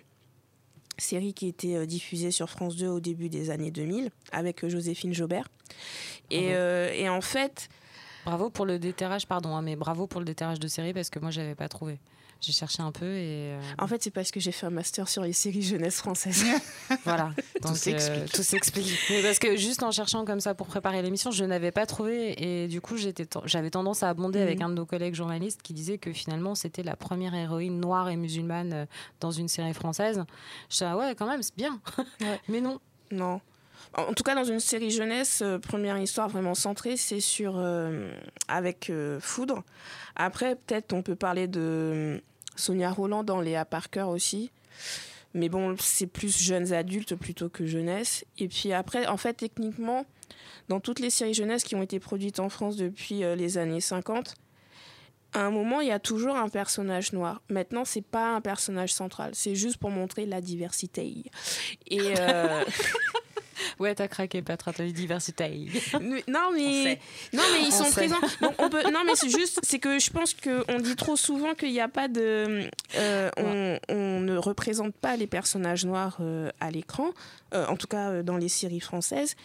série qui était euh, diffusée sur France deux au début des années deux mille, avec euh, Joséphine Jaubert. Et, euh, et en fait... Bravo pour le déterrage, pardon, hein, mais bravo pour le déterrage de série, parce que moi, je n'avais pas trouvé. J'ai cherché un peu et... Euh... En fait, c'est parce que j'ai fait un master sur les séries jeunesse françaises. Voilà. Donc, tout s'explique. Euh, tout s'explique. Mais parce que juste en cherchant comme ça pour préparer l'émission, je n'avais pas trouvé. Et du coup, j'étais t- j'avais tendance à abonder mmh. avec un de nos collègues journalistes qui disait que finalement, c'était la première héroïne noire et musulmane dans une série française. Je disais, ah ouais, quand même, c'est bien. Ouais. Mais non. Non. En tout cas, dans une série jeunesse, euh, première histoire vraiment centrée, c'est sur... Euh, avec euh, Foudre. Après, peut-être, on peut parler de... Sonia Rolland dans Léa Parker aussi. Mais bon, c'est plus jeunes adultes plutôt que jeunesse. Et puis après, en fait, techniquement, dans toutes les séries jeunesse qui ont été produites en France depuis euh, les années cinquante, à un moment, il y a toujours un personnage noir. Maintenant, c'est pas un personnage central. C'est juste pour montrer la diversité. Et euh... ouais, t'as craqué, Patra, t'as dit diversité. non, mais non, mais ils on sont sait. présents. Donc, on peut... Non, mais c'est juste, c'est que je pense qu'on dit trop souvent qu'il n'y a pas de, euh, on, on ne représente pas les personnages noirs euh, à l'écran. Euh, en tout cas, euh, dans les séries françaises.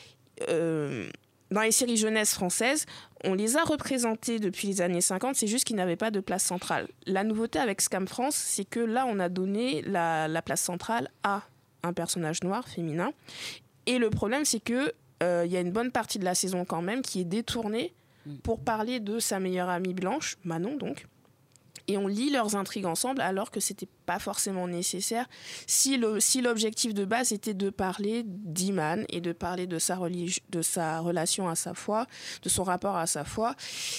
Euh... Dans les séries jeunesse françaises, on les a représentés depuis les années cinquante, c'est juste qu'ils n'avaient pas de place centrale. La nouveauté avec Scam France, c'est que là, on a donné la, la place centrale à un personnage noir, féminin. Et le problème, c'est qu'il euh, y a une bonne partie de la saison quand même qui est détournée pour parler de sa meilleure amie blanche, Manon donc. Et on lit leurs intrigues ensemble alors que c'était pas forcément nécessaire si, le, si l'objectif de base était de parler d'Iman et de parler de sa, religi- de sa relation à sa foi, de son rapport à sa foi.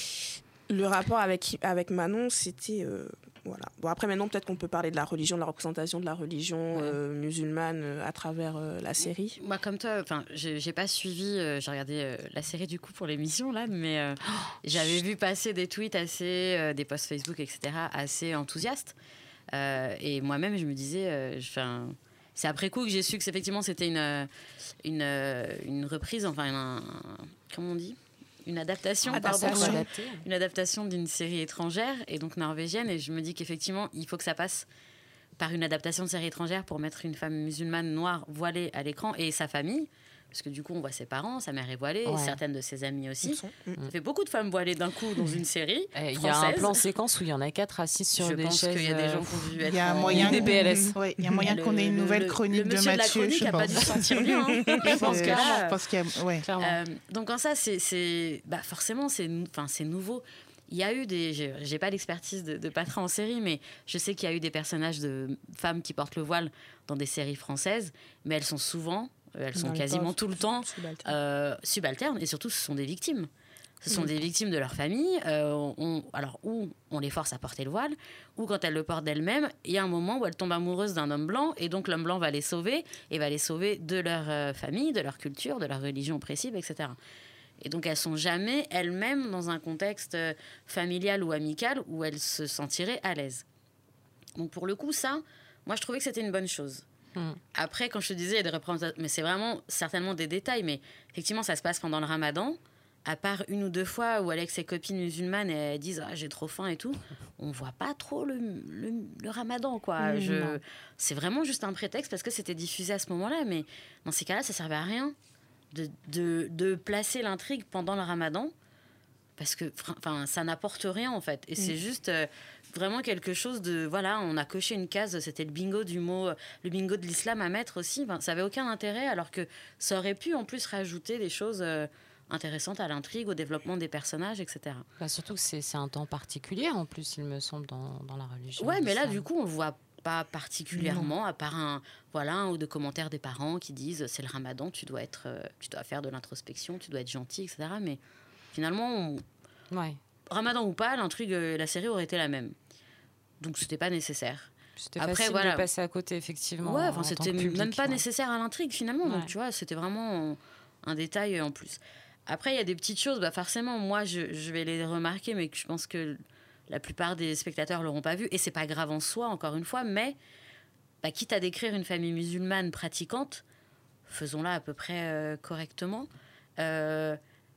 Le rapport avec, avec Manon, c'était... Euh, voilà. Bon, après, maintenant, peut-être qu'on peut parler de la religion, de la représentation de la religion ouais. euh, musulmane euh, à travers euh, la série. Moi, comme toi, j'ai, j'ai pas suivi, euh, j'ai regardé euh, la série du coup pour l'émission, là, mais euh, oh, j'avais vu passer des tweets assez, euh, des posts Facebook, et cetera, assez enthousiastes. Euh, et moi-même, je me disais, euh, je, c'est après coup que j'ai su que effectivement, c'était une, une, une reprise, enfin, un, un, comment on dit ? Une adaptation, adaptation. pardon, une adaptation d'une série étrangère et donc norvégienne, et je me dis qu'effectivement il faut que ça passe par une adaptation de série étrangère pour mettre une femme musulmane noire voilée à l'écran et sa famille, parce que du coup on voit ses parents, sa mère est voilée, ouais. certaines de ses amies aussi. Ça fait beaucoup de femmes voilées d'un coup dans une série. Il y a un plan séquence où il y en a quatre assises sur je des pense chaises. qu'il y a des gens qui ont dû être. Il y a moyen des P L S. Ouais, il y a moyen le, qu'on ait une nouvelle le, chronique le de Mathieu. Mathieu. Je pense. N'a pas dû se sentir bien. Hein. Je pense que là, je pense qu'il y a, ouais. Euh, donc en ça, c'est, c'est, bah forcément, c'est, enfin, c'est nouveau. Il y a eu des, j'ai, j'ai pas l'expertise de, de Patra en série, mais je sais qu'il y a eu des personnages de femmes qui portent le voile dans des séries françaises, mais elles sont souvent, elles sont dans quasiment tout le temps subalternes. Euh, subalternes, et surtout ce sont des victimes. Ce sont mmh. des victimes de leur famille, euh, on, alors ou on les force à porter le voile, ou quand elles le portent d'elles-mêmes, il y a un moment où elles tombent amoureuses d'un homme blanc, et donc l'homme blanc va les sauver, et va les sauver de leur euh, famille, de leur culture, de leur religion oppressive, et cetera. Et donc, elles ne sont jamais elles-mêmes dans un contexte familial ou amical où elles se sentiraient à l'aise. Donc, pour le coup, ça, moi, je trouvais que c'était une bonne chose. Mmh. Après, quand je te disais, il y a des représentations... Mais c'est vraiment, certainement des détails. Mais effectivement, ça se passe pendant le ramadan. À part une ou deux fois où Alex et ses copines musulmanes elles disent ah, « j'ai trop faim » et tout, on ne voit pas trop le, le, le ramadan, quoi. Mmh, je... C'est vraiment juste un prétexte parce que c'était diffusé à ce moment-là. Mais dans ces cas-là, ça ne servait à rien. De, de, de placer l'intrigue pendant le ramadan parce que ça n'apporte rien en fait et mmh. c'est juste euh, vraiment quelque chose de voilà, on a coché une case, c'était le bingo du mot, le bingo de l'islam à mettre aussi, ben, ça avait aucun intérêt alors que ça aurait pu en plus rajouter des choses euh, intéressantes à l'intrigue, au développement des personnages, et cetera. Bah, surtout que c'est, c'est un temps particulier en plus il me semble dans, dans la religion. Ouais mais là du coup on le voit pas particulièrement, non. à part un, voilà, un ou deux commentaires des parents qui disent c'est le ramadan, tu dois, être, euh, tu dois faire de l'introspection, tu dois être gentil, et cetera. Mais finalement, on... ouais. ramadan ou pas, l'intrigue, la série aurait été la même. Donc c'était pas nécessaire. C'était Après, facile voilà. de passer à côté, effectivement. Ouais, enfin, c'était public, même pas ouais. nécessaire à l'intrigue finalement. Ouais. Donc tu vois, c'était vraiment un détail en plus. Après, il y a des petites choses, bah, forcément, moi je, je vais les remarquer, mais je pense que la plupart des spectateurs ne l'auront pas vu, et c'est pas grave en soi, encore une fois, mais bah, quitte à décrire une famille musulmane pratiquante, faisons-la à peu près euh, correctement. Euh,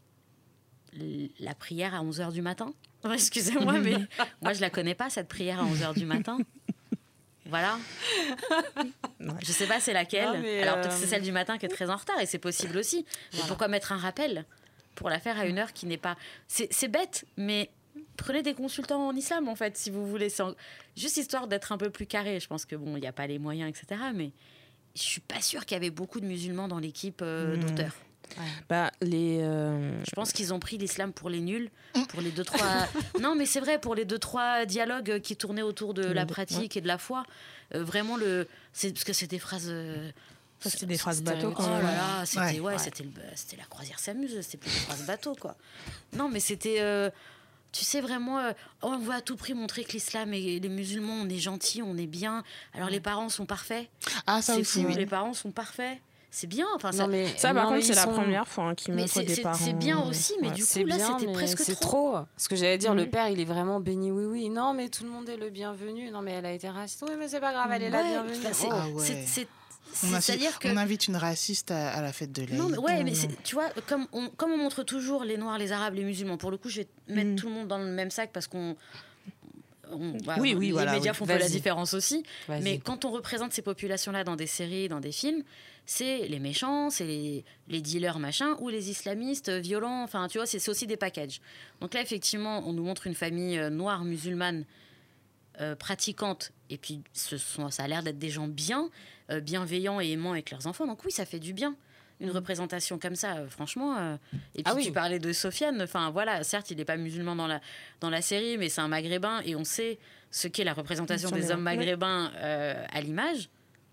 la prière à onze heures du matin, excusez-moi, mais moi je la connais pas, cette prière à onze heures du matin. Voilà. Je sais pas c'est laquelle. Non, Alors peut-être que c'est celle du matin qui est très en retard, et c'est possible aussi. Mais voilà. Pourquoi mettre un rappel pour la faire à une heure qui n'est pas... C'est, c'est bête, mais... Prenez des consultants en islam, en fait, si vous voulez. C'est en... Juste histoire d'être un peu plus carré. Je pense que, bon, il n'y a pas les moyens, et cetera. Mais je ne suis pas sûre qu'il y avait beaucoup de musulmans dans l'équipe euh, mmh. d'auteurs. Ouais. Bah, les, euh... Je pense qu'ils ont pris l'islam pour les nuls, pour les deux, trois... non, mais c'est vrai, pour les deux, trois dialogues qui tournaient autour de la pratique ouais. et de la foi. Euh, vraiment, le... c'est... parce que c'est des phrases... Euh... Ça, c'était des phrases bateau. Oh là là, c'était, ouais, ouais, ouais. C'était, le... c'était la croisière s'amuse, c'était plus des phrases bateau, quoi. Non, mais c'était... Euh... Tu sais, vraiment, euh, on veut à tout prix montrer que l'islam et les musulmans, on est gentils, on est bien. Alors, les parents sont parfaits. Ah, ça c'est aussi, fou, oui. Les parents sont parfaits. c'est bien. Enfin, Non, ça, mais, Ça, par non, contre, mais c'est ils la sont- première fois hein, qu'ils mais montrent c'est, des c'est, parents. c'est bien aussi, mais Ouais. du C'est coup, là, bien, c'était mais presque c'est trop. trop. Ce que j'allais dire, le Mhm. père, il est vraiment béni, oui, oui. Non, mais tout le monde est le bienvenu. Non, mais elle a été raciste. Oui, mais c'est pas grave, elle est la Ouais, bienvenue. bah, c'est, Oh. Ah ouais. c'est, c'est, On, c'est, invi- c'est-à-dire que on invite une raciste à, à la fête de l'Aïd. non, mais ouais, Non, mais non. c'est, tu vois, comme on, comme on montre toujours les Noirs, les Arabes, les musulmans. Pour le coup, je vais mettre Mhm. tout le monde dans le même sac parce qu'on on- bah, Oui, oui, les voilà, médias oui. font peu la Vas-y. différence aussi. Vas-y. Mais quand on représente ces populations-là dans des séries, dans des films, c'est les méchants, c'est les, les dealers machin, ou les islamistes violents. Enfin, tu vois, c'est, c'est aussi des packages. Donc là, effectivement, on nous montre une famille euh, noire musulmane euh, pratiquante, et puis ce sont, ça a l'air d'être des gens bien, euh, bienveillants et aimants avec leurs enfants. Donc oui, ça fait du bien. Une représentation comme ça, euh, franchement. euh, Et puis Ah oui. tu parlais de Sofiane. Enfin voilà, certes, il n'est pas musulman dans la dans la série, mais c'est un maghrébin et on sait ce qu'est la représentation Sur des les- hommes maghrébins euh, à l'image.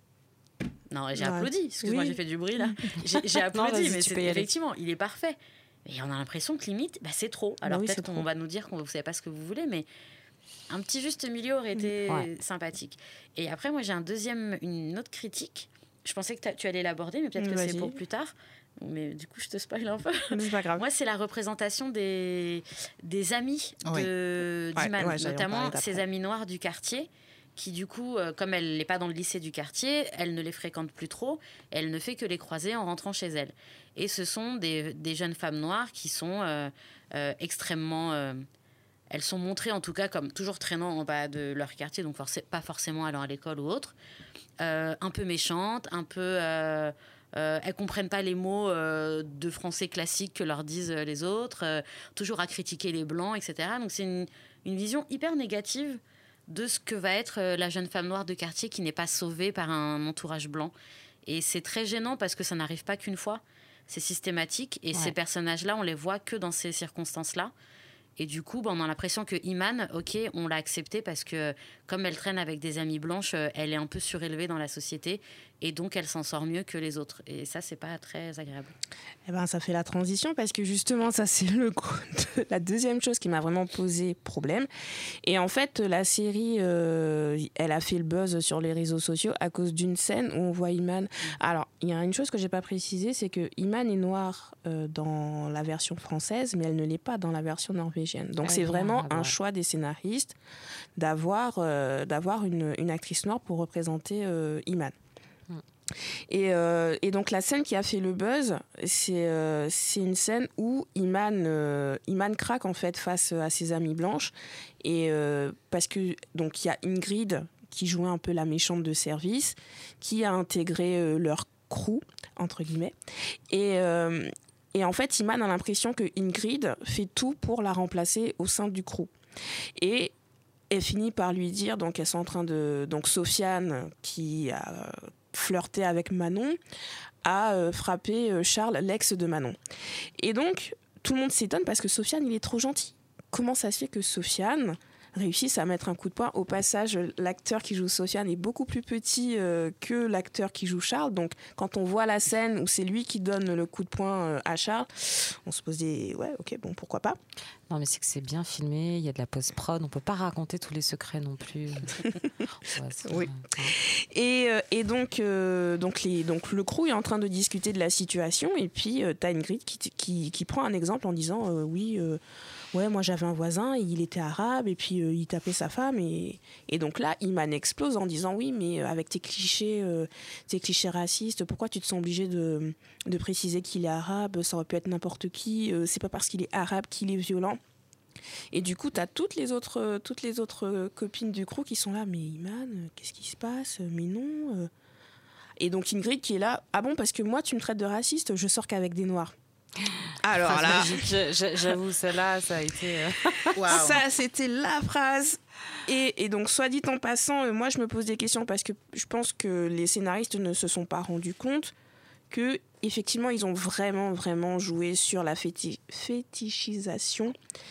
Non, j'ai Ouais. applaudi. Excuse-moi, Oui. j'ai fait du bruit là. J'ai, j'ai applaudi, vas-y, mais tu c'est, peux y aller. effectivement, il est parfait. Et on a l'impression que limite, bah, c'est trop. Alors oui, peut-être c'est qu'on trop. va nous dire qu'on ne savez pas ce que vous voulez, mais un petit juste milieu aurait été Ouais. sympathique. Et après, moi, j'ai un deuxième, une autre critique. Je pensais que t'as- tu allais l'aborder, mais peut-être que Vas-y. c'est pour plus tard. Mais du coup, je te spoil un peu. C'est pas grave. Moi, c'est la représentation des, des amis Oui. de, Ouais, d'Iman, ouais, j'allais en notamment parler d'après. ses amis noirs du quartier, qui du coup, euh, comme elle n'est pas dans le lycée du quartier, elle ne les fréquente plus trop, elle ne fait que les croiser en rentrant chez elle. Et ce sont des, des jeunes femmes noires qui sont euh, euh, extrêmement... euh, elles sont montrées en tout cas comme toujours traînant en bas de leur quartier, donc forcé- pas forcément allant à l'école ou autre, euh, un peu méchantes, un peu... Euh, euh, elles comprennent pas les mots euh, de français classique que leur disent euh, les autres, euh, toujours à critiquer les blancs, et cetera. Donc c'est une, une vision hyper négative de ce que va être euh, la jeune femme noire de quartier qui n'est pas sauvée par un entourage blanc. Et c'est très gênant parce que ça n'arrive pas qu'une fois, c'est systématique. Et Ouais. ces personnages-là, on les voit que dans ces circonstances-là. Et du coup, bah, on a l'impression que Iman, ok, on l'a acceptée parce que comme elle traîne avec des amies blanches, euh, elle est un peu surélevée dans la société et donc elle s'en sort mieux que les autres. Et ça, c'est pas très agréable. Eh ben, ça fait la transition parce que justement, ça c'est le coup de- la deuxième chose qui m'a vraiment posé problème. Et en fait, la série, euh, elle a fait le buzz sur les réseaux sociaux à cause d'une scène où on voit Iman. Alors, il y a une chose que j'ai pas précisée, c'est que Iman est noire euh, dans la version française, mais elle ne l'est pas dans la version norvégienne. Donc Ah, c'est bien, vraiment ah, un ouais. choix des scénaristes d'avoir euh, d'avoir une, une actrice noire pour représenter euh, Iman. Et, euh, et donc la scène qui a fait le buzz, c'est euh, c'est une scène où Iman, euh, Iman craque en fait face à ses amies blanches. Et euh, parce que donc il y a Ingrid qui jouait un peu la méchante de service, qui a intégré euh, leur crew entre guillemets. Et euh, et en fait, Iman a l'impression que Ingrid fait tout pour la remplacer au sein du crew. Et elle finit par lui dire, donc elles sont en train de, donc Sofiane qui a flirté avec Manon, a euh, frappé euh, Charles, l'ex de Manon. Et donc, tout le monde s'étonne parce que Sofiane, il est trop gentil. Comment ça se fait que Sofiane réussisse à mettre un coup de poing? Au passage, l'acteur qui joue Sofiane est beaucoup plus petit euh, que l'acteur qui joue Charles. Donc, quand on voit la scène où c'est lui qui donne le coup de poing euh, à Charles, on se pose des... Ouais, ok, bon, pourquoi pas. Non, mais c'est que c'est bien filmé, il y a de la post-prod, on peut pas raconter tous les secrets non plus. Ouais, c'est- Oui. Et, euh, et donc, euh, donc, les, donc le crew est en train de discuter de la situation et puis euh, t'as Ingrid qui, qui, qui prend un exemple en disant euh, oui, euh, ouais, moi j'avais un voisin, il était arabe et puis euh, il tapait sa femme et, et donc là Iman explose en disant oui, mais avec tes clichés, euh, tes clichés racistes, pourquoi tu te sens obligé de, de préciser qu'il est arabe? Ça aurait pu être n'importe qui, euh, c'est pas parce qu'il est arabe qu'il est violent. Et du coup, tu as toutes les autres, euh, toutes les autres euh, copines du crew qui sont là. Mais Iman, euh, qu'est-ce qui se passe? Mais non. euh. Et donc Ingrid qui est là. Ah bon, parce que moi, tu me traites de raciste, je sors qu'avec des noirs. Alors Phrase là, magique. Je- je- J'avoue, celle-là, ça a été. euh, Waouh. ça, c'était la phrase. Et, et donc, soit dit en passant, euh, moi, je me pose des questions parce que je pense que les scénaristes ne se sont pas rendus compte que, effectivement, ils ont vraiment, vraiment joué sur la féti- fétichisation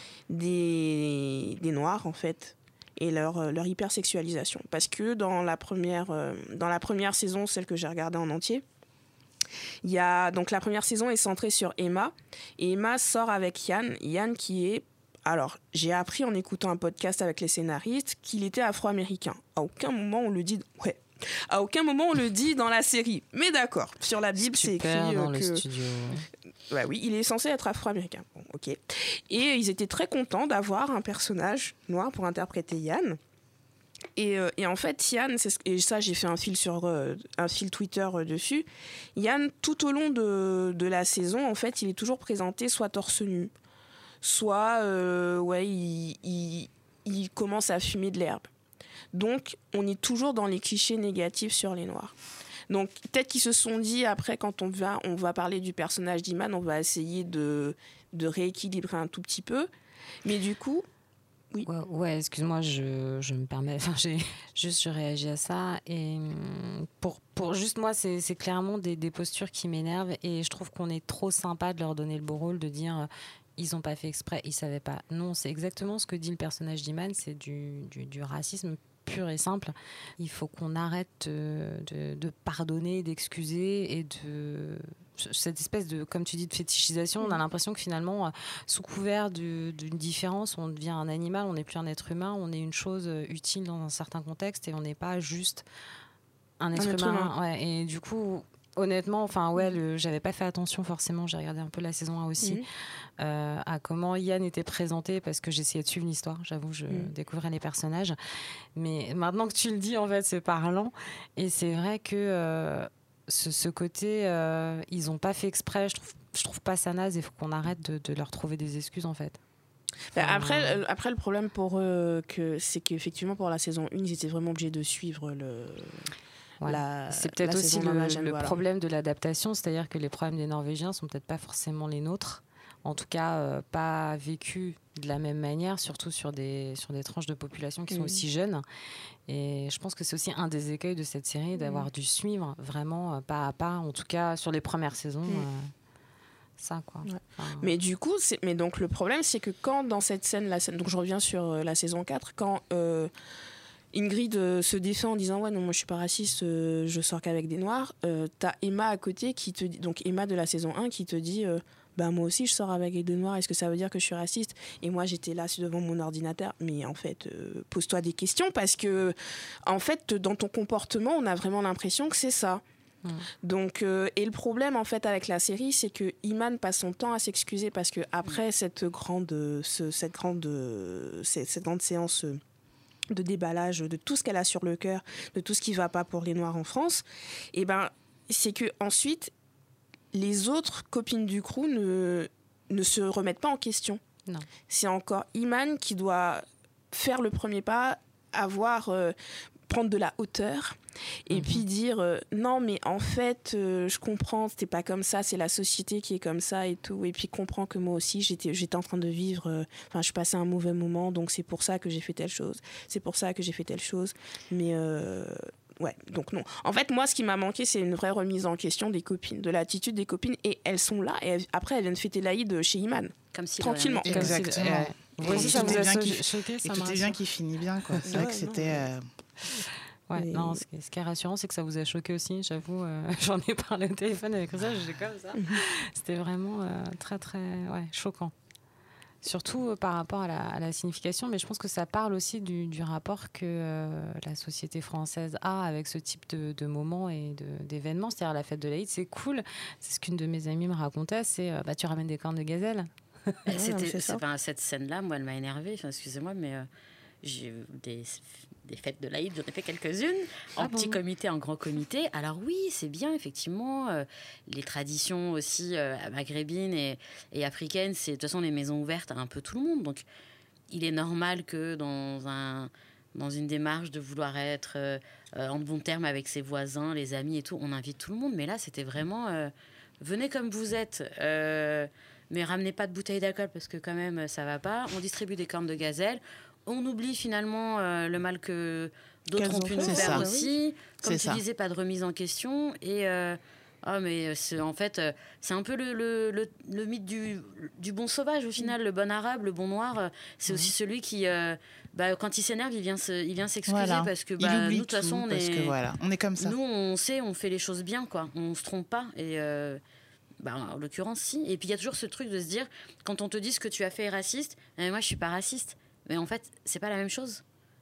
des, des Noirs, en fait, et leur, euh, leur hypersexualisation. Parce que dans la première, euh, dans la première saison, celle que j'ai regardée en entier, il y a, donc la première saison est centrée sur Emma, et Emma sort avec Yann, Yann qui est... Alors, j'ai appris en écoutant un podcast avec les scénaristes qu'il était afro-américain. À aucun moment on le dit, ouais, À aucun moment on le dit dans la série. Mais d'accord, sur la Bible, c'est écrit Super dans euh, le que... studio. Bah oui, il est censé être afro-américain. Bon, ok. Et ils étaient très contents d'avoir un personnage noir pour interpréter Yann. Et, euh, et en fait, Yann, c'est ce, et ça j'ai fait un fil, sur, euh, un fil Twitter euh, dessus, Yann, tout au long de, de la saison, en fait, il est toujours présenté soit torse nu, soit euh, ouais, il, il, il commence à fumer de l'herbe. Donc, on est toujours dans les clichés négatifs sur les Noirs. Donc, peut-être qu'ils se sont dit, après, quand on va, on va parler du personnage d'Iman, on va essayer de, de rééquilibrer un tout petit peu. Mais du coup... Oui. Ouais, ouais, excuse-moi, je, je me permets, enfin, j'ai juste je réagis à ça et pour, pour juste moi c'est, c'est clairement des, des postures qui m'énervent et je trouve qu'on est trop sympa de leur donner le beau rôle, de dire euh, ils n'ont pas fait exprès, ils savaient pas. Non, c'est exactement ce que dit le personnage d'Iman, c'est du, du, du racisme pur et simple. Il faut qu'on arrête de, de, de pardonner, d'excuser et de... cette espèce de, comme tu dis, de fétichisation. On a l'impression que finalement, sous couvert de, d'une différence, on devient un animal, on n'est plus un être humain, on est une chose utile dans un certain contexte et on n'est pas juste un être, un être humain. humain. Ouais, et du coup... Honnêtement, enfin ouais, le, j'avais pas fait attention forcément. J'ai regardé un peu la saison un aussi, mmh. euh, à comment Yann était présenté parce que j'essayais de suivre l'histoire. J'avoue, je mmh. découvrais les personnages. Mais maintenant que tu le dis, en fait, c'est parlant. Et c'est vrai que euh, ce, ce côté, euh, ils ont pas fait exprès. Je trouve, je trouve pas ça naze. Il faut qu'on arrête de, de leur trouver des excuses en fait. Enfin, après, après, le problème pour eux, que, c'est qu'effectivement pour la saison un, ils étaient vraiment obligés de suivre le. Ouais. La, c'est peut-être aussi le, le voilà. problème de l'adaptation, c'est-à-dire que les problèmes des Norvégiens sont peut-être pas forcément les nôtres, en tout cas euh, pas vécus de la même manière, surtout sur des, sur des tranches de population qui sont mmh. aussi jeunes. Et je pense que c'est aussi un des écueils de cette série, d'avoir mmh. dû suivre vraiment pas à pas, en tout cas sur les premières saisons. Mmh. Euh, ça quoi. Ouais. Enfin, mais du coup, c'est, mais donc le problème c'est que quand dans cette scène, la scène donc je reviens sur euh, la saison quatre, quand euh, Ingrid euh, se défend en disant ouais non moi je suis pas raciste, euh, je sors qu'avec des noirs, euh, t'as Emma à côté qui te dit, donc Emma de la saison un qui te dit euh, bah moi aussi je sors avec des noirs, est-ce que ça veut dire que je suis raciste? Et moi j'étais là devant mon ordinateur, mais en fait euh, pose-toi des questions parce que en fait dans ton comportement on a vraiment l'impression que c'est ça. Mmh. Donc euh, et le problème en fait avec la série c'est que Iman passe son temps à s'excuser parce que après mmh. cette grande ce, cette grande euh, cette, cette grande séance euh, de déballage de tout ce qu'elle a sur le cœur, de tout ce qui va pas pour les Noirs en France, et ben c'est que ensuite les autres copines du crew ne ne se remettent pas en question. Non. C'est encore Iman qui doit faire le premier pas, avoir euh, prendre de la hauteur et mmh. puis dire euh, non mais en fait euh, je comprends, c'était pas comme ça, c'est la société qui est comme ça et tout, et puis comprends que moi aussi j'étais, j'étais en train de vivre, enfin euh, je passais un mauvais moment donc c'est pour ça que j'ai fait telle chose, c'est pour ça que j'ai fait telle chose, mais euh, ouais donc non. En fait moi ce qui m'a manqué c'est une vraie remise en question des copines, de l'attitude des copines, et elles sont là et elles, après elles viennent fêter l'Aïd chez Iman comme si tranquillement. Exactement. Ouais. Ouais. Ça vous a bien qui, choqué, ça et tout est bien qui finit bien quoi. C'est ouais, vrai que c'était euh... Ouais, mais... non, ce qui, est, ce qui est rassurant, c'est que ça vous a choqué aussi. J'avoue, euh, j'en ai parlé au téléphone avec ça, j'étais comme ça. C'était vraiment euh, très, très ouais, choquant. Surtout euh, par rapport à la, à la signification, mais je pense que ça parle aussi du, du rapport que euh, la société française a avec ce type de, de moments et de, d'événements. C'est-à-dire la fête de l'Aïd, c'est cool. C'est ce qu'une de mes amies me racontait, c'est euh, bah, tu ramènes des cornes de gazelle. Ouais, C'était, c'est, enfin, cette scène-là, moi, elle m'a énervée. Enfin, excusez-moi, mais euh, j'ai des... des fêtes de l'Aïd, j'en ai fait quelques-unes, en ah petit bon. comité, en grand comité. Alors oui, c'est bien, effectivement, euh, les traditions aussi euh, maghrébines et, et africaines, c'est de toute façon les maisons ouvertes à un peu tout le monde. Donc, il est normal que dans, un, dans une démarche de vouloir être euh, en bon terme avec ses voisins, les amis et tout, on invite tout le monde. Mais là, c'était vraiment, euh, venez comme vous êtes, euh, mais ramenez pas de bouteilles d'alcool parce que quand même, ça va pas. On distribue des cornes de gazelle. On oublie finalement euh, le mal que d'autres Qu'elles ont pu nous faire aussi. Comme c'est tu ça. disais, pas de remise en question. Et euh, oh, mais c'est, en fait, euh, c'est un peu le, le, le, le mythe du, du bon sauvage au final. Mmh. Le bon arabe, le bon noir, euh, c'est mmh. aussi celui qui, euh, bah, quand il s'énerve, il vient, se, il vient s'excuser voilà. parce que bah, nous, de toute façon, on est, que, voilà. on est comme ça. Nous, on sait, on fait les choses bien, quoi. On se trompe pas. Et euh, bah, en l'occurrence, si. Et puis il y a toujours ce truc de se dire, quand on te dit ce que tu as fait est raciste, eh, moi, je suis pas raciste. Mais en fait, c'est pas la même chose.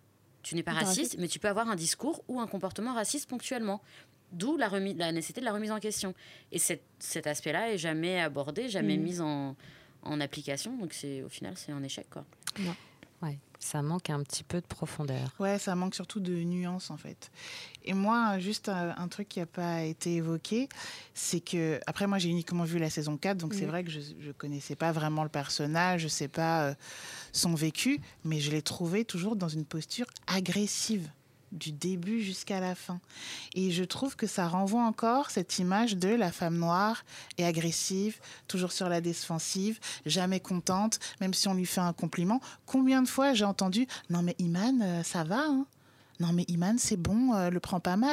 tu n'es pas raciste, raciste, mais tu peux avoir un discours ou un comportement raciste ponctuellement. D'où la, remis, la nécessité de la remise en question. Et cette, cet aspect-là est jamais abordé, jamais mmh. mis en, en application. Donc c'est, au final, c'est un échec, quoi. Ouais. Ouais, ça manque un petit peu de profondeur. Ouais, ça manque surtout de nuances, en fait. Et moi, juste un, un truc qui n'a pas été évoqué, c'est que... Après, moi, j'ai uniquement vu la saison quatre, donc mmh. c'est vrai que je ne connaissais pas vraiment le personnage, je ne sais pas euh, son vécu, mais je l'ai trouvé toujours dans une posture agressive, du début jusqu'à la fin. Et je trouve que ça renvoie encore cette image de la femme noire et agressive, toujours sur la défensive, jamais contente, même si on lui fait un compliment. Combien de fois j'ai entendu « Non mais Iman, euh, ça va, hein. Non mais Iman, c'est bon, euh, le prends pas mal. »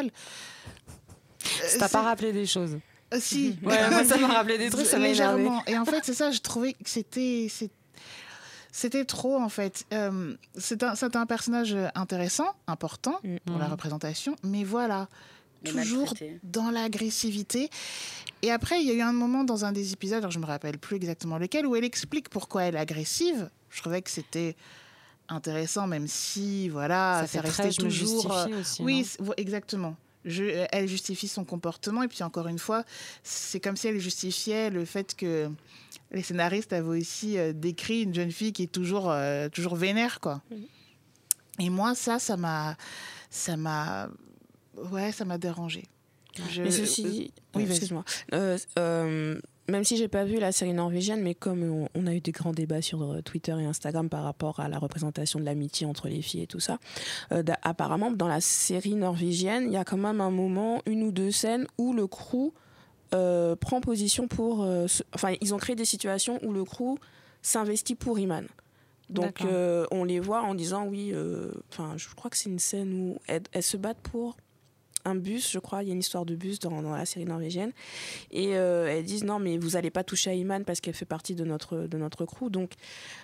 Ça t'a pas rappelé des choses? euh, Si. Ouais, moi ça m'a rappelé des trucs, ça m'a énervé. Et en fait, c'est ça, je trouvais que c'était... c'était C'était trop, en fait. Euh, c'est, un, c'est un personnage intéressant, important mmh. pour la représentation, mais voilà, mais toujours dans l'agressivité. Et après, il y a eu un moment dans un des épisodes, alors je ne me rappelle plus exactement lequel, où elle explique pourquoi elle est agressive. Je trouvais que c'était intéressant, même si, voilà, ça, ça restait très, toujours... Je me aussi, oui, exactement. Je, elle justifie son comportement, et puis encore une fois, c'est comme si elle justifiait le fait que... Les scénaristes avaient aussi euh, décrit une jeune fille qui est toujours, euh, toujours vénère, quoi. Mmh. Et moi, ça, ça m'a... Ça m'a... Ouais, ça m'a dérangée. Je... Mais ceci dit... Euh, oui, excuse-moi. Euh, euh, même si j'ai pas vu la série norvégienne, mais comme on, on a eu des grands débats sur Twitter et Instagram par rapport à la représentation de l'amitié entre les filles et tout ça, euh, apparemment, dans la série norvégienne, il y a quand même un moment, une ou deux scènes où le crew... Euh, prend position pour... Euh, ce... Enfin, ils ont créé des situations où le crew s'investit pour Iman. Donc, euh, on les voit en disant, oui... Enfin, je crois que c'est une scène où elles, elles se battent pour un bus, je crois. Il y a une histoire de bus dans, dans la série norvégienne. Et euh, elles disent, non, mais vous n'allez pas toucher à Iman parce qu'elle fait partie de notre, de notre crew. Donc,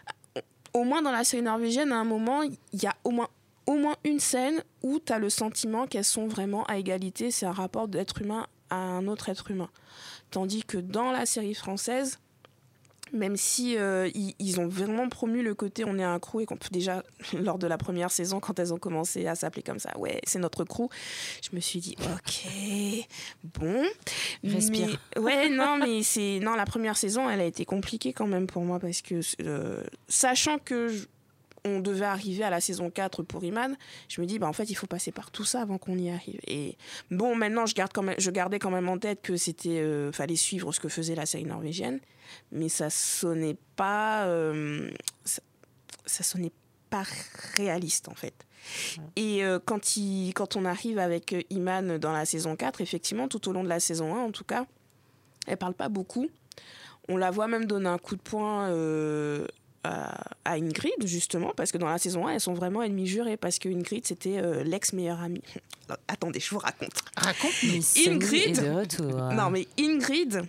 au moins dans la série norvégienne, à un moment, il y a au moins, au moins une scène où tu as le sentiment qu'elles sont vraiment à égalité. C'est un rapport d'être humain à un autre être humain. Tandis que dans la série française, même si euh, ils, ils ont vraiment promu le côté on est un crew et qu'on peut déjà, lors de la première saison, quand elles ont commencé à s'appeler comme ça, ouais, c'est notre crew, je me suis dit, ok, bon. Respire. Mais, ouais, non, mais c'est... Non, la première saison, elle a été compliquée quand même pour moi parce que, euh, sachant que... Je, on devait arriver à la saison quatre pour Iman, je me dis, bah, en fait, il faut passer par tout ça avant qu'on y arrive. Et bon, maintenant, je, garde quand même, je gardais quand même en tête que c'était, euh, fallait suivre ce que faisait la série norvégienne, mais ça sonnait pas, euh, ça, ça sonnait pas réaliste, en fait. Ouais. Et euh, quand, il, quand on arrive avec Iman dans la saison quatre, effectivement, tout au long de la saison un, en tout cas, elle parle pas beaucoup. On la voit même donner un coup de poing... Euh, à Ingrid, justement, parce que dans la saison un, elles sont vraiment ennemies jurées, parce que Ingrid, c'était euh, l'ex-meilleure amie. Attendez, je vous raconte. Raconte. Ingrid, de retour. Non, mais Ingrid,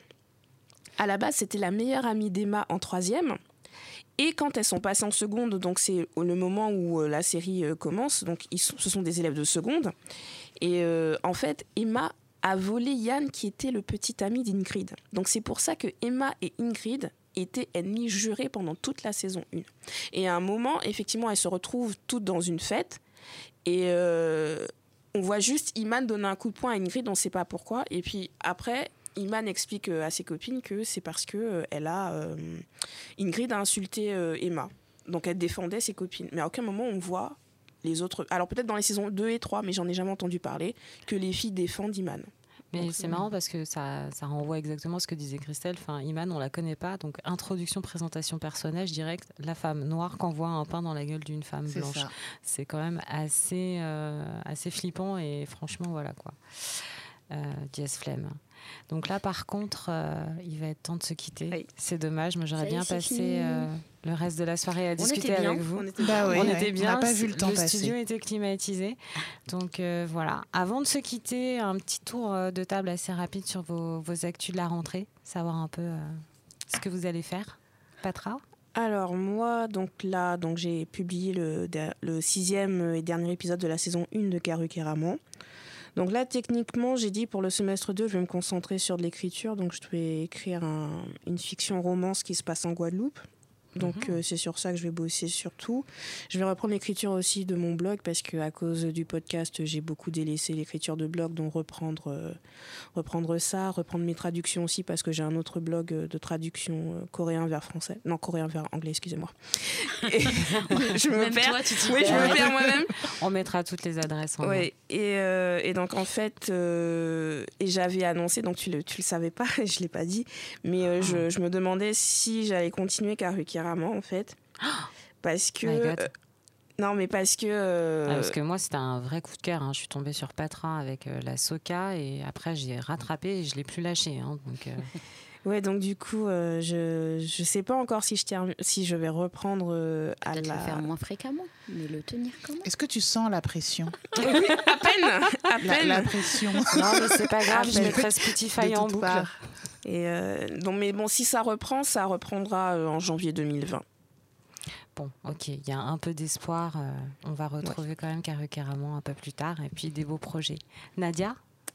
à la base, c'était la meilleure amie d'Emma en troisième. Et quand elles sont passées en seconde, donc c'est le moment où euh, la série euh, commence, donc ils sont, ce sont des élèves de seconde. Et euh, en fait, Emma a volé Yann, qui était le petit ami d'Ingrid. Donc c'est pour ça que Emma et Ingrid étaient ennemies jurées pendant toute la saison un. Et à un moment, effectivement, elles se retrouvent toutes dans une fête. Et euh, on voit juste Iman donner un coup de poing à Ingrid, on ne sait pas pourquoi. Et puis après, Iman explique à ses copines que c'est parce que euh, elle a, euh, Ingrid a insulté euh, Emma. Donc elle défendait ses copines. Mais à aucun moment, on voit les autres... Alors peut-être dans les saisons deux et trois, mais j'en ai jamais entendu parler, que les filles défendent Iman. Mais donc, c'est euh... marrant parce que ça, ça renvoie exactement à ce que disait Christelle. Enfin, Iman, on la connaît pas. Donc, introduction, présentation, personnage direct. La femme noire qu'envoie un pain dans la gueule d'une femme c'est blanche. Ça. C'est quand même assez, euh, assez flippant et franchement, voilà quoi. Euh, Diaz Flemme. Donc là, par contre, euh, il va être temps de se quitter. Oui. C'est dommage. Moi, j'aurais ça bien passé euh, le reste de la soirée à discuter avec vous. On était bien. Bah oui, on ouais. était bien. On n'a pas vu le temps le passer. Le studio était climatisé. Donc euh, voilà. Avant de se quitter, un petit tour de table assez rapide sur vos, vos actus de la rentrée. Savoir un peu euh, ce que vous allez faire. Patra ? Alors moi, donc là, donc j'ai publié le, le sixième et dernier épisode de la saison un de Karu Keraman. Donc là, techniquement, j'ai dit pour le semestre deux, je vais me concentrer sur de l'écriture. Donc je vais écrire un, une fiction romance qui se passe en Guadeloupe. Donc, Mhm. euh, c'est sur ça que je vais bosser surtout. Je vais reprendre l'écriture aussi de mon blog parce qu'à cause du podcast, j'ai beaucoup délaissé l'écriture de blog. Donc, reprendre, euh, reprendre ça, reprendre mes traductions aussi parce que j'ai un autre blog euh, de traduction euh, coréen vers français. Non, coréen vers anglais, excusez-moi. Et je me Même perds. toi, tu t'y Oui, je perds. me perds moi-même. On mettra toutes les adresses en lien. Ouais, et, euh, et donc en fait, euh, et j'avais annoncé, donc tu le, tu le savais pas, je ne l'ai pas dit, mais euh, je, je me demandais si j'allais continuer Karukiraman en fait. Parce que. My God. euh, non, mais parce que. euh, Ah, parce que moi, c'était un vrai coup de cœur. Hein. Je suis tombée sur Patra avec euh, la Soka et après, j'ai rattrapé et je ne l'ai plus lâché. Hein. Donc, euh, Ouais, donc du coup, euh, je ne sais pas encore si je, termine, si je vais reprendre euh, à Peut-être la. le faire moins fréquemment, mais le tenir quand même. Est-ce que tu sens la pression? À peine À La, peine la pression. non, mais c'est pas grave, je De mettrai toutes- Spotify de en toutes boucle. parts. Et euh, donc, mais bon, si ça reprend, ça reprendra euh, en janvier deux mille vingt. Bon, ok, il y a un peu d'espoir. euh, on va retrouver quand même Karukiraman un peu plus tard et puis des beaux projets. Nadia?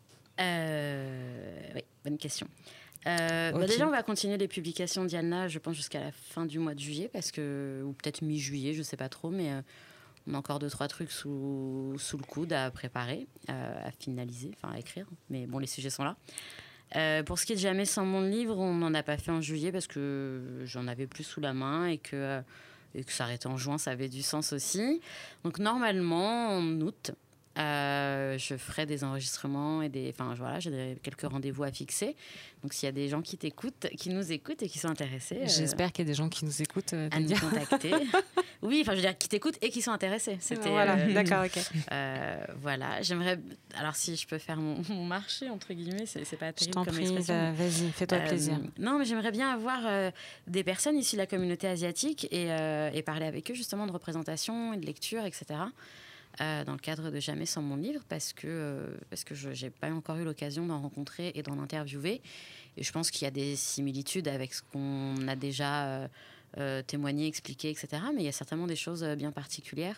Euh, oui, bonne question. Euh, bah Ok. déjà, on va continuer les publications d'Yalna, je pense, jusqu'à la fin du mois de juillet, parce que, ou peut-être mi-juillet, je ne sais pas trop, mais euh, on a encore deux, trois trucs sous, sous le coude à préparer, euh, à finaliser, enfin à écrire. Mais bon, les sujets sont là. Euh, pour ce qui est de Jamais sans mon livre, on n'en a pas fait en juillet parce que j'en avais plus sous la main et que, euh, et que s'arrêter en juin, ça avait du sens aussi. Donc normalement, en août, Euh, je ferai des enregistrements et des, enfin voilà, j'ai des- quelques rendez-vous à fixer. Donc s'il y a des gens qui t'écoutent, qui nous écoutent et qui sont intéressés, euh, J'espère qu'il y a des gens qui nous écoutent. euh, à nous Nadia. contacter. Oui, enfin je veux dire qui t'écoutent et qui sont intéressés. C'était Voilà, euh, d'accord, ok. euh, voilà. J'aimerais, alors si je peux faire mon, mon marché entre guillemets, c'est, c'est pas Je terrible t'en comme prie, expression. va- vas-y, fais-toi Euh, plaisir. Non, mais j'aimerais bien avoir euh, des personnes issues de la communauté asiatique et, euh, et parler avec eux justement de représentation et de lecture, et cetera. Euh, dans le cadre de Jamais sans mon livre, parce que, euh, parce que je n'ai pas encore eu l'occasion d'en rencontrer et d'en interviewer. Et je pense qu'il y a des similitudes avec ce qu'on a déjà euh, euh, témoigné, expliqué, et cetera. Mais il y a certainement des choses bien particulières.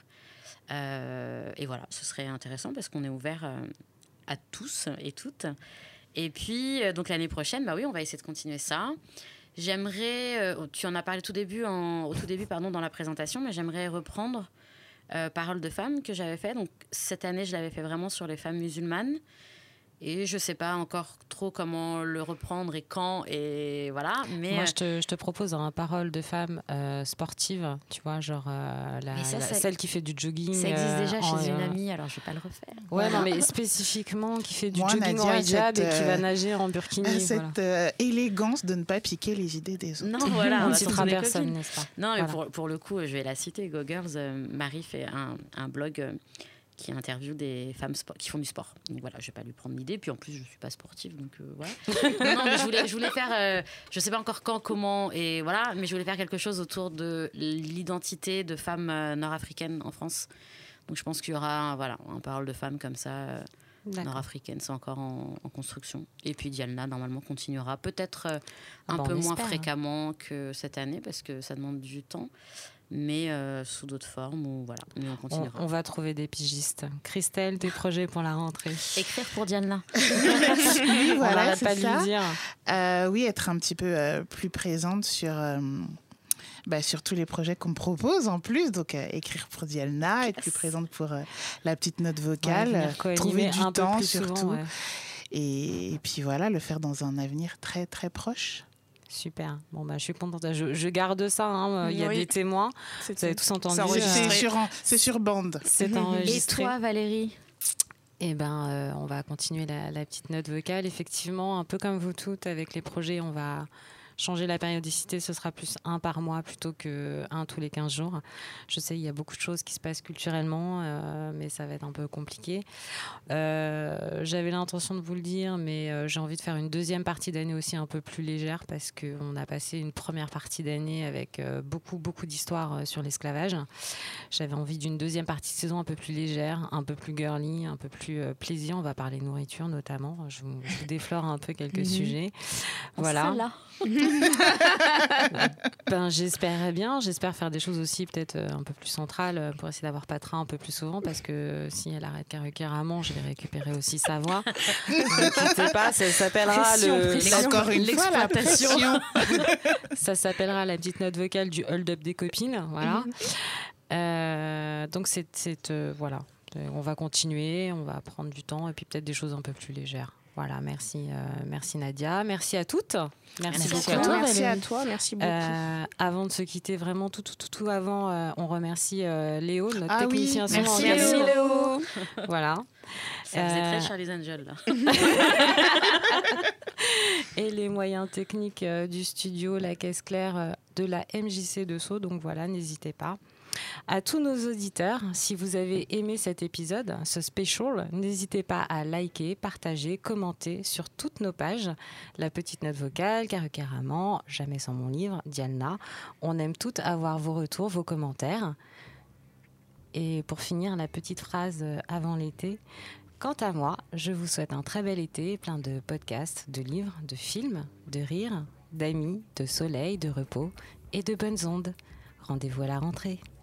Euh, et voilà, ce serait intéressant parce qu'on est ouvert euh, à tous et toutes. Et puis, euh, donc l'année prochaine, bah oui, on va essayer de continuer ça. J'aimerais, euh, tu en as parlé tout début en, au tout début pardon, dans la présentation, mais j'aimerais reprendre euh, Parole de femmes que j'avais fait. Donc cette année, je l'avais fait vraiment sur les femmes musulmanes. Et je ne sais pas encore trop comment le reprendre et quand, et voilà. Mais Moi, je te, je te propose un parole de femme euh, sportive, tu vois, genre euh, la, Mais ça, la- ça- celle qui fait du jogging. ça existe euh, déjà en- chez une euh, amie, alors je ne vais pas le refaire. Ouais, non, mais spécifiquement qui fait du Moi, jogging en Nadia, hijab cette, et qui va euh, nager en burkini. Cette voilà. euh, élégance de ne pas piquer les idées des autres. Non, voilà, On ne a citera surtout des personne, copines. n'est-ce pas? Non, mais Voilà. pour, pour le coup, je vais la citer, Go Girls. euh, Marie fait un, un blog euh, qui interviewe des femmes spo- qui font du sport. Donc voilà, je ne vais pas lui prendre l'idée. Puis en plus, je ne suis pas sportive, donc euh, voilà. non, non, mais je voulais, je voulais faire, euh, je ne sais pas encore quand, comment, et voilà, mais je voulais faire quelque chose autour de l'identité de femmes euh, nord-africaines en France. Donc je pense qu'il y aura voilà, un parole de femmes comme ça, euh, D'accord. nord-africaines, c'est encore en, en construction. Et puis Dialna, normalement, continuera peut-être euh, Ah un bah, on peu moins espère. fréquemment que cette année, parce que ça demande du temps, mais euh, sous d'autres formes, ou voilà, mais on On, continuera. on va trouver des pigistes. Christelle, tes projets pour la rentrée? Écrire pour Dialna. Oui, on voilà, n'arrête c'est pas de ça. lui dire. Euh, oui, être un petit peu euh, plus présente sur, euh, bah, sur tous les projets qu'on me propose en plus. Donc, euh, écrire pour Dialna, être plus présente pour euh, la petite note vocale, Ouais, venir euh, co-animer trouver du un peu temps plus souvent, surtout. ouais. Et, et puis voilà, le faire dans un avenir très, très proche. Super. Bon, bah, je suis contente. Je, je garde ça. hein. Il y a Oui. des témoins. C'est Vous avez tous entendu. C'est enregistré. euh, C'est sur, en- c'est sur bande. C'est Et enregistré. toi, Valérie? Eh ben, euh, on va continuer la, la petite note vocale. Effectivement, un peu comme vous toutes, avec les projets, on va changer la périodicité. Ce sera plus un par mois plutôt que un tous les quinze jours. Je sais, il y a beaucoup de choses qui se passent culturellement, euh, mais ça va être un peu compliqué. Euh, j'avais l'intention de vous le dire, mais euh, j'ai envie de faire une deuxième partie d'année aussi un peu plus légère parce qu'on a passé une première partie d'année avec euh, beaucoup, beaucoup d'histoires euh, sur l'esclavage. J'avais envie d'une deuxième partie de saison un peu plus légère, un peu plus girly, un peu plus euh, plaisir. On va parler nourriture notamment. Je vous, je vous déflore un peu quelques Mhm. sujets. Voilà. Là. Bah, Ben, j'espère bien. J'espère faire des choses aussi peut-être un peu plus centrales pour essayer d'avoir Patra un peu plus souvent parce que si elle arrête carrément, je vais récupérer aussi sa voix. Ne vous inquiétez pas, ça s'appellera pression, le... pression. Encore une fois, la pression. Ça s'appellera la petite note vocale du hold-up des copines. Voilà. Mm-hmm. Euh, donc, c'est, c'est euh, voilà. On va continuer, on va prendre du temps et puis peut-être des choses un peu plus légères. Voilà, merci, euh, merci Nadia, merci à toutes. Merci, Merci beaucoup à à toi, toi. merci à toi, merci beaucoup. Euh, avant de se quitter, vraiment tout, tout, tout, tout avant, euh, on remercie euh, Léo, notre ah technicien oui, son merci, merci Léo. Léo. Voilà. Ça faisait euh... très Charlie's Angel, là. Et les moyens techniques euh, du studio, la caisse claire euh, de la M J C de Sceaux. Donc voilà, n'hésitez pas. À tous nos auditeurs, si vous avez aimé cet épisode, ce special, n'hésitez pas à liker, partager, commenter sur toutes nos pages. La petite note vocale, Carrément, Jamais sans mon livre, Diana. On aime toutes avoir vos retours, vos commentaires. Et pour finir, la petite phrase avant l'été. Quant à moi, je vous souhaite un très bel été, plein de podcasts, de livres, de films, de rires, d'amis, de soleil, de repos et de bonnes ondes. Rendez-vous à la rentrée.